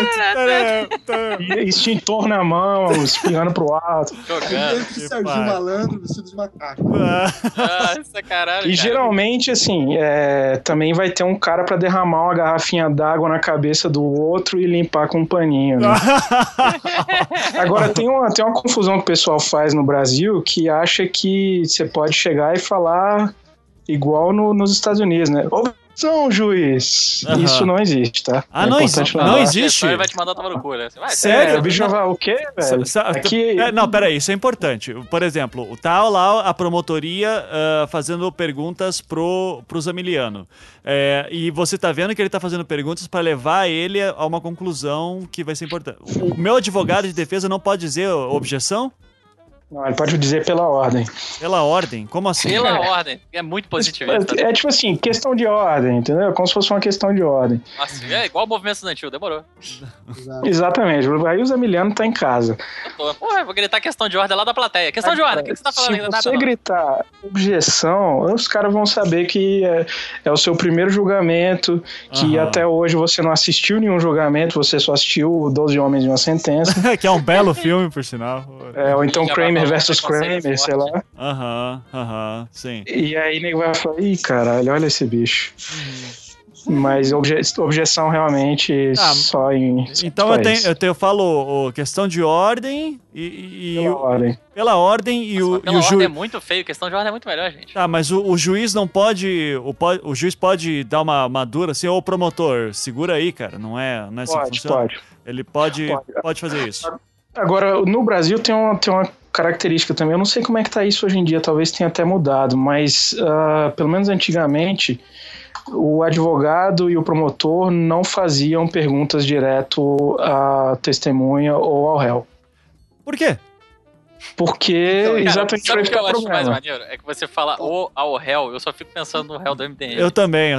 Extintor na mão, espirrando pro alto. Jogando. Serginho Malandro, vestido de macaco. Essa caralho, e geralmente, assim, também vai ter um cara pra derramar uma garrafinha d'água na cabeça cabeça do outro e limpar com um paninho, né? Agora, tem uma confusão que o pessoal faz no Brasil que acha que você pode chegar e falar igual nos Estados Unidos, né? Objeção, juiz! Isso não existe, tá? Não existe? Ele vai te mandar tomar no cu, né? Sério? O bicho vai o quê, velho? Aqui... Não, peraí, isso é importante. Por exemplo, tá lá a promotoria fazendo perguntas pro Zamiliano. E você tá vendo que ele tá fazendo perguntas pra levar ele a uma conclusão que vai ser importante. O meu advogado de defesa não pode dizer objeção? Não, ele pode dizer pela ordem. Pela ordem? Como assim? Pela ordem. É muito positivo. É tipo assim, questão de ordem, entendeu? Como se fosse uma questão de ordem. Nossa, é igual o movimento estudantil, demorou. Exatamente. Aí o Zamiliano tá em casa. Porra, eu vou gritar questão de ordem lá da plateia. Questão de ordem, o que você tá falando ainda? Se você gritar objeção, os caras vão saber que é o seu primeiro julgamento, que até hoje você não assistiu nenhum julgamento, você só assistiu 12 Homens e uma Sentença. Que é um belo filme, por sinal. Ou então Kramer versus Kramer, sei lá. Sim. E aí nego vai falar, ih, caralho, olha esse bicho. Mas objeção realmente só em... Então eu falo questão de ordem pela ordem e o juiz é muito feio, questão de ordem é muito melhor, gente. Mas o juiz não pode... O juiz pode dar uma dura assim, ô promotor, segura aí, cara, não é assim que funciona? Pode. Ele pode fazer isso. Agora, no Brasil tem uma característica também, eu não sei como é que tá isso hoje em dia, talvez tenha até mudado, mas pelo menos antigamente o advogado e o promotor não faziam perguntas direto à testemunha ou ao réu. Por quê? Porque então, exatamente sabe foi o que eu acho problema. mais maneiro? É que você fala o ao réu, eu só fico pensando no réu do MDM. Eu também.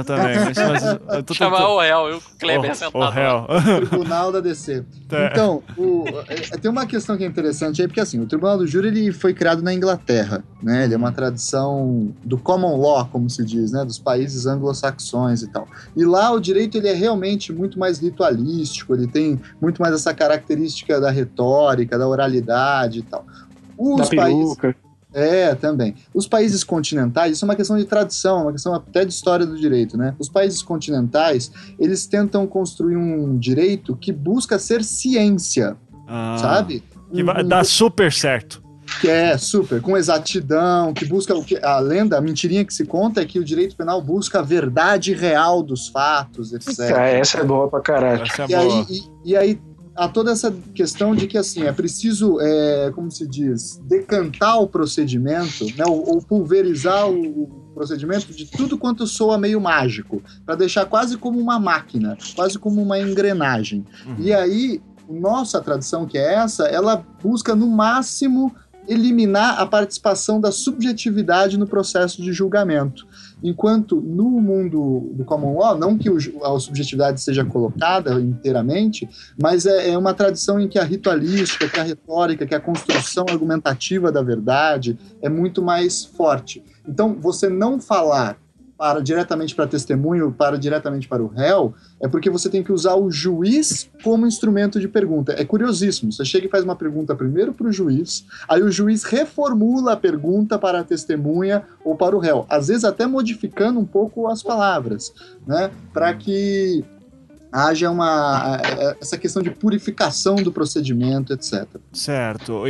Chamar o réu, eu Kleber sentado. O réu. Tribunal da DC. Então, tem uma questão que é interessante aí, porque assim, o Tribunal do Júri ele foi criado na Inglaterra, né? Ele é uma tradição do common law, como se diz, né? Dos países anglo-saxões e tal. E lá o direito ele é realmente muito mais ritualístico, ele tem muito mais essa característica da retórica, da oralidade e tal. Da peruca. Também. Os países continentais, isso é uma questão de tradição, uma questão até de história do direito, né? Os países continentais, eles tentam construir um direito que busca ser ciência, sabe? Que vai dar super certo. Que é super, com exatidão, que busca a mentirinha que se conta é que o direito penal busca a verdade real dos fatos, etc. Essa é boa pra caralho. E aí há toda essa questão de que, assim, é preciso, como se diz, decantar o procedimento, né, ou pulverizar o procedimento de tudo quanto soa meio mágico, para deixar quase como uma máquina, quase como uma engrenagem. E aí, nossa tradição, que é essa, ela busca, no máximo, eliminar a participação da subjetividade no processo de julgamento. Enquanto no mundo do common law, não que a subjetividade seja colocada inteiramente, mas é uma tradição em que a ritualística, que a retórica, que a construção argumentativa da verdade é muito mais forte. Então, você não falar diretamente para testemunho, diretamente para o réu, é porque você tem que usar o juiz como instrumento de pergunta. É curiosíssimo. Você chega e faz uma pergunta primeiro para o juiz, aí o juiz reformula a pergunta para a testemunha ou para o réu. Às vezes até modificando um pouco as palavras, né? Para que haja essa questão de purificação do procedimento, etc. Certo.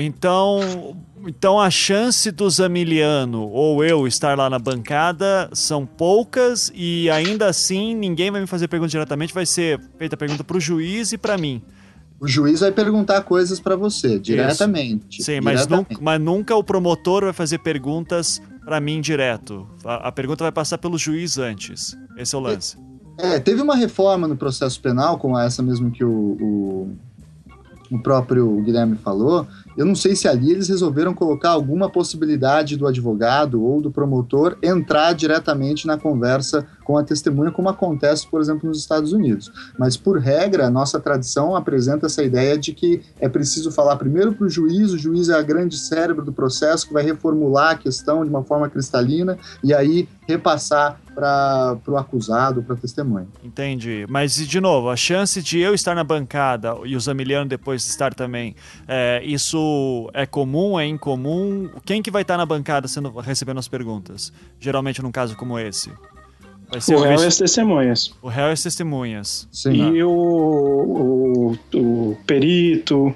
Então a chance do Zamiliano ou eu estar lá na bancada são poucas e ainda assim ninguém vai me fazer pergunta diretamente, vai ser feita a pergunta para o juiz e para mim. O juiz vai perguntar coisas para você, diretamente. Sim, mas nunca o promotor vai fazer perguntas para mim direto. A pergunta vai passar pelo juiz antes. Esse é o lance. Teve uma reforma no processo penal, como essa mesmo que o próprio Guilherme falou. Eu não sei se ali eles resolveram colocar alguma possibilidade do advogado ou do promotor entrar diretamente na conversa com a testemunha, como acontece, por exemplo, nos Estados Unidos. Mas, por regra, a nossa tradição apresenta essa ideia de que é preciso falar primeiro para o juiz é a grande cérebro do processo que vai reformular a questão de uma forma cristalina e aí repassar para o acusado, para a testemunha. Entendi. Mas, de novo, a chance de eu estar na bancada e o Zamiliano depois estar também, isso é comum, é incomum? Quem que vai estar na bancada recebendo as perguntas? Geralmente num caso como esse. Vai ser o réu e as testemunhas. O réu e as testemunhas. Sim. E o perito,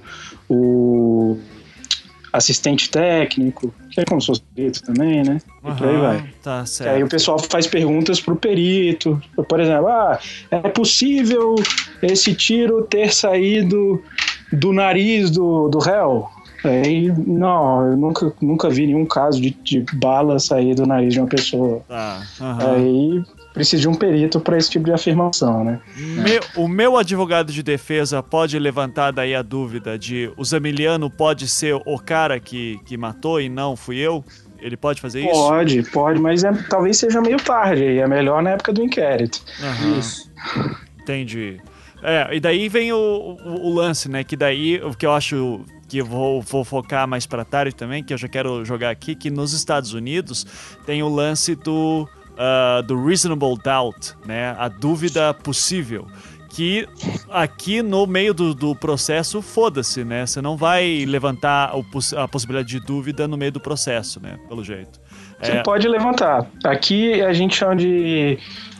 o assistente técnico, que é como se fosse perito também, né? E por aí vai. Tá certo. Aí o pessoal faz perguntas pro perito. Por exemplo, é possível esse tiro ter saído do nariz do réu? Aí, não, eu nunca vi nenhum caso de bala sair do nariz de uma pessoa. Aí precisa de um perito para esse tipo de afirmação, né? O meu advogado de defesa pode levantar daí a dúvida de o Zamiliano pode ser o cara que matou e não fui eu? Ele pode fazer isso? Pode, mas talvez seja meio tarde aí, é melhor na época do inquérito. Isso. Entendi. E daí vem o lance, né? Que daí, o que eu acho que eu vou focar mais pra tarde também, que eu já quero jogar aqui, que nos Estados Unidos tem o lance do reasonable doubt, né? A dúvida possível. Que aqui no meio do processo, foda-se, né? Você não vai levantar a possibilidade de dúvida no meio do processo, né? Pelo jeito. Você pode levantar. Aqui a gente chama de...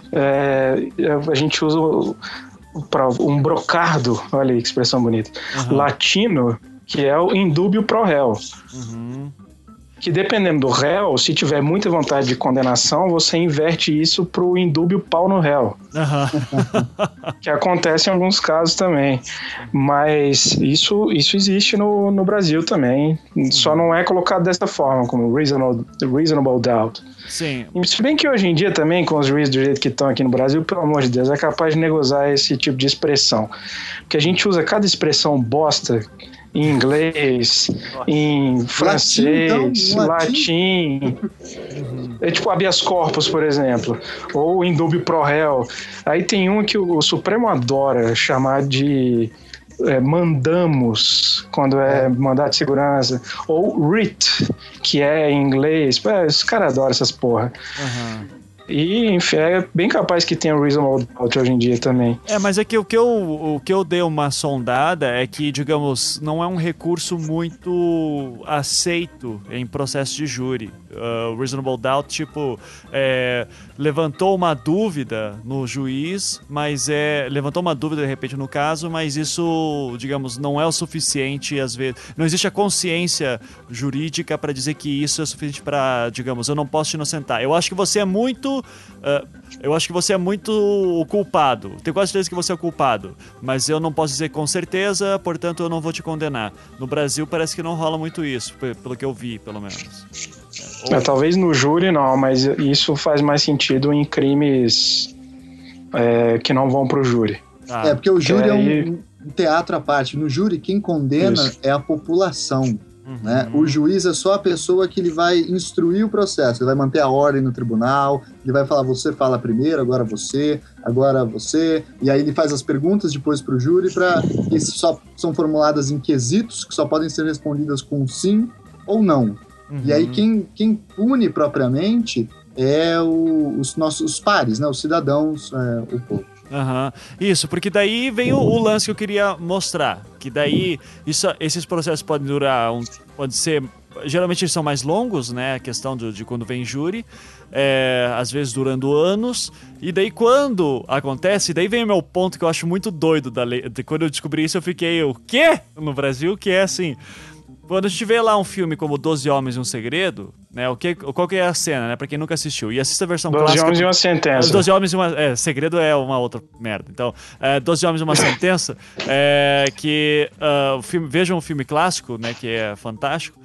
a gente usa um brocardo, olha aí que expressão bonita, latino, que é o indúbio pro réu. Que dependendo do réu, se tiver muita vontade de condenação, você inverte isso pro indúbio pau no réu. Que acontece em alguns casos também. Mas isso existe no Brasil também. Só não é colocado dessa forma, como reasonable doubt. Sim. Se bem que hoje em dia também, com os juízes do jeito que estão aqui no Brasil, pelo amor de Deus, é capaz de negociar esse tipo de expressão. Porque a gente usa cada expressão bosta em inglês, em francês, latim. É tipo habeas corpus, por exemplo, ou indúbio pro réu. Aí tem um que o Supremo adora chamar de mandamos, quando é mandato de segurança, ou writ, que é em inglês. Os caras adoram essas porra. E, enfim, é bem capaz que tenha reasonable doubt hoje em dia também. Mas é que o que eu dei uma sondada é que, digamos, não é um recurso muito aceito em processo de júri. Reasonable doubt, tipo, levantou uma dúvida no juiz, mas levantou uma dúvida de repente no caso, mas isso, digamos, não é o suficiente às vezes. Não existe a consciência jurídica para dizer que isso é suficiente para, digamos, eu não posso te inocentar. Eu acho que você é muito o culpado. Tenho quase certeza que você é o culpado, mas eu não posso dizer com certeza, portanto eu não vou te condenar. No Brasil parece que não rola muito isso, pelo que eu vi, pelo menos. Talvez no júri não, mas isso faz mais sentido em crimes que não vão pro júri. Porque o júri é um teatro à parte. No júri, quem condena é a população. Né? O juiz é só a pessoa que ele vai instruir o processo, ele vai manter a ordem no tribunal, ele vai falar, você fala primeiro, agora você, e aí ele faz as perguntas depois para o júri, que só são formuladas em quesitos, que só podem ser respondidas com sim ou não. E aí quem pune propriamente é os nossos pares, né? Os cidadãos, o povo. Isso, porque daí vem o lance que eu queria mostrar, que daí esses processos podem durar, pode ser, geralmente eles são mais longos, né, a questão de quando vem júri, às vezes durando anos, e daí quando acontece, daí vem o meu ponto que eu acho muito doido da lei, quando eu descobri isso eu fiquei, o quê? No Brasil, que é assim... Quando a gente vê lá um filme como 12 Homens e um Segredo, né? Qual que é a cena, né? Pra quem nunca assistiu. E assista a versão 12 clássica. 12 Homens e uma Sentença. 12 Homens e uma... Segredo é uma outra merda. Então, 12 Homens e uma Sentença, vejam um filme clássico, né? Que é fantástico.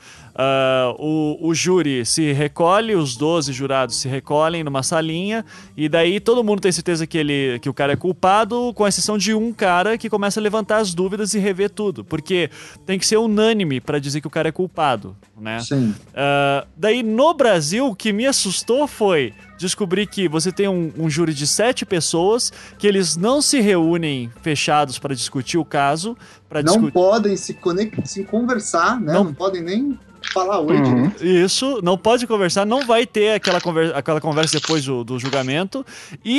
O júri se recolhe, os 12 jurados se recolhem numa salinha, e daí todo mundo tem certeza que o cara é culpado, com exceção de um cara que começa a levantar as dúvidas e rever tudo, porque tem que ser unânime para dizer que o cara é culpado, né? Sim. Daí no Brasil, o que me assustou foi descobrir que você tem um júri de 7 pessoas, que eles não se reúnem fechados para discutir o caso. Não podem se conversar, né? Não podem nem falar hoje. Isso, não pode conversar, não vai ter aquela conversa depois do julgamento. E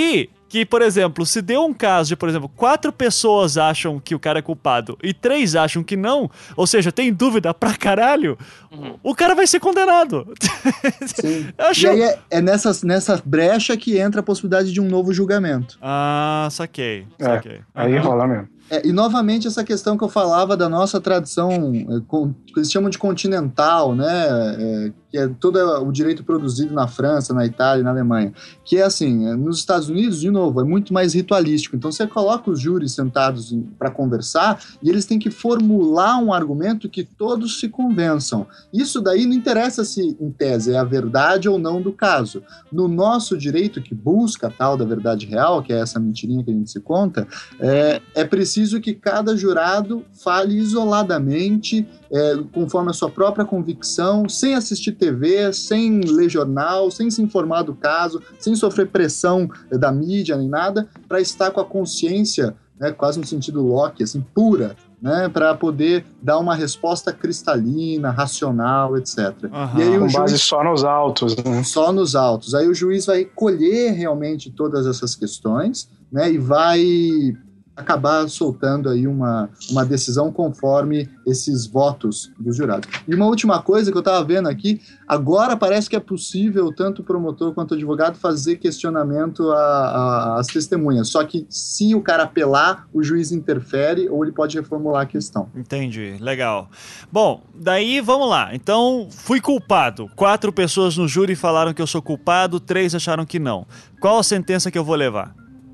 que, por exemplo, se deu um caso de, por exemplo, 4 pessoas acham que o cara é culpado e 3 acham que não, ou seja, tem dúvida pra caralho, o cara vai ser condenado. Sim. E aí é nessa brecha que entra a possibilidade de um novo julgamento. Ah, saquei. Aí rola mesmo. E novamente essa questão que eu falava da nossa tradição, que eles chamam de continental, né? Que é todo o direito produzido na França, na Itália e na Alemanha. Que é assim, nos Estados Unidos, de novo, é muito mais ritualístico. Então você coloca os júris sentados para conversar e eles têm que formular um argumento que todos se convençam. Isso daí não interessa se, em tese, é a verdade ou não do caso. No nosso direito, que busca a tal da verdade real, que é essa mentirinha que a gente se conta, é preciso que cada jurado fale isoladamente, conforme a sua própria convicção, sem assistir TV, sem ler jornal, sem se informar do caso, sem sofrer pressão da mídia nem nada, para estar com a consciência, né, quase no sentido Locke, assim, pura, né, para poder dar uma resposta cristalina, racional, etc. E aí com base só nos autos, né? Só nos autos. Aí o juiz vai colher realmente todas essas questões, né, e vai acabar soltando aí uma decisão conforme esses votos dos jurados. E uma última coisa que eu estava vendo aqui, agora parece que é possível tanto o promotor quanto o advogado fazer questionamento às testemunhas, só que se o cara apelar, o juiz interfere ou ele pode reformular a questão. Entendi, legal. Bom, daí vamos lá. Então, fui culpado. 4 pessoas no júri falaram que eu sou culpado, 3 acharam que não. Qual a sentença que eu vou levar?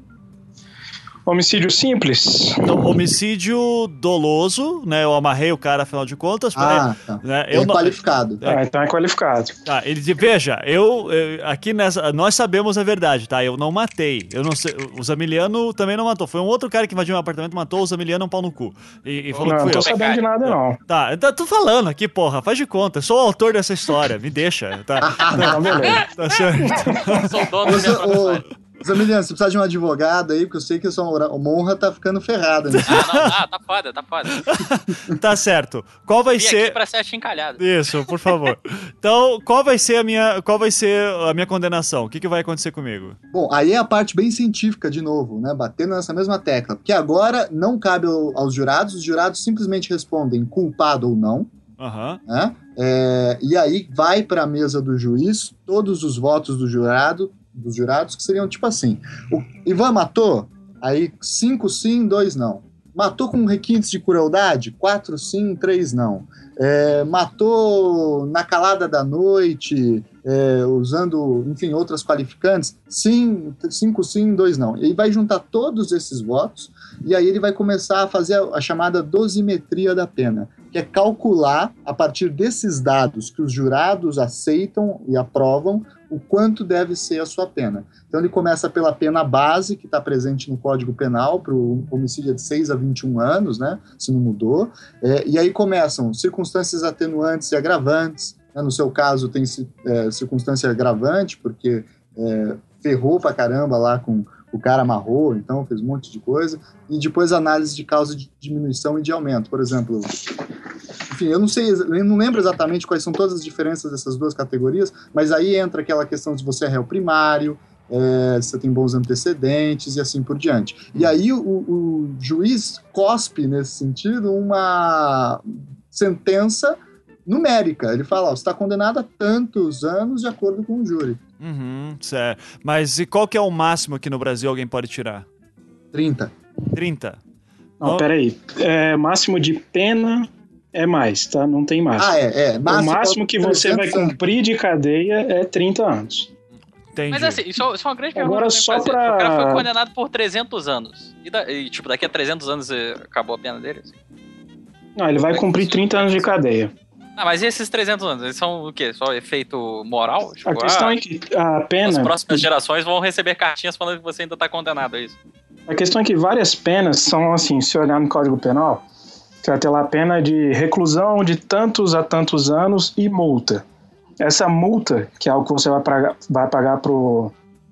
Homicídio simples. Então, homicídio doloso, né? Eu amarrei o cara, afinal de contas. Tá. Né? Qualificado. Então é qualificado. Tá, ele diz, veja, aqui nós sabemos a verdade, tá? Eu não matei. Eu não sei, o Zamiliano também não matou. Foi um outro cara que invadiu um apartamento e matou o Zamiliano um pau no cu. E falou que fui eu. Não tô sabendo de nada, não. Tá, eu tô falando aqui, porra, faz de conta. Eu sou o autor dessa história, me deixa. Tá, não, beleza. Tá certo. Sou o dono da minha própria história. Zamiliano, você precisa de um advogado aí, porque eu sei que a sua monra tá ficando ferrada. Né? Tá foda. Tá certo. Qual vai ser... aqui pra ser achincalhado. Isso, por favor. Então, qual vai ser a minha condenação? O que vai acontecer comigo? Bom, aí é a parte bem científica, de novo, né? Batendo nessa mesma tecla. Porque agora não cabe aos jurados, os jurados simplesmente respondem culpado ou não. Né? E aí vai para a mesa do juiz todos os votos dos jurados, que seriam tipo assim: o Ivan matou, aí 5 sim, 2 não. Matou com requintes de crueldade, 4 sim, 3 não. Matou na calada da noite, usando, enfim, outras qualificantes, sim, 5 sim, 2 não. E aí vai juntar todos esses votos, e aí ele vai começar a fazer a chamada dosimetria da pena, que é calcular, a partir desses dados que os jurados aceitam e aprovam, o quanto deve ser a sua pena. Então ele começa pela pena base, que está presente no Código Penal, para o homicídio de 6 a 21 anos, né, se não mudou, e aí começam circunstâncias atenuantes e agravantes, né, no seu caso tem circunstância agravante, porque ferrou pra caramba lá com o cara, amarrou, então fez um monte de coisa, e depois análise de causa de diminuição e de aumento, por exemplo. Enfim, eu não lembro exatamente quais são todas as diferenças dessas duas categorias, mas aí entra aquela questão de você é réu primário, você tem bons antecedentes e assim por diante. E aí o juiz cospe, nesse sentido, uma sentença numérica. Ele fala, você está condenado a tantos anos de acordo com o júri. Certo. Mas e qual que é o máximo que no Brasil alguém pode tirar? 30. 30? Não, peraí. Máximo de pena é mais, tá? Não tem máximo. O máximo que você vai cumprir de cadeia é 30 anos. Entendi. Mas assim, isso é uma grande pergunta. Agora só pra... O cara foi condenado por 300 anos. E tipo, daqui a 300 anos acabou a pena dele? Assim? Não, ele vai cumprir 30 anos de cadeia. Mas e esses 300 anos? Eles são o quê? Só efeito moral? Tipo, a questão é que a pena... As próximas gerações vão receber cartinhas falando que você ainda tá condenado a isso. A questão é que várias penas são assim, se olhar no Código Penal, você vai ter lá a pena de reclusão de tantos a tantos anos e multa. Essa multa, que é algo que você vai pagar pro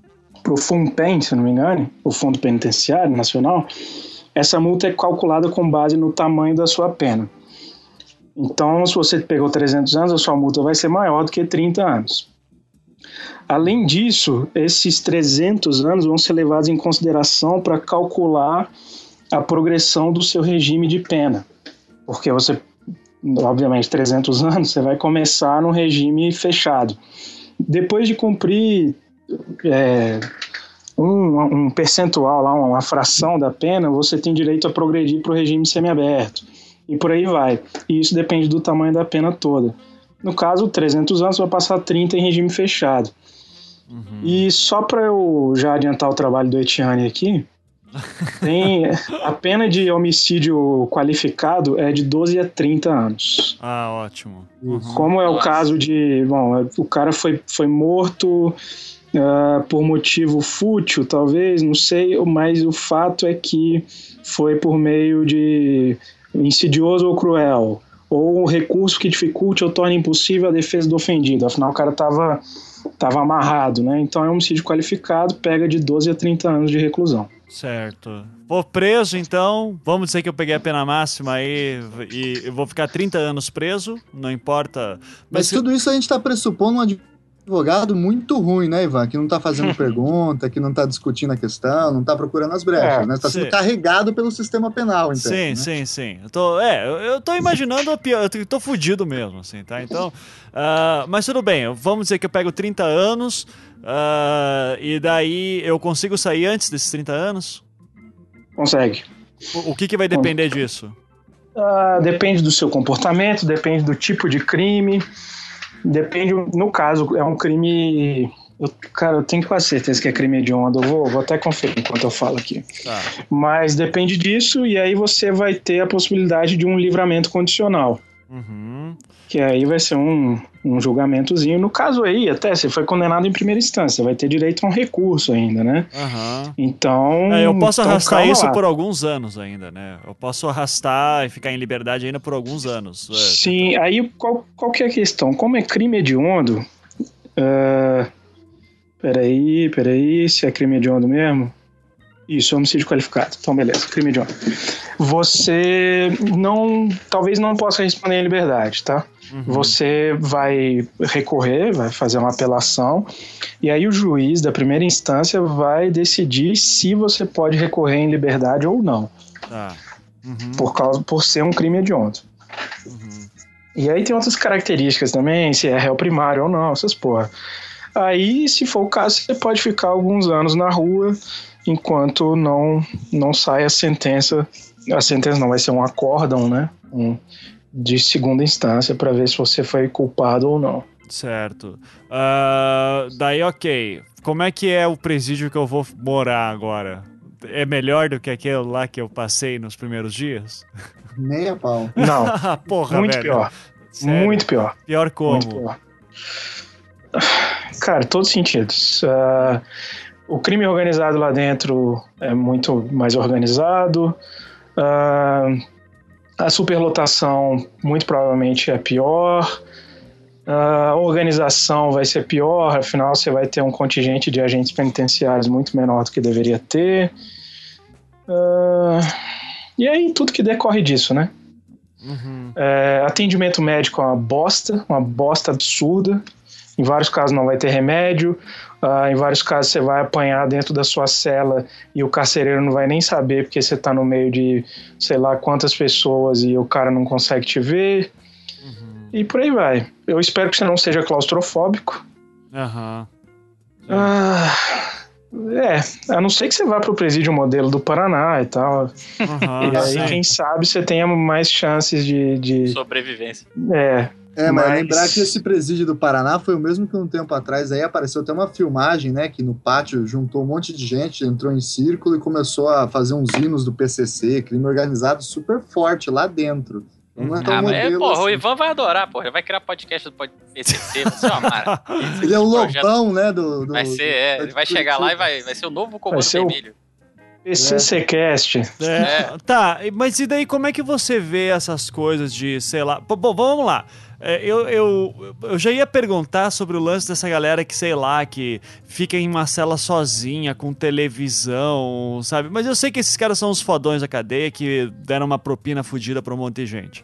FUNPEN, se não me engano, o Fundo Penitenciário Nacional, essa multa é calculada com base no tamanho da sua pena. Então, se você pegou 300 anos, a sua multa vai ser maior do que 30 anos. Além disso, esses 300 anos vão ser levados em consideração para calcular a progressão do seu regime de pena. Porque você, obviamente, 300 anos, você vai começar num regime fechado. Depois de cumprir um percentual, lá, uma fração da pena, você tem direito a progredir para o regime semiaberto. E por aí vai. E isso depende do tamanho da pena toda. No caso, 300 anos, você vai passar 30 em regime fechado. Uhum. E só para eu já adiantar o trabalho do Etienne aqui, tem a pena de homicídio qualificado é de 12 a 30 anos. Ah, ótimo. Uhum. Como é o caso de... Bom, o cara foi morto por motivo fútil, talvez, não sei, mas o fato é que foi por meio de insidioso ou cruel, ou um recurso que dificulte ou torne impossível a defesa do ofendido. Afinal, o cara estava amarrado, né? Então é um homicídio qualificado, pega de 12 a 30 anos de reclusão. Certo. Vou preso, então. Vamos dizer que eu peguei a pena máxima aí e eu vou ficar 30 anos preso, não importa. Mas tudo isso a gente tá pressupondo um advogado muito ruim, né, Ivan? Que não tá fazendo pergunta, que não tá discutindo a questão, não tá procurando as brechas, né? Tá sendo carregado pelo sistema penal, então. Sim, né? sim. Eu tô imaginando a pior, eu tô fudido mesmo, assim, tá? Então, mas tudo bem, vamos dizer que eu pego 30 anos e daí eu consigo sair antes desses 30 anos? Consegue. O que vai depender disso? Depende do seu comportamento, depende do tipo de crime. Depende, no caso, é um crime... eu tenho quase certeza que é crime hediondo. Eu vou até conferir enquanto eu falo aqui. Tá. Mas depende disso, e aí você vai ter a possibilidade de um livramento condicional. Uhum. Que aí vai ser um julgamentozinho. No caso aí, até, você foi condenado em primeira instância, vai ter direito a um recurso ainda, né? Uhum. Então... eu posso arrastar isso por alguns anos ainda, né? Eu posso arrastar e ficar em liberdade ainda por alguns anos. Sim, aí qual que é a questão? Como é crime hediondo... Peraí, se é crime hediondo mesmo... Isso, homicídio qualificado. Então, beleza, crime hediondo. Você talvez não possa responder em liberdade, tá? Uhum. Você vai recorrer, vai fazer uma apelação, e aí o juiz da primeira instância vai decidir se você pode recorrer em liberdade ou não. Tá. Uhum. Por ser um crime hediondo. Uhum. E aí tem outras características também, se é réu primário ou não, essas porra. Aí, se for o caso, você pode ficar alguns anos na rua enquanto não sai a sentença. A sentença não vai ser um acórdão, né? De segunda instância para ver se você foi culpado ou não. Certo. Daí, ok. Como é que é o presídio que eu vou morar agora? É melhor do que aquele lá que eu passei nos primeiros dias? Nem a pau. Não. Porra, muito velho. Pior. Sério? Muito pior. Pior como? Muito pior. Cara, todos os sentidos. O crime organizado lá dentro é muito mais organizado. A superlotação muito provavelmente é pior. A organização vai ser pior, afinal você vai ter um contingente de agentes penitenciários muito menor do que deveria ter. E aí tudo que decorre disso, né? Uhum. Atendimento médico é uma bosta absurda. Em vários casos não vai ter remédio, em vários casos você vai apanhar dentro da sua cela e o carcereiro não vai nem saber porque você está no meio de sei lá quantas pessoas e o cara não consegue te ver. Uhum. E por aí vai. Eu espero que você não seja claustrofóbico. Aham. A não ser que você vá pro presídio modelo do Paraná e tal. Uhum, e aí, quem sabe, você tenha mais chances de... sobrevivência. Mas lembrar que esse presídio do Paraná foi o mesmo que um tempo atrás aí apareceu até uma filmagem, né, que no pátio juntou um monte de gente, entrou em círculo e começou a fazer uns hinos do PCC, crime organizado super forte lá dentro. O Ivan vai adorar, porra. Ele vai criar podcast do PCC, você amar. Ele é o lobão, né? Vai ser, ele vai chegar lá e vai ser o novo comando vermelho. PCCcast. Tá, mas e daí como é que você vê essas coisas de, sei lá... Bom, vamos lá. Eu já ia perguntar sobre o lance dessa galera que, sei lá, que fica em uma cela sozinha, com televisão, sabe? Mas eu sei que esses caras são os fodões da cadeia que deram uma propina fodida pra um monte de gente.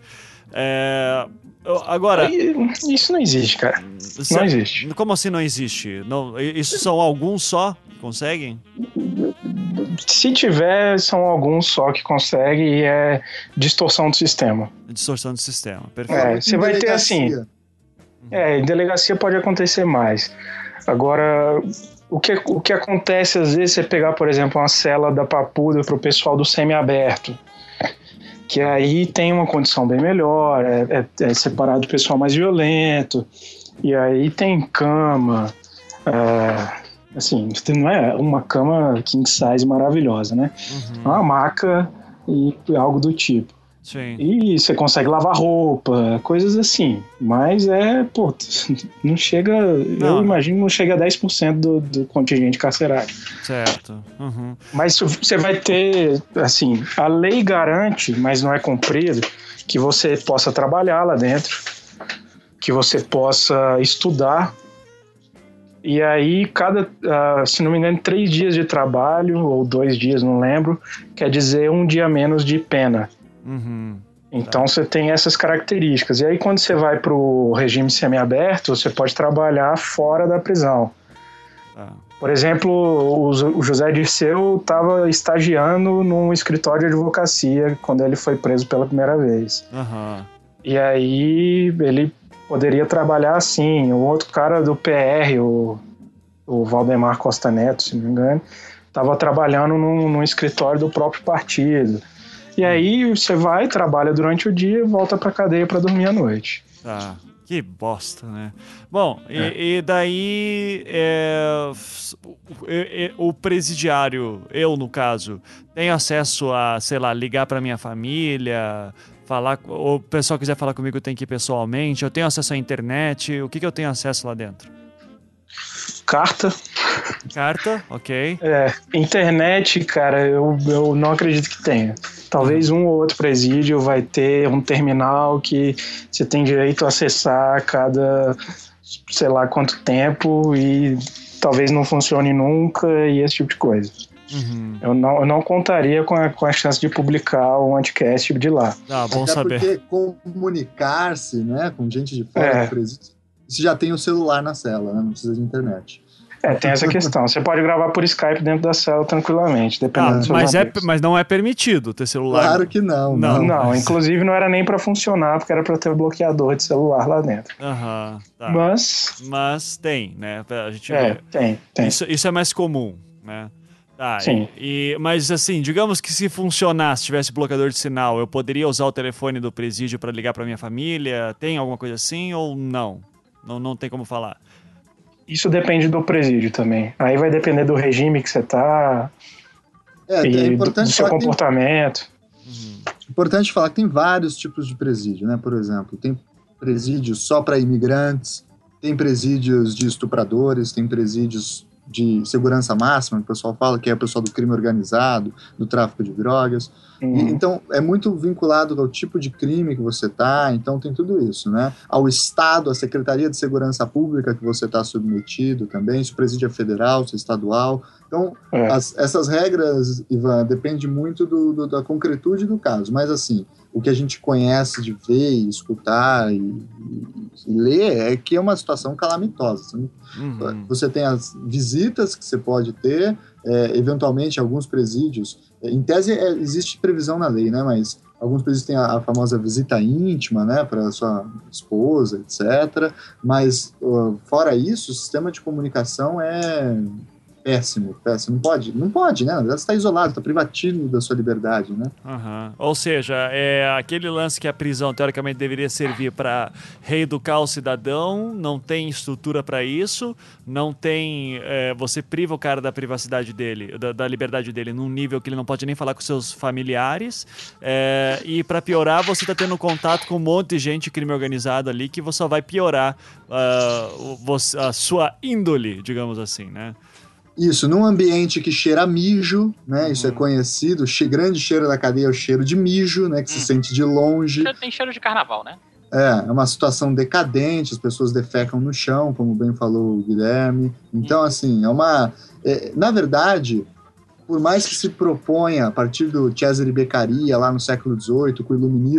Agora... Isso não existe, cara. Não existe. Como assim não existe? Não, isso são alguns só que conseguem? Se tiver, são alguns só que conseguem e é distorção do sistema. Distorção do sistema, perfeito. Você vai ter assim... em delegacia pode acontecer mais. Agora, o que acontece às vezes é pegar, por exemplo, uma cela da Papuda pro pessoal do semiaberto, que aí tem uma condição bem melhor, é separado do pessoal mais violento, e aí tem cama, assim, não é uma cama king size maravilhosa, né? É uma maca e algo do tipo. Sim. E você consegue lavar roupa, coisas assim, mas não chega, eu imagino não chega a 10% do contingente carcerário. Certo. Mas você vai ter, assim, a lei garante, mas não é cumprido, que você possa trabalhar lá dentro, que você possa estudar, e aí se não me engano, 3 dias de trabalho, ou 2 dias, não lembro, quer dizer 1 dia menos de pena. Então você tem essas características. E aí quando você vai para o regime semiaberto, você pode trabalhar fora da prisão. Por exemplo, o José Dirceu estava estagiando num escritório de advocacia quando ele foi preso pela primeira vez. E aí ele poderia trabalhar assim. O outro cara do PR, o Valdemar Costa Neto, se não me engano, estava trabalhando num escritório do próprio partido. E aí você vai, trabalha durante o dia e volta pra cadeia pra dormir à noite. Que bosta, né? Bom, e daí o presidiário, eu no caso, tenho acesso a, sei lá, ligar pra minha família, ou o pessoal quiser falar comigo tem que ir pessoalmente, eu tenho acesso à internet, o que eu tenho acesso lá dentro? Carta, ok. Internet, cara, eu não acredito que tenha. Talvez um ou outro presídio vai ter um terminal que você tem direito a acessar a cada, sei lá quanto tempo, e talvez não funcione nunca, e esse tipo de coisa. Eu não contaria com a chance de publicar um anticast de lá. Bom saber. Porque comunicar-se, né, com gente de fora do presídio, você já tem o celular na cela, né? Não precisa de internet. Tem essa questão. Você pode gravar por Skype dentro da cela tranquilamente, dependendo do seu mas não é permitido ter celular. Claro que não. Não, inclusive não era nem pra funcionar, porque era pra ter um bloqueador de celular lá dentro. Mas tem, né? A gente tem. Isso é mais comum, né? Sim. Mas assim, digamos que se funcionasse, tivesse bloqueador de sinal, eu poderia usar o telefone do presídio pra ligar pra minha família? Tem alguma coisa assim ou não? Não tem como falar. Isso depende do presídio também. Aí vai depender do regime que você tá e do seu comportamento. Importante falar que tem vários tipos de presídio, né? Por exemplo, tem presídios só para imigrantes, tem presídios de estupradores, tem presídios de segurança máxima, que o pessoal fala que é o pessoal do crime organizado, do tráfico de drogas. Então, é muito vinculado ao tipo de crime que você está, então tem tudo isso, né? Ao Estado, à Secretaria de Segurança Pública que você está submetido também, se o presídio é federal, se é estadual. Então, essas regras, Ivan, dependem muito da concretude do caso, mas assim, o que a gente conhece de ver, escutar e ler é que é uma situação calamitosa. Você tem as visitas que você pode ter, eventualmente alguns presídios, em tese existe previsão na lei, né, mas alguns presídios têm a famosa visita íntima, né, para sua esposa, etc. Mas, fora isso, o sistema de comunicação é péssimo. Não pode, né? Na verdade, você está isolado, está privativo da sua liberdade, né? Ou seja, aquele lance que a prisão, teoricamente, deveria servir para reeducar o cidadão, não tem estrutura para isso, não tem... você priva o cara da privacidade dele, da liberdade dele, num nível que ele não pode nem falar com seus familiares, e para piorar, você está tendo contato com um monte de gente, crime organizado ali, que só vai piorar a sua índole, digamos assim, né? Isso, num ambiente que cheira a mijo, né? Isso é conhecido. Grande cheiro da cadeia é o cheiro de mijo, né? Que se sente de longe. Tem cheiro de carnaval, né? É uma situação decadente, as pessoas defecam no chão, como bem falou o Guilherme. Então, assim, na verdade, por mais que se proponha, a partir do Cesare Beccaria, lá no século XVIII, com o iluminismo,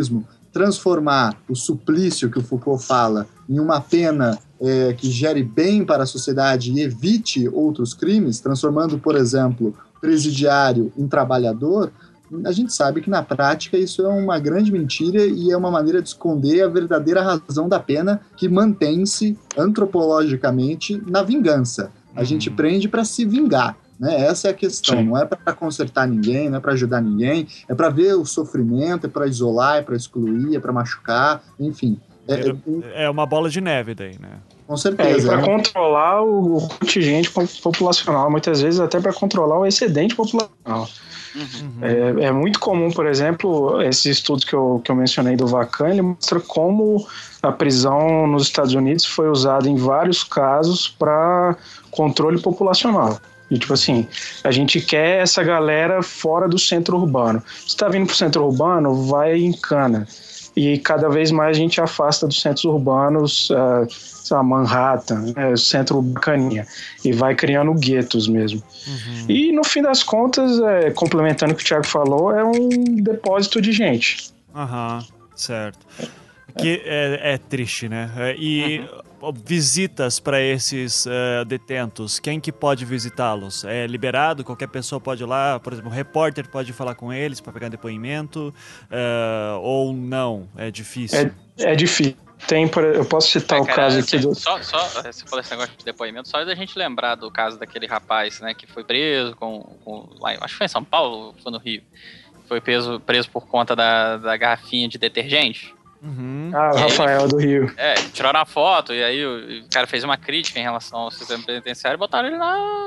transformar o suplício que o Foucault fala em uma pena que gere bem para a sociedade e evite outros crimes, transformando, por exemplo, presidiário em trabalhador, a gente sabe que na prática isso é uma grande mentira e é uma maneira de esconder a verdadeira razão da pena, que mantém-se antropologicamente na vingança. A gente prende para se vingar, né? Essa é a questão. Sim. Não é para consertar ninguém, não é para ajudar ninguém, é para ver o sofrimento, é para isolar, é para excluir, é para machucar, enfim. É uma bola de neve daí, né? Com certeza. E para controlar o contingente populacional, muitas vezes até para controlar o excedente populacional. É muito comum, por exemplo, esses estudos que eu mencionei do Vacan, ele mostra como a prisão nos Estados Unidos foi usada em vários casos para controle populacional. E tipo assim, a gente quer essa galera fora do centro urbano. Se está vindo para o centro urbano, vai em cana. E cada vez mais a gente afasta dos centros urbanos, Manhattan, centro bacaninha, e vai criando guetos mesmo. E no fim das contas, complementando o que o Thiago falou, é um depósito de gente. Certo. Que é triste, né? E visitas para esses detentos, quem que pode visitá-los? É liberado? Qualquer pessoa pode ir lá? Por exemplo, um repórter pode falar com eles para pegar depoimento? Ou não? É difícil? É difícil. Eu posso citar o caso aqui do... Só você falou esse negócio de depoimento, só da gente lembrar do caso daquele rapaz, né, que foi preso lá, acho que foi em São Paulo ou foi no Rio, foi preso por conta da garrafinha de detergente. O Rafael do Rio. Tiraram a foto e aí o cara fez uma crítica em relação ao sistema penitenciário e botaram ele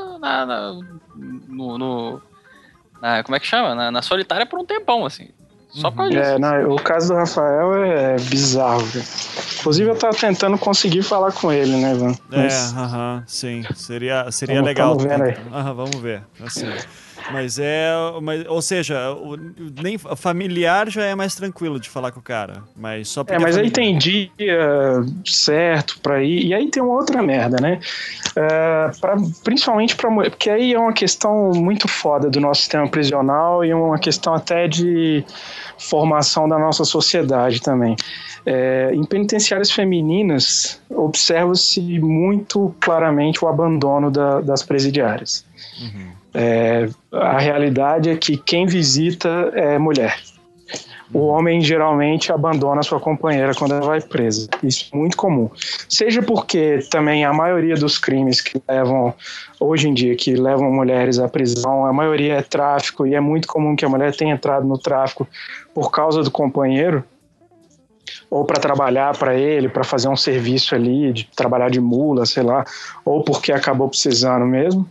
como é que chama? Na solitária por um tempão, assim. Só por isso. O caso do Rafael é bizarro. Inclusive eu tava tentando conseguir falar com ele, né, Ivan? Sim. Seria legal. Vamos ver. Assim. Ou seja, nem familiar já é mais tranquilo de falar com o cara, mas só porque mas aí tem dia certo pra ir, e aí tem uma outra merda, né? Principalmente pra mulher, porque aí é uma questão muito foda do nosso sistema prisional e uma questão até de formação da nossa sociedade também. Em penitenciárias femininas, observa-se muito claramente o abandono das presidiárias. A realidade é que quem visita é mulher. O homem geralmente abandona a sua companheira quando ela vai presa. Isso é muito comum. Seja porque também a maioria dos crimes que hoje em dia, que levam mulheres à prisão, a maioria é tráfico, e é muito comum que a mulher tenha entrado no tráfico por causa do companheiro, ou para trabalhar para ele, para fazer um serviço ali, de trabalhar de mula, sei lá, ou porque acabou precisando mesmo.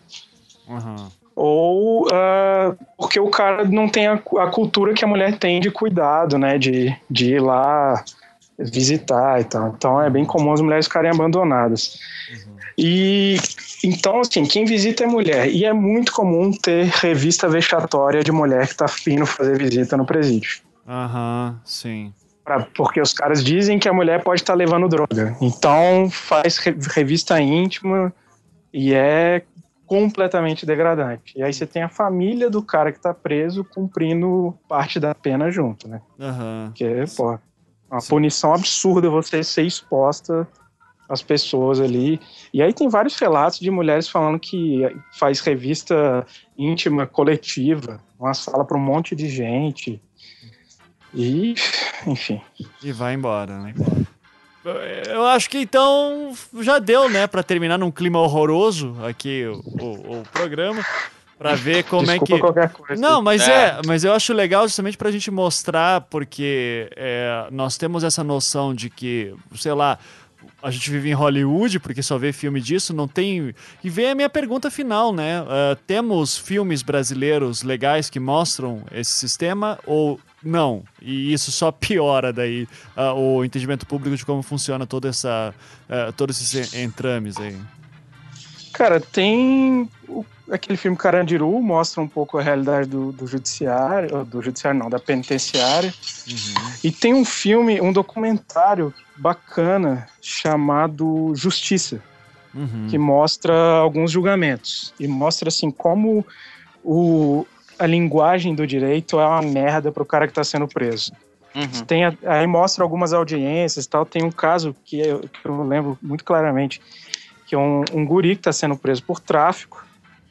Ou porque o cara não tem a cultura que a mulher tem de cuidado, né, de ir lá visitar e tal. Então é bem comum as mulheres ficarem abandonadas. E então, assim, quem visita é mulher. E é muito comum ter revista vexatória de mulher que tá vindo fazer visita no presídio. Sim. Porque os caras dizem que a mulher pode estar levando droga. Então faz revista íntima e é completamente degradante. E aí você tem a família do cara que tá preso cumprindo parte da pena junto, né? Que é, uma punição absurda você ser exposta às pessoas ali. E aí tem vários relatos de mulheres falando que faz revista íntima coletiva, uma sala para um monte de gente. E, enfim. E vai embora, né? Eu acho que então já deu, né, pra terminar num clima horroroso aqui o programa, pra ver como Desculpa é que... qualquer coisa. Não, mas mas eu acho legal justamente pra gente mostrar, porque nós temos essa noção de que, sei lá, a gente vive em Hollywood, porque só vê filme disso, não tem... E vem a minha pergunta final, né? Temos filmes brasileiros legais que mostram esse sistema ou não? E isso só piora daí o entendimento público de como funciona todos esses entrames aí. Cara, tem aquele filme Carandiru, mostra um pouco a realidade do judiciário, não, da penitenciária. E tem um documentário bacana chamado Justiça, que mostra alguns julgamentos e mostra assim como a linguagem do direito é uma merda pro cara que tá sendo preso. Aí mostra algumas audiências e tal. Tem um caso que eu lembro muito claramente, que é um guri que está sendo preso por tráfico,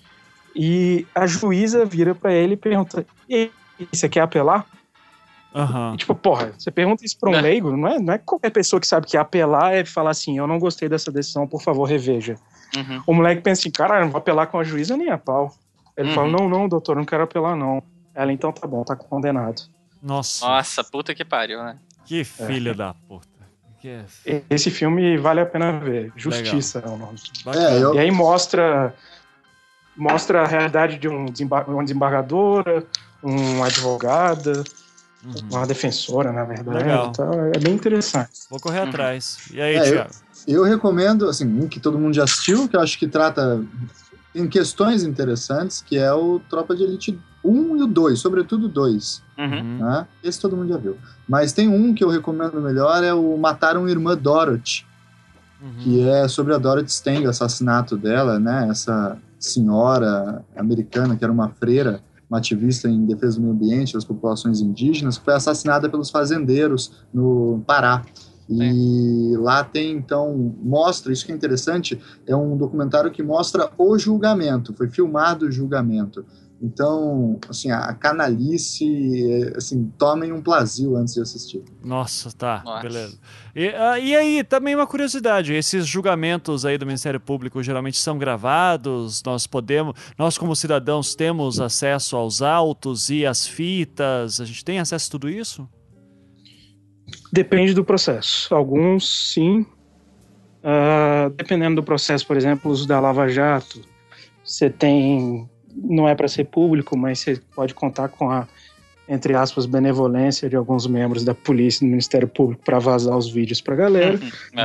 e a juíza vira para ele e pergunta: e você quer apelar? E, tipo, porra, você pergunta isso pra um leigo, não é qualquer pessoa que sabe que apelar é falar assim: eu não gostei dessa decisão, por favor, reveja. O moleque pensa assim: cara, eu não vou apelar com a juíza nem a pau. Ele fala: não, doutor, eu não quero apelar, não. Ela: então tá bom, tá condenado. Nossa, puta que pariu, né? Que filho da puta. Esse filme vale a pena ver. Justiça é o nome. Eu... E aí mostra a realidade de uma desembargadora, uma advogada, uma defensora, na verdade. Legal. Então, é bem interessante. Vou correr atrás. E aí, Thiago? Eu recomendo, assim, um que todo mundo já assistiu, que eu acho que trata em questões interessantes, que é o Tropa de Elite 1 e o 2, sobretudo o 2. Né? Esse todo mundo já viu. Mas tem um que eu recomendo melhor, é o Mataram Irmã Dorothy, que é sobre a Dorothy Stang, o assassinato dela, né? Essa senhora americana que era uma freira, uma ativista em defesa do meio ambiente, das populações indígenas, que foi assassinada pelos fazendeiros no Pará. E lá tem, então, mostra, isso que é interessante, é um documentário que mostra o julgamento, foi filmado o julgamento. Então, assim, a canalice, assim, tomem um Plasil antes de assistir. Nossa, beleza. E aí, também uma curiosidade, esses julgamentos aí do Ministério Público geralmente são gravados, nós como cidadãos temos acesso aos autos e às fitas, a gente tem acesso a tudo isso? Depende do processo. Alguns, sim. Dependendo do processo, por exemplo, os da Lava Jato, você tem... Não é para ser público, mas você pode contar com a, entre aspas, benevolência de alguns membros da polícia e do Ministério Público para vazar os vídeos para a galera.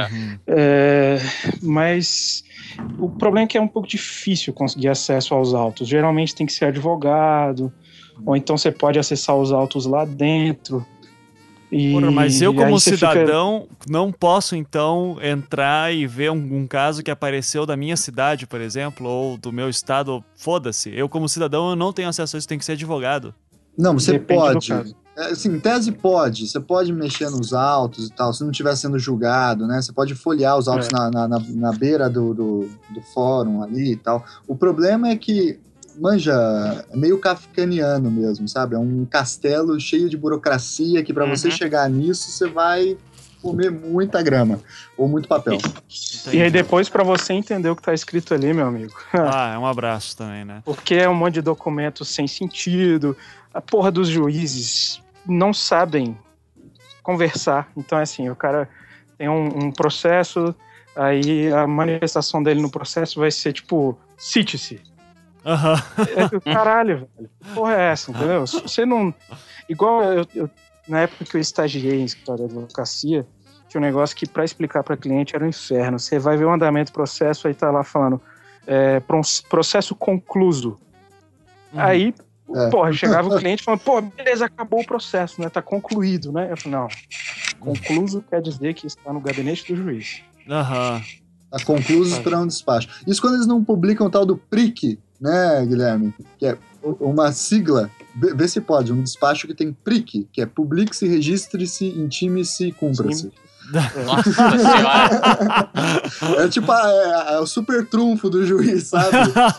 Mas o problema é que é um pouco difícil conseguir acesso aos autos. Geralmente tem que ser advogado, ou então você pode acessar os autos lá dentro. Mas eu, como cidadão, não posso, então, entrar e ver um caso que apareceu da minha cidade, por exemplo, ou do meu estado, foda-se. Eu, como cidadão, eu não tenho acesso a isso, tem que ser advogado. Não, você pode. Assim, em tese pode. Você pode mexer nos autos e tal, se não estiver sendo julgado, né? Você pode folhear os autos na beira do fórum ali e tal. O problema é que é meio kafkaniano mesmo, sabe? É um castelo cheio de burocracia que para você chegar nisso, você vai comer muita grama ou muito papel. E aí depois, para você entender o que tá escrito ali, meu amigo. É um abraço também, né? Porque é um monte de documento sem sentido. A porra dos juízes não sabem conversar. Então, assim, o cara tem um processo, aí a manifestação dele no processo vai ser tipo, cite-se. Caralho, velho. Que porra é essa, entendeu? Você não... Igual eu na época que eu estagiei em escritório de advocacia, tinha um negócio que pra explicar pra cliente era um inferno. Você vai ver o andamento do processo, aí tá lá falando processo concluso. Aí, porra, chegava o cliente falando, pô, beleza, acabou o processo, né? Tá concluído, né? Eu falei, não. Concluso quer dizer que está no gabinete do juiz. Tá concluso esperando despacho. Isso quando eles não publicam o tal do PRIC, né, Guilherme? Que é uma sigla, vê se pode, um despacho que tem PRIC, que é Publique-se, Registre-se, Intime-se, Cumpra-se. Nossa senhora! É tipo é o super trunfo do juiz, sabe?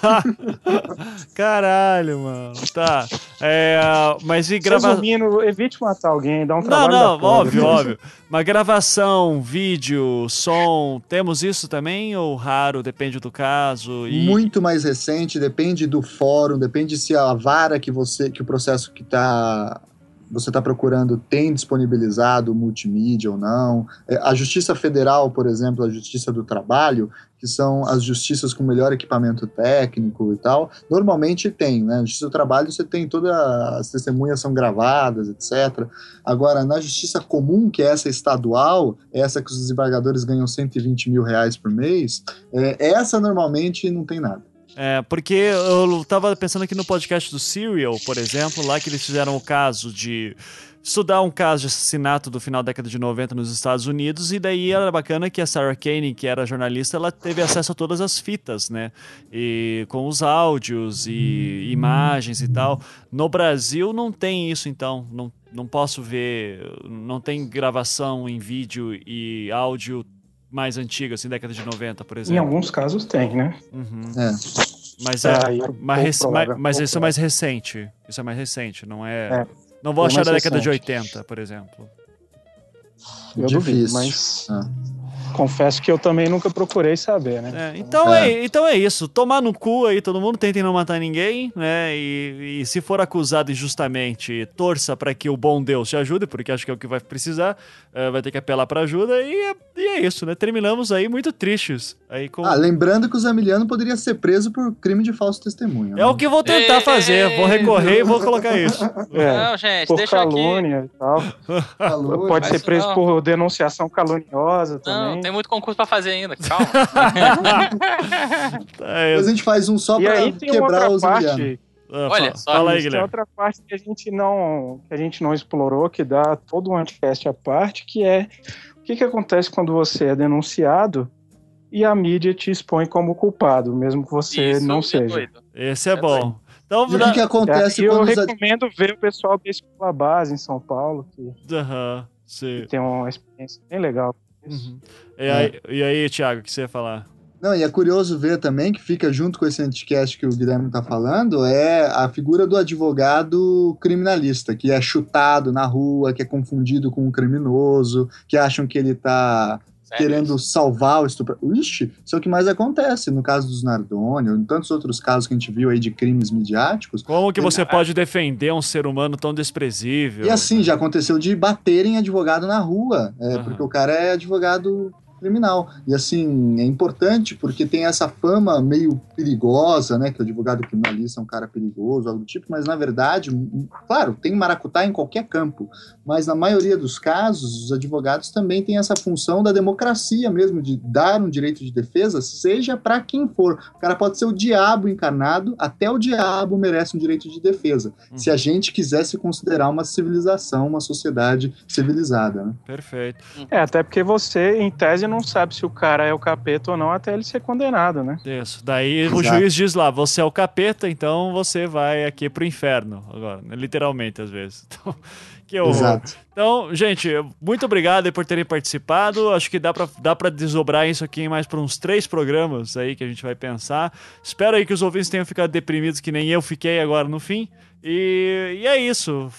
Caralho, mano. Tá. Mas e Resumindo, evite matar alguém, dá um trabalho. Não, óbvio. Mas gravação, vídeo, som, temos isso também ou raro? Depende do caso? Muito mais recente, depende do fórum, depende se a vara que o processo que você está procurando tem disponibilizado multimídia ou não. A Justiça Federal, por exemplo, a Justiça do Trabalho, que são as justiças com melhor equipamento técnico e tal, normalmente tem, né? Na Justiça do Trabalho você tem todas as testemunhas são gravadas, etc. Agora, na Justiça Comum, que é essa estadual, essa que os desembargadores ganham R$120 mil por mês, essa normalmente não tem nada. Porque eu tava pensando aqui no podcast do Serial, por exemplo, lá que eles fizeram o caso de estudar um caso de assassinato do final da década de 90 nos Estados Unidos, e daí era bacana que a Sarah Koenig, que era jornalista, ela teve acesso a todas as fitas, né? E com os áudios e imagens e tal. No Brasil não tem isso, então. Não... não posso ver, não tem gravação em vídeo e áudio mais antiga, assim, década de 90, por exemplo. Em alguns casos tem, né? Uhum. É. Mas isso é mais recente. Isso é mais recente, não é... Não vou É achar da mais década de recente. 80, por exemplo. Eu Difícil. duvido, mas confesso que eu também nunca procurei saber, né? Então é isso. Tomar no cu aí, todo mundo, tentem não matar ninguém, né? E se for acusado injustamente, torça pra que o bom Deus te ajude, porque acho que é o que vai precisar. Vai ter que apelar pra ajuda e é isso, né? Terminamos aí muito tristes. Aí com... Lembrando que o Zamiliano poderia ser preso por crime de falso testemunho. É o que eu vou tentar fazer. Vou recorrer e vou colocar isso. Não, gente, por deixa calúnia e tal. Calúnia. Pode ser Mas preso não. por denunciação caluniosa Não, também. tem muito concurso pra fazer ainda, calma. Depois a gente faz um só E pra aí tem quebrar outra os Zamiliano. parte. Olha só, fala aí, Tem Guilherme. outra parte que a gente não explorou, que dá todo um anticast à parte, que é o que acontece quando você é denunciado e a mídia te expõe como culpado, mesmo que você isso não é seja. doido. Esse é bom. Então, E o que acontece Aqui eu quando os recomendo ver o pessoal da Escola Base em São Paulo, que sim. tem uma experiência bem legal. Uhum. E aí, Thiago, o que você ia falar? Não, e é curioso ver também que fica junto com esse anticast que o Guilherme tá falando, é a figura do advogado criminalista, que é chutado na rua, que é confundido com um criminoso, que acham que ele tá querendo salvar o estuprador. Ixi, isso é o que mais acontece no caso dos Nardoni, ou em tantos outros casos que a gente viu aí de crimes midiáticos. Como que você pode defender um ser humano tão desprezível? E assim, já aconteceu de baterem advogado na rua, porque o cara é advogado criminal. E assim, é importante porque tem essa fama meio perigosa, né, que o advogado criminalista é um cara perigoso, algo do tipo, mas na verdade, claro, tem maracutá em qualquer campo, mas na maioria dos casos, os advogados também têm essa função da democracia mesmo, de dar um direito de defesa, seja para quem for. O cara pode ser o diabo encarnado, até o diabo merece um direito de defesa, se a gente quisesse considerar uma civilização, uma sociedade civilizada, né? Perfeito. Até porque você, em tese, não sabe se o cara é o capeta ou não até ele ser condenado, né? Isso. Daí o juiz diz lá, você é o capeta, então você vai aqui pro inferno. Agora, né? Literalmente, às vezes. Então, que horror. Exato. Então, gente, muito obrigado aí por terem participado. Acho que dá pra desdobrar isso aqui em mais por uns 3 programas aí que a gente vai pensar. Espero aí que os ouvintes tenham ficado deprimidos que nem eu fiquei agora no fim. E é isso.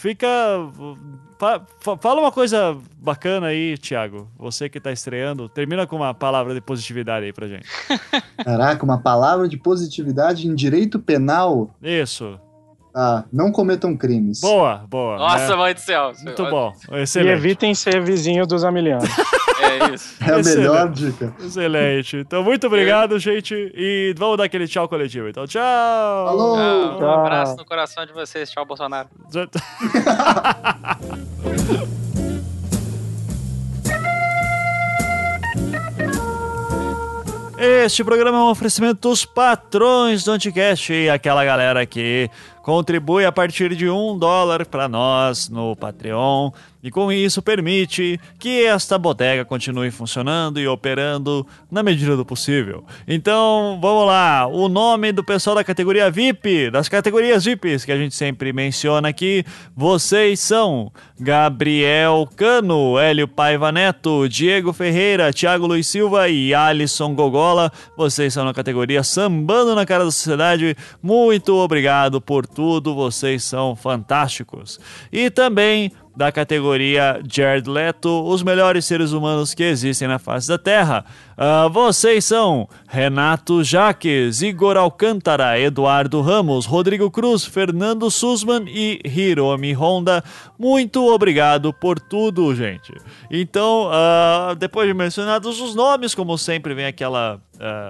Fala uma coisa bacana aí, Thiago. Você que tá estreando, termina com uma palavra de positividade aí pra gente. Caraca, uma palavra de positividade em direito penal? Isso. Não cometam crimes. Boa. Nossa, mãe do céu. Muito bom. Excelente. E evitem ser vizinho dos Zamiliano. É isso. É a melhor dica. Excelente. Então, muito obrigado, gente. E vamos dar aquele tchau coletivo. Então, tchau. Falou. Um abraço no coração de vocês. Tchau, Bolsonaro. Este programa é um oferecimento dos patrões do Anticast e aquela galera que contribui a partir de $1 para nós no Patreon e com isso permite que esta bodega continue funcionando e operando na medida do possível. Então, vamos lá, o nome do pessoal da categoria VIP, das categorias VIPs que a gente sempre menciona aqui, vocês são Gabriel Cano, Hélio Paiva Neto, Diego Ferreira, Thiago Luiz Silva e Alisson Gogola. Vocês são na categoria Sambando na Cara da Sociedade. Muito obrigado por tudo, vocês são fantásticos. E também da categoria Jared Leto, os melhores seres humanos que existem na face da Terra. Vocês são Renato Jaques, Igor Alcântara, Eduardo Ramos, Rodrigo Cruz, Fernando Sussman e Hiromi Honda. Muito obrigado por tudo, gente. Então, depois de mencionados os nomes, como sempre vem aquela,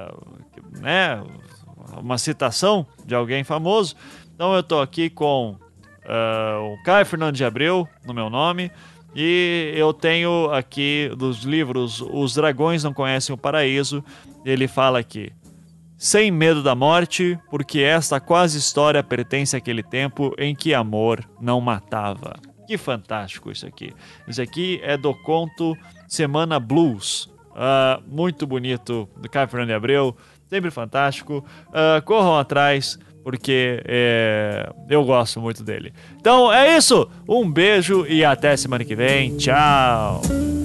uma citação de alguém famoso. Então eu tô aqui com o Caio Fernando de Abreu, no meu nome, e eu tenho aqui dos livros Os Dragões Não Conhecem o Paraíso. Ele fala aqui: sem medo da morte, porque esta quase história pertence àquele tempo em que amor não matava. Que fantástico isso aqui. Isso aqui é do conto Semana Blues. Muito bonito, do Caio Fernando de Abreu. Sempre fantástico. Corram atrás, porque eu gosto muito dele. Então é isso, um beijo e até semana que vem. Tchau!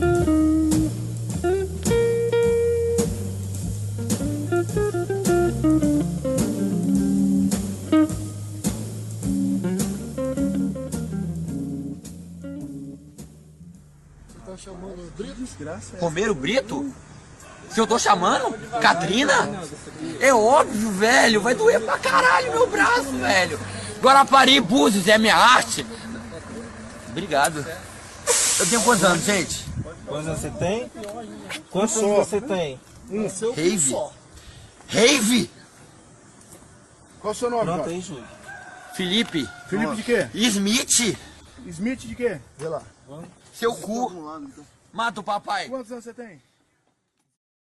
Romero Brito? Se eu tô chamando? Catrina? É óbvio, velho. Vai doer pra caralho meu braço, velho. Guarapari, Búzios, é minha arte. Obrigado. Eu tenho quantos anos, gente? Quantos anos você tem? Quantos anos você tem? Rave? Rave? Qual o seu nome? Não tem, Júlio. Felipe. Felipe de quê? Smith. Smith de quê? Vê lá. Seu cu. Mata o papai. Quantos anos você tem?